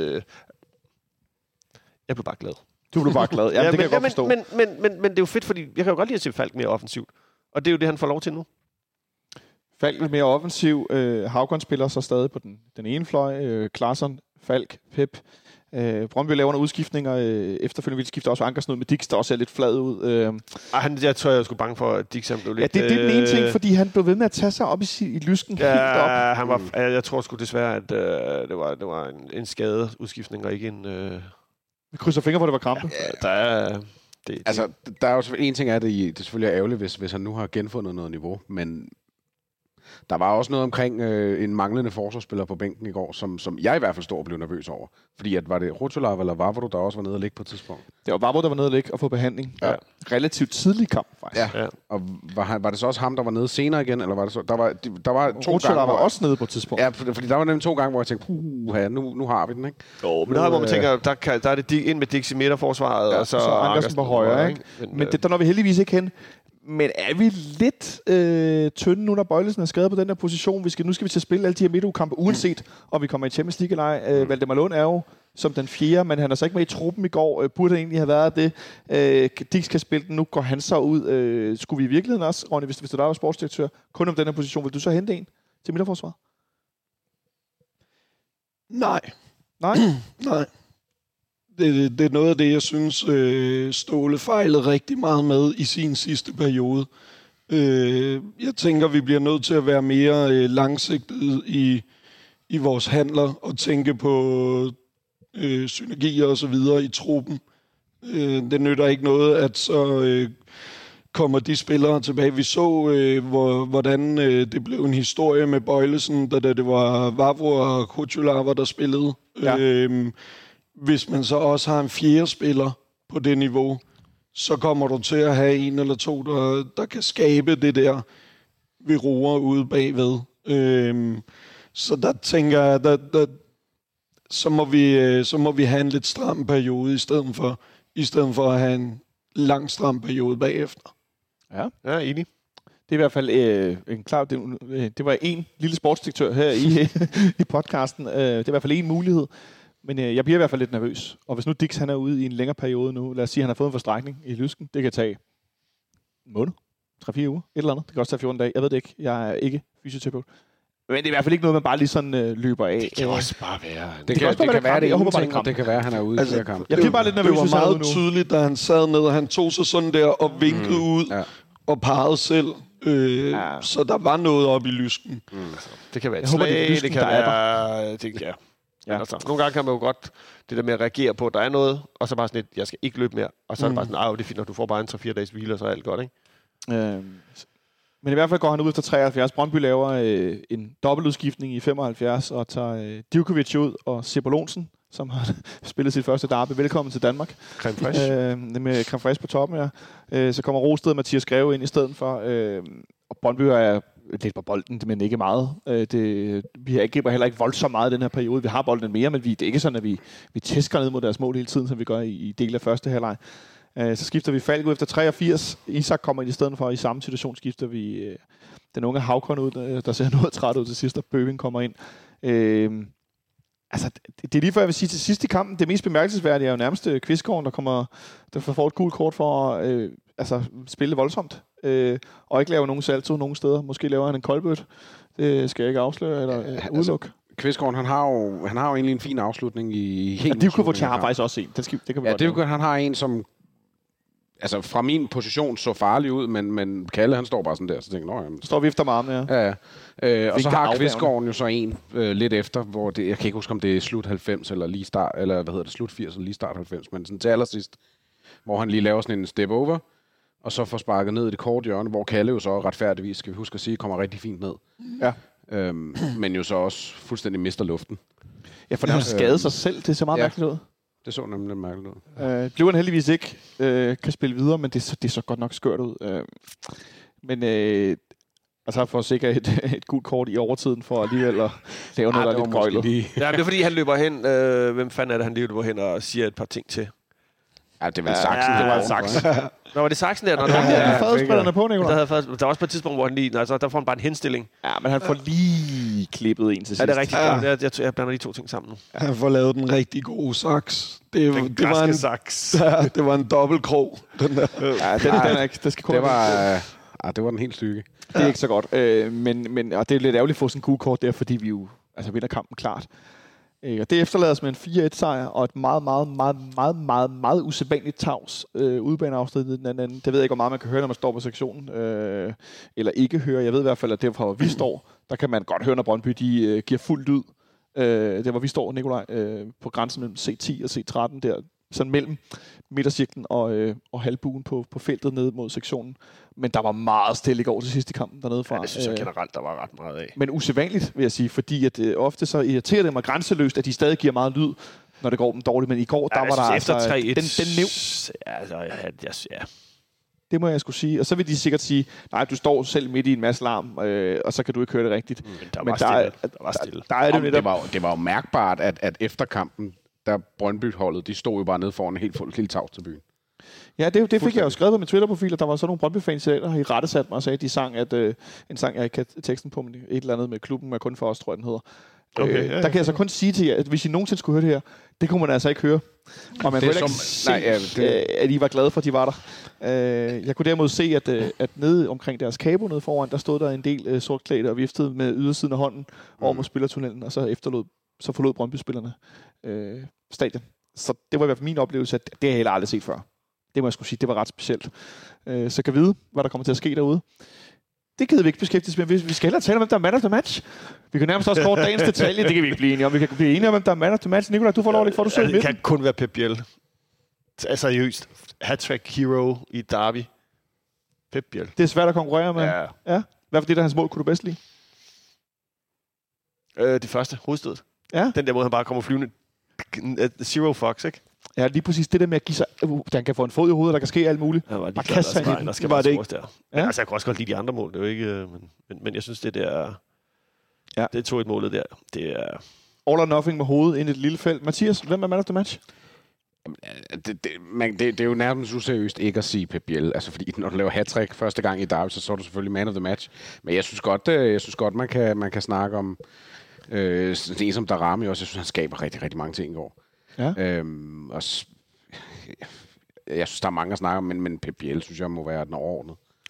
Jeg blev bare glad. Du blev bare glad. Ja, det kan jeg godt forstå. Men det er jo fedt, fordi jeg kan jo godt lide at se Falk mere offensivt. Og det er jo det, han får lov til nu. Falk er mere offensiv. Haugen spiller så stadig på den ene fløj. Klaarsson, Falk, Pep. Brøndby laver nogle udskiftninger. Efterfølgende vil skifte også Ankersen ud med Dix, der også ser lidt flad ud. Jeg tror, jeg skulle bange for, at Dix blev lidt... Ja, det er den ene ting, fordi han blev ved med at tage sig op i lysken helt op. Jeg tror sgu desværre, at det var en skade udskiftning, og ikke en... Vi krydser fingre på, det var krampe. Ja, der er... der er jo en ting af det er selvfølgelig ærgerligt, hvis han nu har genfundet noget niveau, men der var også noget omkring en manglende forsvarsspiller på bænken i går, som jeg i hvert fald stod og blev nervøs over. Fordi var det Rotolav eller Vavro, der også var nede og ligge på et tidspunkt? Det var Vavro, der var nede og ligge og få behandling. Ja. Relativt tidlig kamp, faktisk. Ja. Og var det så også ham, der var nede senere igen? Eller var det så? Der var 2 gange, var også nede på et tidspunkt. Ja, fordi der var nemlig 2 gange, hvor jeg tænkte, nu har vi den, ikke? Jo, men der hvor man tænker, der er det ind med Dix i midterforsvaret, og så Ankersen på højre, ikke? Men der når vi heldigvis ikke hen. Men er vi lidt tynde nu, når Bøjlesen er skadet på den der position? Nu skal vi til at spille alle de her midtugekampe, uanset om vi kommer i Champions League eller ej. Valdemar Lund er jo som den 4., men han er så ikke med i truppen i går. Burde egentlig have været det. Dix kan spille den, nu går han så ud. Skulle vi i virkeligheden også, Ronny, hvis du var sportsdirektør, kun om den her position, vil du så hente en til midterforsvaret? Nej. Nej? Nej. Det er noget af det, jeg synes, Ståle fejlede rigtig meget med i sin sidste periode. Jeg tænker, vi bliver nødt til at være mere langsigtede i vores handler og tænke på synergier og så videre i truppen. Det nytter ikke noget, at så kommer de spillere tilbage. Vi så, hvordan det blev en historie med Bøjlesen, da det var Vavro og Kutsulava, der spillede. Ja. Hvis man så også har en 4. spiller på det niveau, så kommer du til at have 1 eller 2, der kan skabe det der, vi roer ude bagved. Så der tænker jeg, så må vi have en lidt stram periode, i stedet for at have en lang stram periode bagefter. Ja, enig. Det er i hvert fald en klar... Det var en lille sportsdirektør her i podcasten. Det er i hvert fald en mulighed. Men jeg bliver i hvert fald lidt nervøs. Og hvis nu Dix han er ude i en længere periode nu, lad os sige, at han har fået en forstrækning i lysken, det kan tage måned, 3-4 uger, et eller andet. Det kan også tage 14 dage. Jeg ved det ikke. Jeg er ikke fysioterapeut. Men det er i hvert fald ikke noget, man bare lige sådan løber af. Det kan også bare være. Det kan være, det jeg håber bare, ingenting, og det kan være, han er ude i flere kampe. Jeg bliver bare lidt nervøs, det var meget tydeligt, da han sad ned, og han tog sig sådan der og vinkede ud og pegede selv. Så der var noget op i lysken. Det kan være et slag, det kan være... Ja. Altså, nogle gange kan man jo godt det der med at reagere på, at der er noget, og så bare sådan et, jeg skal ikke løbe mere. Og så er det bare sådan, det er fint, når du får bare en 3-4 dages hvile, og så er alt godt, ikke? Men i hvert fald går han ud efter 73. Brøndby laver en dobbeltudskiftning i 75 og tager Djurkovic ud og Cebalonsen, som har spillet sit første derby. Velkommen til Danmark. Creme Fraiche. Med Creme Fraiche på toppen, ja. Så kommer Rosted og Mathias Greve ind i stedet for. Og Brøndby er lidt på bolden, men ikke meget. Vi angriber heller ikke voldsomt meget i den her periode. Vi har bolden mere, men det er ikke sådan, at vi tæsker ned mod deres mål hele tiden, som vi gør i del af første halvleg. Så skifter vi Falk ud efter 83. Isak kommer ind i stedet for. I samme situation skifter vi den unge Havkon ud, der ser noget træt ud til sidst, og Bøving kommer ind. Altså, det er lige før, jeg vil sige til sidst i kampen, det mest bemærkelsesværdige er jo nærmest Kvistgaard, der får et gult kort for at spille voldsomt. Og ikke lave nogen salto nogen steder. Måske laver han en koldbøt. Det skal jeg ikke afsløre eller udelukke. Kvistgaard, han har jo egentlig en fin afslutning i helt... Ja, Djurkovic har faktisk også en. Det kan vi godt Djurkovic, han har en, som... Altså, fra min position så farlig ud, men Kalle, han står bare sådan der, så tænker jeg, står vi efter med armene, ja. Og så har Kvistgaard jo så en lidt efter, hvor det, jeg kan ikke huske, om det er slut 90 eller lige start, eller slut 80 eller lige start 90, men sådan til allersidst, hvor han lige laver sådan en step over, og så får sparket ned i det korte hjørne, hvor Kalle jo så retfærdigvis, skal vi huske at sige, kommer rigtig fint ned. Ja. Men jo så også fuldstændig mister luften. Ja, for han skade sig selv, det ser meget mærkeligt ud. Det så nemlig lidt mærkeligt ud. Bliver han heldigvis ikke kan spille videre, men det så godt nok skørt ud. Men altså for at sikre et gult kort i overtiden, for alligevel at lave noget, der er lidt gøjlet. Ja, det er fordi, han løber hen. Hvem fanden er det, han løber hen og siger et par ting til? Ja, det var Saxen. Det var Saxen. Nå, var det Saxen der? Der havde fadspillerne på, Nicolai. Der var også på et tidspunkt, hvor han lige... Altså, der får han bare en henstilling. Ja, men han får lige klippet en til sidst. Ja, det er rigtigt. Jeg blander de to ting sammen nu. Han får lavet den rigtig gode saks. Det var en saks. Ja, det var en dobbeltkrog. Den der. Ja, den er ikke... Det var den helt stykke. Det er ikke så godt. Men og det er lidt ærgerligt at få sådan en gul kort der, fordi vi jo vinder kampen klart. Og det efterlader os med en 4-1-sejr og et meget usædvanligt tavs udebaneafsnit i den anden. Det ved jeg ikke, hvor meget man kan høre, når man står på sektionen, eller ikke høre. Jeg ved i hvert fald, at derfra, hvor vi står, der kan man godt høre, når Brøndby de giver fuldt ud. Der, hvor vi står, Nicolai, på grænsen mellem C10 og C13, der sådan mellem midtercirklen og halvbuen på feltet ned mod sektionen. Men der var meget stille i går til sidst i kampen dernede fra. Ja, det synes jeg generelt, der var ret meget af. Men usædvanligt, vil jeg sige, fordi at ofte så irriterer det mig grænseløst, at de stadig giver meget lyd, når det går dem dårligt. Men i går, der var der efter 3-1, den nev. Det må jeg skulle sige. Og så vil de sikkert sige, nej, du står selv midt i en masse larm, og så kan du ikke høre det rigtigt. Men der var stille. Der er det var jo mærkbart, at efter kampen, der Brøndby-holdet, de stod jo bare nede foran en helt tavs til byen. Ja, det fik jeg jo skrevet på min Twitter-profil, og der var så nogle Brøndby-fans, der har i rettesat mig og sagde, at de sang, at en sang, jeg ikke kan teksten på, men et eller andet med klubben, er kun for os, tror jeg, den hedder. Okay, der kan jeg så kun sige til jer, at hvis I nogensinde skulle høre det her, det kunne man altså ikke høre. Og man kunne ikke se, at I var glade for, at de var der. Jeg kunne derimod se, at nede omkring deres kabo nede foran, der stod der en del sortklædte og viftede med ydersiden af hånden over mod spillertunnelen, og så forlod Brøndby-spillerne stadion. Så det var i hvert fald min oplevelse, at det har jeg heller aldrig set før. Det må jeg skulle sige, det var ret specielt. Så kan vide, hvad der kommer til at ske derude. Det gider vi ikke beskæftiges med. Vi skal hellere tale om, hvem der er man of the match. Vi kan nærmest også kort dagens detalje. Det kan vi ikke blive enige om. Vi kan blive enige om, hvem der er man of the match. Nicolai, du får lov at få du sidder i midten. Det kan kun være Pep Biel. Altså seriøst. Hat-trick hero i derby. Pep Biel. Det er svært at konkurrere med. Ja. Hvad for det der hans mål kunne du bedst lide? Det første, hovedstødet. Ja. Den der måde, han bare kommer flyvende. Zero Fox, ikke? Ja, lige præcis det der med at give sig... han kan få en fod i hovedet, der kan ske alt muligt. Ja, bare kaste sig ind. Der skal bare det ikke. Ja. Altså, jeg kan også godt lide de andre mål. Det er jo ikke... Men jeg synes, det der... Ja. Det 2-1-målet der, det er... All or nothing med hovedet ind i et lille felt. Mathias, hvem er man of the match? Det er jo nærmest useriøst ikke at sige Pep Biel. Altså, fordi når du laver hat-trick første gang i derby, så er du selvfølgelig man of the match. Men jeg synes godt man kan snakke om... en som Darami også. Jeg synes, han skaber rigtig, rigtig mange ting i går. Ja. Jeg synes, der er mange at snakke om, men Pep Biel synes jeg må være den overordnet.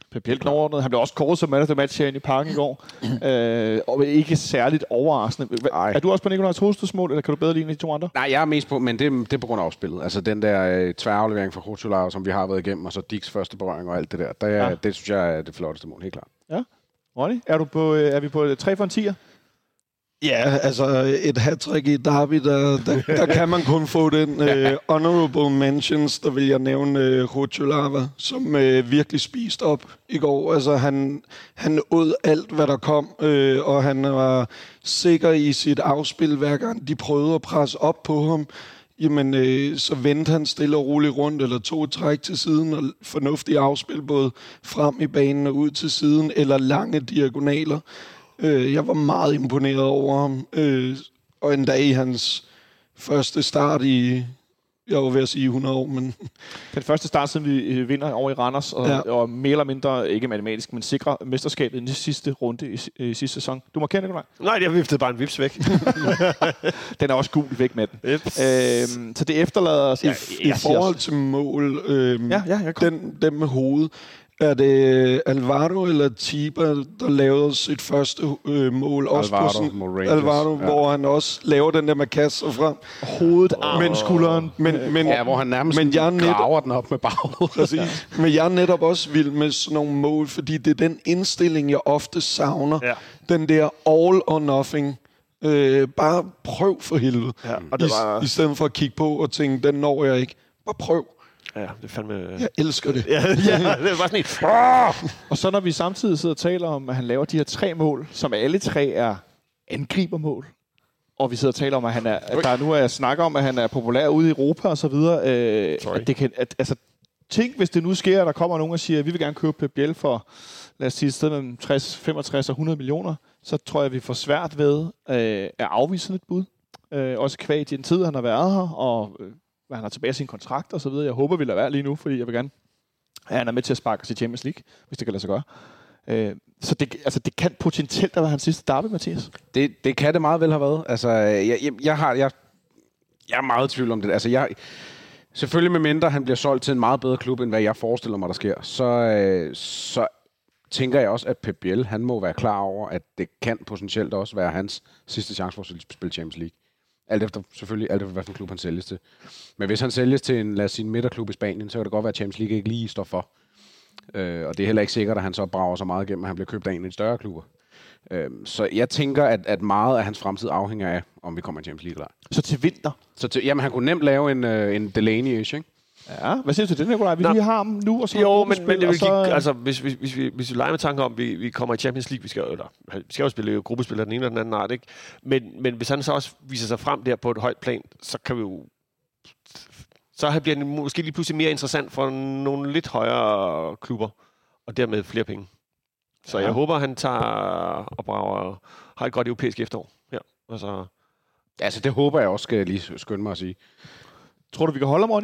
Pep Biel overordnet. Han blev også kåret som man of the match herinde i parken i går. Og ikke særligt overraskende. Er du også på Nikolajs hovedstødsmål, eller kan du bedre lide de to andre? Nej, jeg er mest på, men det er på grund af afspillet. Altså den der tværaflevering fra Krutulov, som vi har været igennem, og så Dicks første berøring og alt det der. Det synes jeg er det flotteste mål, helt klart. Ja. Ronny, er vi på 3 for en 10'er? Ja, altså et hat-trick i Derby, der kan man kun få den. Honorable mentions, der vil jeg nævne Krutulov, som virkelig spiste op i går. Altså han åd alt, hvad der kom, og han var sikker i sit afspil, hver gang de prøvede at presse op på ham. Jamen, så vendte han stille og roligt rundt, eller tog et træk til siden, og fornuftig afspil, både frem i banen og ud til siden, eller lange diagonaler. Jeg var meget imponeret over ham, og endda i hans første start i, jeg var ved at sige 100 år, men... Den første start, siden vi vinder over i Randers, og mere eller mindre, ikke matematisk, men sikrer mesterskabet i den sidste runde i sidste sæson. Du markerer, Nikolaj? Nej, jeg viftede bare en vips væk. Den er også gul væk med den. Så det efterlader os... I forhold til mål, den med hovedet, er det Alvaro eller Tiba, der lavede sit første mål? Alvaro, hvor han også laver den der med kasse frem. Hovedet, armen, skulderen. Hvor han nærmest graver den op med baghovedet. Præcis. Men jeg er netop også vild med sådan nogle mål, fordi det er den indstilling, jeg ofte savner. Ja. Den der all or nothing. Bare prøv for helvede. Ja, og det var... I stedet for at kigge på og tænke, den når jeg ikke. Bare prøv. Ja, det er fandme... Jeg elsker det. Ja, det er bare sådan et... Og så når vi samtidig sidder og taler om, at han laver de her 3 mål, som alle 3 er angribermål, og vi sidder og taler om, at der nu er snakker om, at han er populær ude i Europa og så videre. Tænk, hvis det nu sker, at der kommer nogen og siger, at vi vil gerne købe Pep Biel for, lad os sige, et sted mellem 60, 65 og 100 millioner, så tror jeg, at vi får svært ved at afvise sådan et bud. Også kvad i den tid, han har været her, og... han har tilbage sin kontrakt og så videre. Jeg håber, vi lader være lige nu, fordi jeg vil gerne have, han er med til at sparke sig i Champions League, hvis det kan lade sig gøre. Så det kan potentielt have været hans sidste derby, Mathias. Det kan det meget vel have været. Altså, jeg er meget i tvivl om det. Altså, selvfølgelig med mindre han bliver solgt til en meget bedre klub, end hvad jeg forestiller mig, der sker, så tænker jeg også, at Pep Biel, han må være klar over, at det kan potentielt også være hans sidste chance for at spille Champions League. Alt efter, hvad for en klub han sælges til. Men hvis han sælges til en, lad os sige, en midterklub i Spanien, så kan det godt være, at Champions League ikke lige står for. Og det er heller ikke sikkert, at han så brager så meget igennem, at han bliver købt af en af de større klubber. Så jeg tænker, at meget af hans fremtid afhænger af, om vi kommer i Champions League eller ej. Så til vinter? Jamen, han kunne nemt lave en Delaney-ish, ikke? Ja, hvad siger du til det, Nikolaj? Vi lige har ham nu, og så... Jo, men det vil så... Altså, hvis vi leger med tanker om, vi kommer i Champions League, vi skal jo spille gruppespil af den ene og den anden art, ikke? Men hvis han så også viser sig frem der på et højt plan, så kan vi jo... Så bliver det måske lige pludselig mere interessant for nogle lidt højere klubber, og dermed flere penge. Så jeg håber, han tager og brager, har et godt europæisk efterår. Ja, altså, det håber jeg også, skal jeg lige skynde mig at sige. Tror du, vi kan holde ham, Ronny?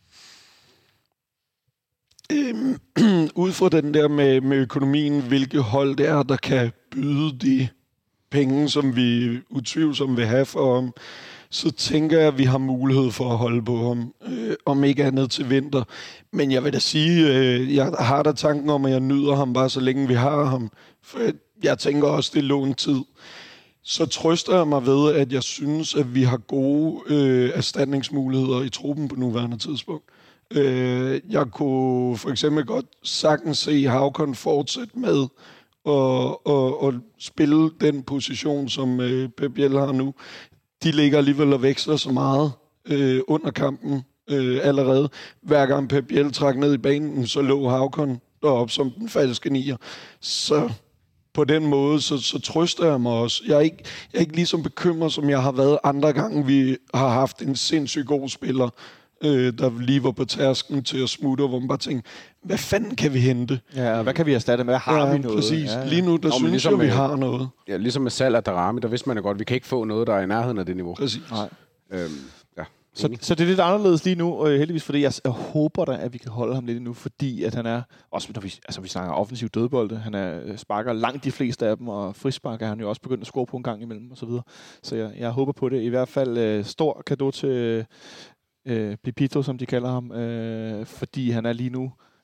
Ud fra den der med økonomien, hvilke hold det er, der kan byde de penge, som vi utvivlsomt vil have for ham, så tænker jeg, at vi har mulighed for at holde på ham, om ikke andet til vinter. Men jeg vil da sige, jeg har da tanken om, at jeg nyder ham bare så længe vi har ham. For jeg tænker også, det er låntid. Så trøster jeg mig ved, at jeg synes, at vi har gode erstatningsmuligheder i truppen på nuværende tidspunkt. Jeg kunne for eksempel godt sagtens se Håkon fortsætte med og spille den position, som Pep Biel har nu. De ligger alligevel og veksler så meget under kampen allerede. Hver gang Pep Biel trak ned i banen, så lå Håkon deroppe som den falske nier. Så på den måde, så trøster jeg mig også. Jeg er ikke lige så bekymret, som jeg har været andre gange. Vi har haft en sindssygt god spiller, der lige var på tærsken til at smutte, hvor man bare tænkte, hvad fanden kan vi hente? Ja, hvad kan vi erstatte med? Har vi noget? Præcis. Ja. Lige nu, der synes ligesom jeg, vi har noget. Ja, ligesom med salg af Darami, der vidste man jo godt, vi kan ikke få noget, der er i nærheden af det niveau. Præcis. Nej. Så det er lidt anderledes lige nu, heldigvis, fordi jeg håber da, at vi kan holde ham lidt endnu, fordi at han er, også når vi snakker offensiv dødbolde, han sparker langt de fleste af dem, og frispark er han jo også begyndt at score på en gang imellem, og så videre. Så jeg håber på det. I hvert fald stor cadeau til Pipito, som de kalder ham, fordi han er lige nu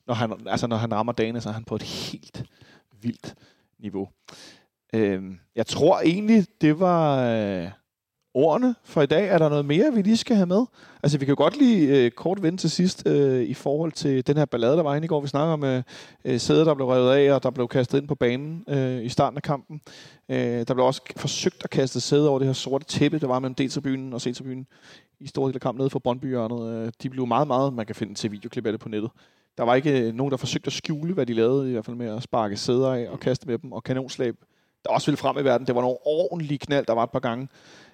når han rammer dagene, så er han på et helt vildt niveau. Jeg tror egentlig, det var ordene for i dag. Er der noget mere, vi lige skal have med? Altså, vi kan jo godt lige kort vende til sidst i forhold til den her ballade, der var inde i går. Vi snakker om sæder, der blev revet af, og der blev kastet ind på banen i starten af kampen. Der blev også forsøgt at kaste sæder over det her sorte tæppe, der var mellem D-tribunen og C-tribunen i store del af kampen nede for Brøndby-hjørnet. De blev meget, meget, man kan finde til videoklip af det på nettet. Der var ikke nogen, der forsøgte at skjule, hvad de lavede, i hvert fald med at sparke sæder af og kaste med dem, og kanonslag, der også ville frem i verden. Det var nogle ordentlige knald, der var et par gange.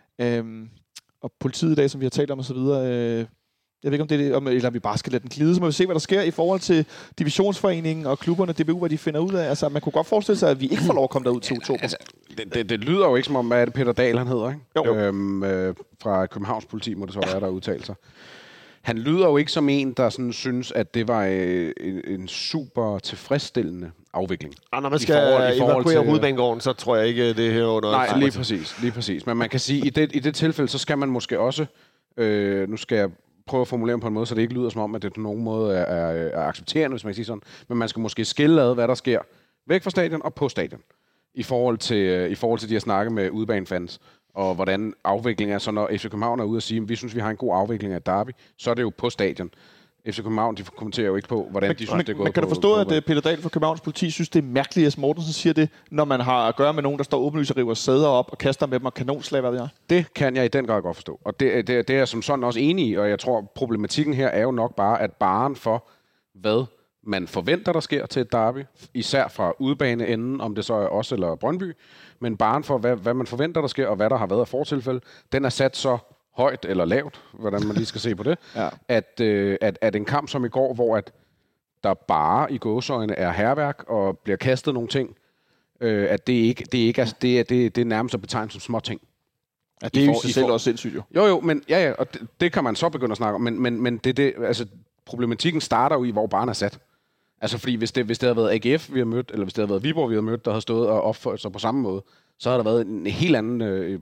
Og politiet i dag, som vi har talt om og så videre, jeg ved ikke, om det er eller vi bare skal lade den glide, så må vi se, hvad der sker i forhold til divisionsforeningen og klubberne, DBU, hvad de finder ud af. Altså, man kunne godt forestille sig, at vi ikke får lov at komme derud til oktober. Altså, det lyder jo ikke som om, hvad er det Peter Dahl, han hedder, ikke? Jo. Fra Københavns Politi, må det så være, der udtaler sig. Han lyder jo ikke som en, der sådan synes, at det var en super tilfredsstillende afvikling. Når man skal evakuere hovedbanegården, så tror jeg ikke, det her under... Nej, lige præcis. Men man kan sige, at i det tilfælde, så skal man måske også... nu skal jeg prøve at formulere på en måde, så det ikke lyder som om, at det på nogen måde er accepterende, hvis man kan sige sådan. Men man skal måske skille ad, hvad der sker væk fra stadion og på stadion. I forhold til de at snakke med udebanefans. Og hvordan afviklingen er, så når FC København er ude og sige, at vi synes, vi har en god afvikling af derby, så er det jo på stadion. FC København, de kommenterer jo ikke på, hvordan de synes, det er gået. Men kan du forstå, at Peter Dahl fra Københavns Politi synes, det er mærkeligt, at Mortensen siger det, når man har at gøre med nogen, der står åbenlyst og river sæder op og kaster med dem og kanonslag, hvad ved jeg? Det kan jeg i den grad godt forstå. Og det er jeg som sådan også enig i, og jeg tror, problematikken her er jo nok bare, at barren for, hvad man forventer, der sker til et derby, især fra udebaneenden, om det så er os eller Brøndby, men barren for, hvad man forventer, der sker, og hvad der har været af fortilfælde, den er sat så højt eller lavt, hvordan man lige skal se på det, ja. at en kamp som i går, hvor at der bare i gåseøjne er hærværk og bliver kastet nogle ting, at det er nærmest at betegne som små ting. Ja, det er jo sig selv også sindssygt jo. Jo, men ja, og det kan man så begynde at snakke om, men altså problematikken starter jo i, hvor barren er sat. Altså fordi hvis det havde været AGF, vi har mødt, eller hvis det havde været Viborg, vi har mødt, der havde stået og opført sig på samme måde, så havde der været en helt anden,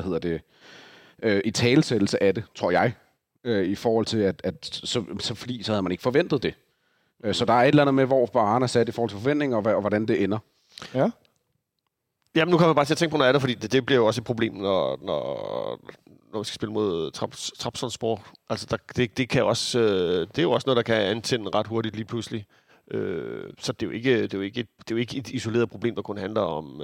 italesættelse af det, tror jeg, i forhold til, så havde man ikke forventet det. Så der er et eller andet med, hvor barren er sat i forhold til forventninger, og hvordan det ender. Ja. Jamen, nu kommer jeg bare til at tænke på noget andet, fordi det bliver jo også et problem, når vi skal spille mod Trabzonspor. Altså, det kan også, det er jo også noget, der kan antænde ret hurtigt lige pludselig. Så det er jo ikke et isoleret problem, der kun handler om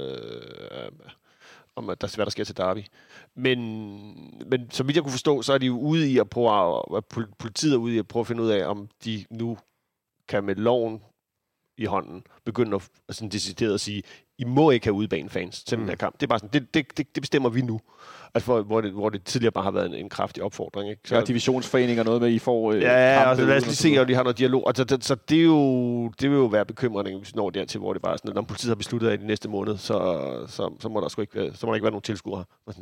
at hvad der sker til derby. Men så vidt jeg kunne forstå, så er de jo ude i at prøve politiet er ude i at prøve at finde ud af, om de nu kan med loven i hånden begynde at sådan decideret at sige, I må ikke have udebanefans til den her kamp. Det er bare sådan, det bestemmer vi nu. Altså, hvor det tidligere bare har været en kraftig opfordring. Ikke? Så, divisionsforening og noget med, I får... altså, lad os lige se, om de har noget dialog. Altså, så det vil jo være bekymrende, hvis vi når dertil, hvor det bare er sådan, at når politiet har besluttet, at i næste måned, så må der sgu ikke, så må der ikke være nogen tilskuere.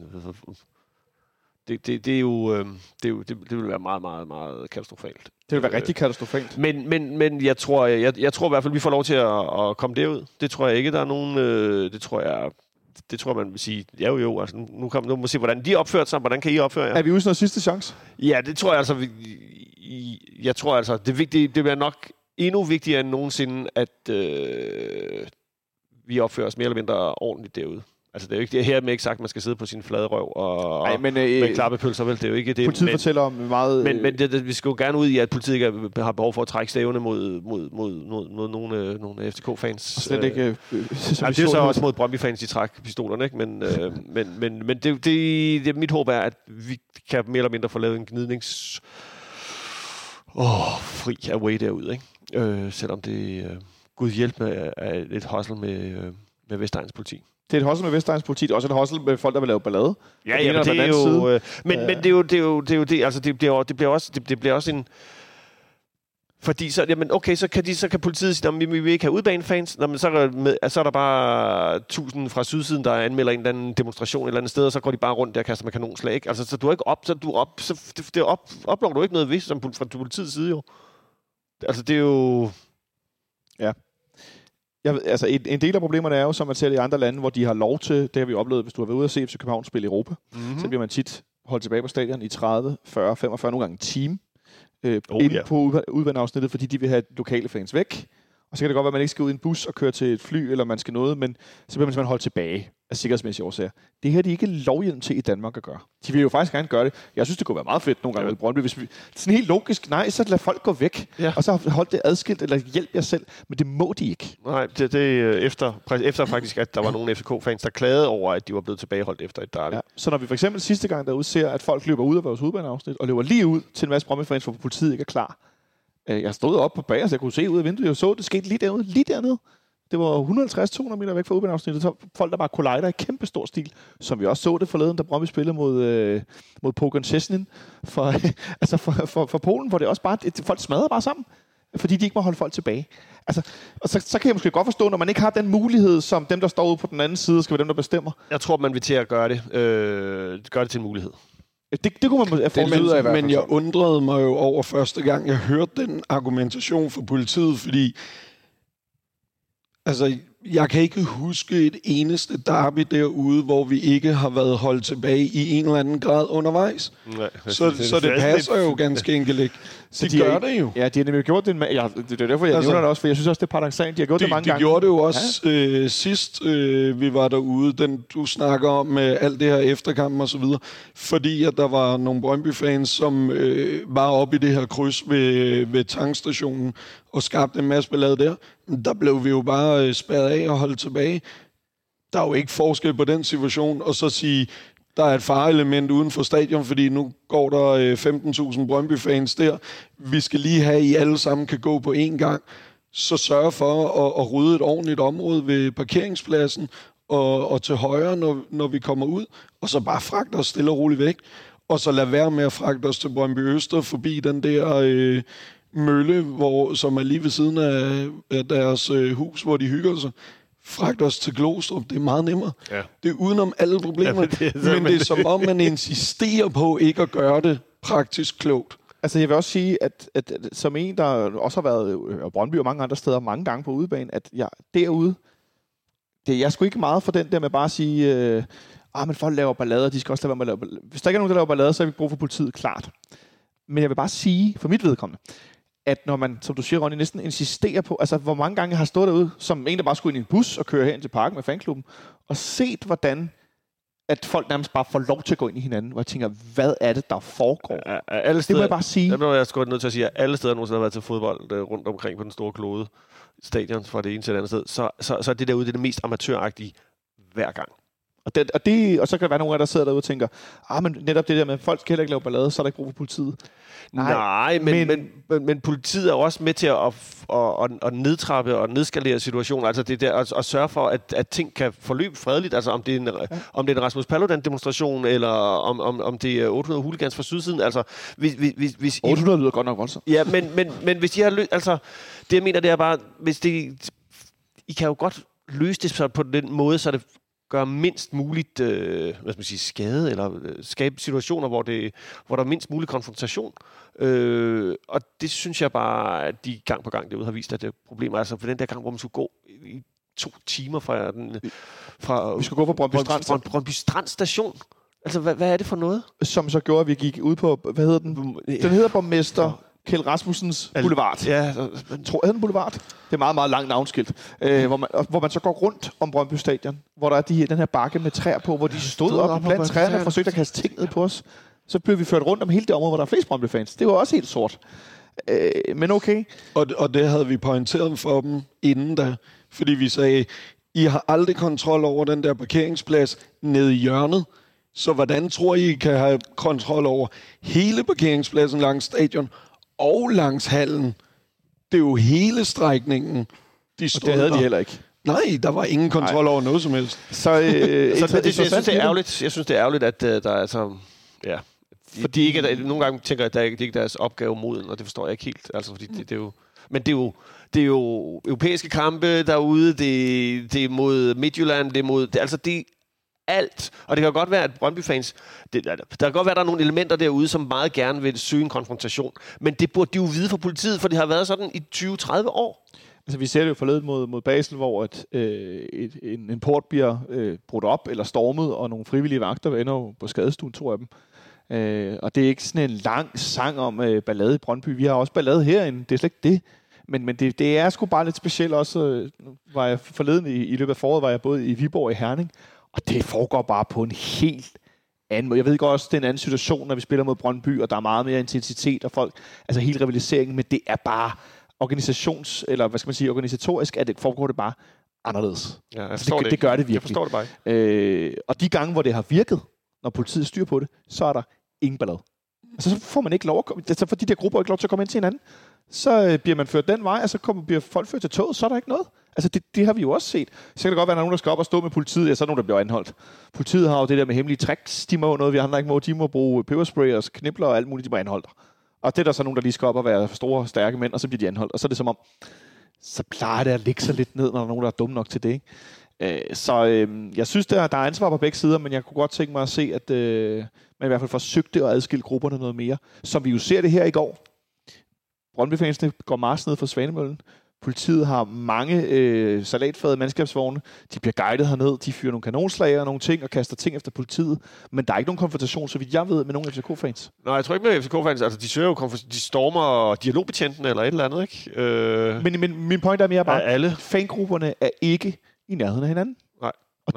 Det vil være meget, meget, meget katastrofalt. Det vil være rigtig katastrofalt. Men jeg tror i hvert fald, vi får lov til at komme derud. Det tror jeg ikke, der er nogen... Det tror jeg, man vil sige, jo. Altså, nu må vi se, hvordan de opfører sig. Hvordan kan I opføre jer? Er vi ude sådan sidste chance? Ja, det tror jeg altså. Jeg tror altså, det bliver nok endnu vigtigere end nogensinde, at vi opfører os mere eller mindre ordentligt derude. Altså, det er jo ikke det her med ikke sagt, at man skal sidde på sin flade røv og med klappepølser, vel? Det er jo ikke det. Politiet fortæller om meget... Men vi skal jo gerne ud i, at politiet ikke har behov for at trække stævne mod nogle FCK-fans. Slet ikke... det er jo så også mod Brøndby-fans, de trækker pistolerne, ikke? Men det mit håb er, at vi kan mere eller mindre få lavet en gnidnings... fri away derude, ikke? Selvom det Gud hjælp med et hustle med Vestegns politi. Det er et hustle med Vestegns politi, også et hustle med folk, der vil lave ballade. Ja, men det er jo... Men det er jo det. Altså, det bliver også en... Fordi så, jamen, okay, så kan politiet sige, at vi vil ikke have udbanefans. Men så er der bare 1000 fra sydsiden, der anmelder en eller anden demonstration et eller andet sted, og så går de bare rundt der og kaster med kanonslag. Ikke? Altså, så du er ikke opnår du ikke noget vist som fra politiets side, jo. Altså, det er jo... Ja. Altså, en del af problemerne er jo, som man ser i andre lande, hvor de har lov til, det har vi oplevet, hvis du har været ude at se FC København spille i Europa, så bliver man tit holdt tilbage på stadion i 30, 40, 45, nogle gange en time. på udvandsafsnittet, fordi de vil have lokale fans væk. Og så kan det godt være, at man ikke skal ud i en bus og køre til et fly, eller man skal noget, men så bliver man simpelthen holdt tilbage af sikkerhedsmæssige årsager. Det her er de ikke lovhjem til i Danmark at gøre. De vil jo faktisk gerne gøre det. Jeg synes, det kunne være meget fedt nogle gange med Brøndby. Hvis vi, sådan helt logisk, nej, så lad folk gå væk. Ja. Og så hold det adskilt, eller hjælp jer selv. Men det må de ikke. Nej, det efter faktisk, at der var nogle FCK-fans, der klagede over, at de var blevet tilbageholdt efter et derby. Ja. Så når vi for eksempel sidste gang derude ser, at folk løber ud af vores udbaneafsnit, og løber lige ud til en masse Brøndby-fans, hvor politiet ikke er klar. Jeg stod op på bager, så jeg kunne se ud af vinduet. Jeg så, det skete lige dernede. Det var 150-200 meter væk fra udbaneafsnittet. Så folk, der bare collider i kæmpe stor stil, som vi også så det forleden, da Brøndby spillede mod Pogon Szczecin for Polen, hvor det også bare, folk smadrer bare sammen, fordi de ikke må holde folk tilbage. Altså, og så kan jeg måske godt forstå, når man ikke har den mulighed, som dem, der står ude på den anden side, skal være dem, der bestemmer. Jeg tror, man vil til at gøre det til en mulighed. Det kunne man forestille sig. Men jeg undrede mig jo over første gang, jeg hørte den argumentation fra politiet, fordi altså, jeg kan ikke huske et eneste derby derude, hvor vi ikke har været holdt tilbage i en eller anden grad undervejs. Nej, så det passer jo ganske enkelt ikke. De gør det jo. Ja, de har nemlig gjort det. Det er derfor, jeg nævner det også, for jeg synes også, det er paradoksalt. De har gjort det mange gange. De gjorde det jo også sidst, vi var derude. Den, du snakker om med alt det her efterkamp og så videre. Fordi at der var nogle Brøndby-fans, som var oppe i det her kryds ved tankstationen og skabte en masse ballade der. Der blev vi jo bare spærret af og holdt tilbage. Der er jo ikke forskel på den situation, og så sige, der er et fareelement uden for stadion, fordi nu går der 15.000 Brøndby-fans der. Vi skal lige have, at I alle sammen kan gå på én gang. Så sørg for at rydde et ordentligt område ved parkeringspladsen og til højre, når vi kommer ud. Og så bare fragte os stille og roligt væk. Og så lad være med at fragte os til Brøndby Øster forbi den der mølle, som er lige ved siden af deres hus, hvor de hygger sig. Fragt os til Glostrup, det er meget nemmere. Ja. Det er udenom alle problemer, men det er som om, man insisterer på ikke at gøre det praktisk klogt. Altså jeg vil også sige, at som en, der også har været i Brøndby og mange andre steder mange gange på udebane, at jeg derude, jeg er sgu ikke meget for den der med bare at sige, men folk laver ballader, de skal også lade være med at lave ballader. Hvis der ikke er nogen, der laver ballader, så har vi brug for politiet, klart. Men jeg vil bare sige, for mit vedkommende, at når man, som du siger, Ronny, næsten insisterer på, altså hvor mange gange jeg har stået derude, som en, der bare skulle ind i en bus og køre hen til parken med fanklubben, og set, hvordan at folk nærmest bare får lov til at gå ind i hinanden, hvor jeg tænker, hvad er det, der foregår? Alle steder, det må jeg bare sige. Der bliver jeg sgu nødt til at sige, at alle steder nogensinde har været til fodbold rundt omkring på den store klode, stadion fra det ene til det andet sted, så er det derude det mest amatøragtige hver gang. Og så kan der være nogle af der sidder derude og tænker, men netop det der med, at folk skal heller ikke lave ballade, så er der ikke brug for politiet. Nej, men politiet er også med til at nedtrappe og nedskalere situationer. Altså det der at sørge for, at ting kan forløbe fredeligt. Altså om det er en Rasmus Paludan-demonstration, eller om det er 800 hooligans fra sydsiden. Altså, hvis 800 lyder godt nok voldsomt. Ja, men hvis de har altså det jeg mener, det er bare, hvis det, I kan jo godt løse det på den måde, så det gør mindst muligt skade, eller skabe situationer, hvor der er mindst mulig konfrontation. Og det synes jeg bare, at de gang på gang derude har vist, at det er problemer. Altså for den der gang, hvor man skulle gå i 2 timer fra vi skulle gå fra Brøndby Strand station. Altså, hvad er det for noget? Som så gjorde, at vi gik ud på, hvad hedder den? Den hedder Borgmester Kjeld Rasmussens Boulevard. Ja, hedder den Boulevard? Det er meget, meget langt navnskilt. Hvor man så går rundt om Brøndby Stadion, hvor der er den her bakke med træer på, hvor de stod op blandt træerne og forsøgte at kaste ting ned på os. Så blev vi ført rundt om hele det område, hvor der er flest Brøndby-fans. Det var også helt sort. Men okay. Og det havde vi pointeret for dem inden da. Fordi vi sagde, I har aldrig kontrol over den der parkeringsplads nede i hjørnet. Så hvordan tror I kan have kontrol over hele parkeringspladsen langs stadion og langs hallen? Det er jo hele strækningen, de stod. Og det havde de heller ikke. Nej, der var ingen kontrol over noget som helst. Jeg synes, det er ærgerligt. Jeg synes, det er ærgerligt, at der er så... Ja. Fordi ikke, nogle gange tænker jeg, at det ikke er deres opgave moden, og det forstår jeg ikke helt. Altså, fordi det er jo... Men det er jo europæiske kampe derude, det er mod Midtjylland, det er mod... Det er alt. Og det kan godt være, at Brøndby-fans... Der kan godt være, at der er nogle elementer derude, som meget gerne vil søge en konfrontation. Men det burde de jo vide fra politiet, for det har været sådan i 20-30 år. Altså, vi ser det jo forledet mod Basel, hvor en port bliver brudt op eller stormet, og nogle frivillige vagter ender jo på skadestuen, 2 af dem. Og det er ikke sådan en lang sang om ballade i Brøndby. Vi har også ballade herinde. Det er slet ikke det. Men det er sgu bare lidt specielt også. Var jeg forleden i løbet af foråret, var jeg både i Viborg og i Herning. Og det foregår bare på en helt anden måde. Jeg ved godt også, det er en anden situation, når vi spiller mod Brøndby, og der er meget mere intensitet og folk, altså hele rivaliseringen, men det er bare organisatorisk, at det foregår det bare anderledes. Ja, det gør det virkelig. Jeg forstår det bare ikke. Og de gange, hvor det har virket, når politiet styr på det, så er der ingen ballade. Altså, så får man ikke lov at komme, så får de der grupper ikke lov til at komme ind til hinanden. Så bliver man ført den vej, og så bliver folk ført til toget, så er der ikke noget. Altså, det har vi jo også set. Så kan det godt være, at der er nogen, der skal op og stå med politiet, ja, så er nogen, der bliver anholdt. Politiet har jo det der med hemmelige tricks, de må noget, vi andre ikke må. De må bruge peberspray og knibler og alt muligt, de må anholde. Og det er der så nogen, der lige skal op og være store, stærke mænd, og så bliver de anholdt. Og så er det som om, så plejer det at ligge sig lidt ned, når der er nogen, der er dumme nok til det, ikke? Jeg synes, der er ansvar på begge sider, men jeg kunne godt tænke mig at se, at man i hvert fald forsøgte at adskille grupperne noget mere. Som vi jo ser det her i går. Brøndby-fansene går march ned for Svanemøllen. Politiet har mange salatfade mandskabsvogne. De bliver guidet herned. De fyrer nogle kanonslager og nogle ting og kaster ting efter politiet. Men der er ikke nogen konfrontation, så vidt jeg ved, med nogle FCK-fans. Nej, jeg tror ikke med FCK-fans. Altså, de søger jo de stormer dialogbetjenten eller et eller andet, ikke? Men min point er mere bare, alle fangrupperne er ikke i nærheden af hinanden. Nej.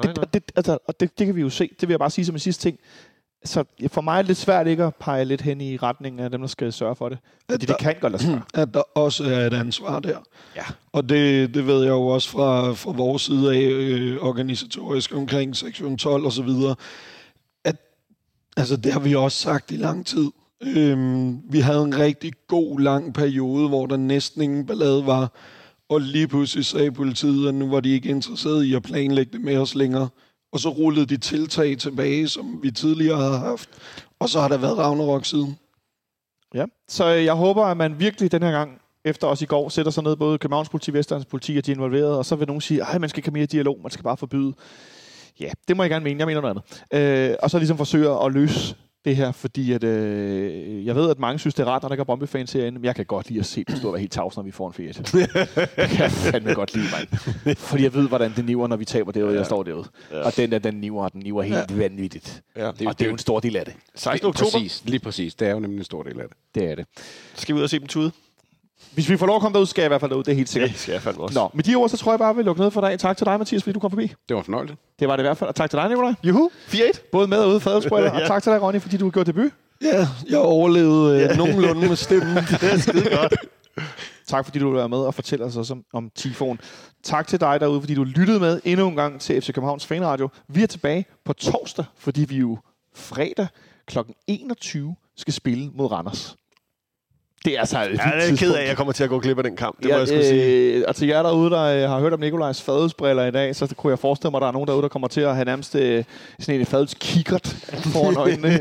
Og det kan vi jo se. Det vil jeg bare sige som en sidste ting. Så for mig er det lidt svært ikke at pege lidt hen i retningen af dem, der skal sørge for det. Fordi det kan godt lade sig. At der også er et ansvar der. Ja. Og det ved jeg jo også fra vores side af, organisatorisk omkring sektion 12 og så videre, at altså, det har vi også sagt i lang tid. Vi havde en rigtig god, lang periode, hvor der næsten ingen ballade var, og lige pludselig sagde politiet, at nu var de ikke interesseret i at planlægge det med os længere. Og så rullede de tiltag tilbage, som vi tidligere havde haft. Og så har der været Ragnarok siden. Ja, så jeg håber, at man virkelig den her gang, efter os i går, sætter sig ned, både Københavns politi, Vestegns politi, og de er involveret, og så vil nogen sige, at man skal ikke have mere dialog, man skal bare forbyde. Ja, det må jeg gerne mene. Jeg mener noget andet. Og så ligesom forsøge at løse det her, fordi at, jeg ved, at mange synes, det er rart, når der ikke er Brøndby-fans herinde, men jeg kan godt lide at se dem stå og være helt tavs, når vi får en 4-1. Det kan jeg fandme godt lide, mand. Fordi jeg ved, hvordan det niver, når vi taber derude, jeg står derude. Ja. Og den niver helt vanvittigt. Ja. Og det er jo en stor del af det. 16. oktober? Lige præcis. Det er jo nemlig en stor del af det. Det er det. Skal vi ud og se dem tude? Hvis vi får lov at komme derud, skal jeg i hvert fald derud. Det er helt sikkert. Det skal jeg fandme også. Nå, med de ord, så tror jeg bare, vi lukker ned for dig. Tak til dig, Mathias, fordi du kom forbi. Det var fornøjeligt. Det var det i hvert fald. Og tak til dig, Nikolaj. Juhu, 4-1. Både med og ude fadelsbrøller. Ja. Og tak til dig, Ronny, fordi du har gjort debut. Ja, jeg overlevede nogenlunde med stemmen. Det er skide godt. Tak fordi du vil være med og fortælle os også om Tifon. Tak til dig derude, fordi du lyttede med endnu en gang til FC Københavns Fanradio. Vi er tilbage på torsdag, fordi vi jo fredag kl. 21 skal spille mod Randers. Det er altså et det er ked af, at jeg kommer til at gå glip af den kamp. Det må jeg sgu sige. Altså jer derude, der har hørt om Nikolajs fadelsbriller i dag, så kunne jeg forestille mig, at der er nogen derude, der kommer til at have nærmest sådan en fadelskikkert foran øjnene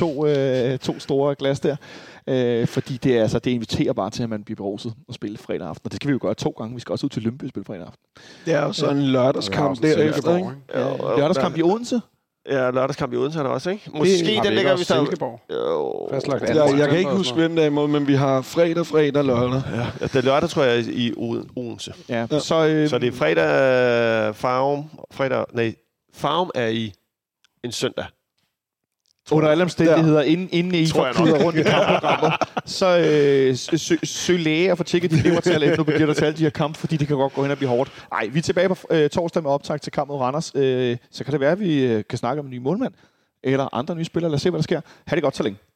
med to store glas der. Fordi det inviterer bare til, at man bliver beruset og spille fredag aften. Og det skal vi jo gøre 2 gange. Vi skal også ud til Lyngby og spille fredag aften. Det er jo sådan en lørdagskamp derefter, ikke? Lørdagskamp i Odense. Ja, lørdagskamp i Odense er der også, ikke? Måske den ligger vi så... Jeg kan ikke huske, hvem der er imod, men vi har fredag, lørdag. Ja, det er lørdag, tror jeg, i Odense. Ja. Så det er fredag, Farum er i en søndag. Under alle omstændigheder, inden I får kluder rundt i kampprogrammet, så søg læge og få tjekket de levertal, inden du begynder at tale de her kampe, fordi det kan godt gå hen og blive hårdt. Ej, vi er tilbage på torsdag med optag til kamp mod Randers. Så kan det være, at vi kan snakke om en ny målmand, eller andre nye spillere. Lad os se, hvad der sker. Ha' det godt så længe.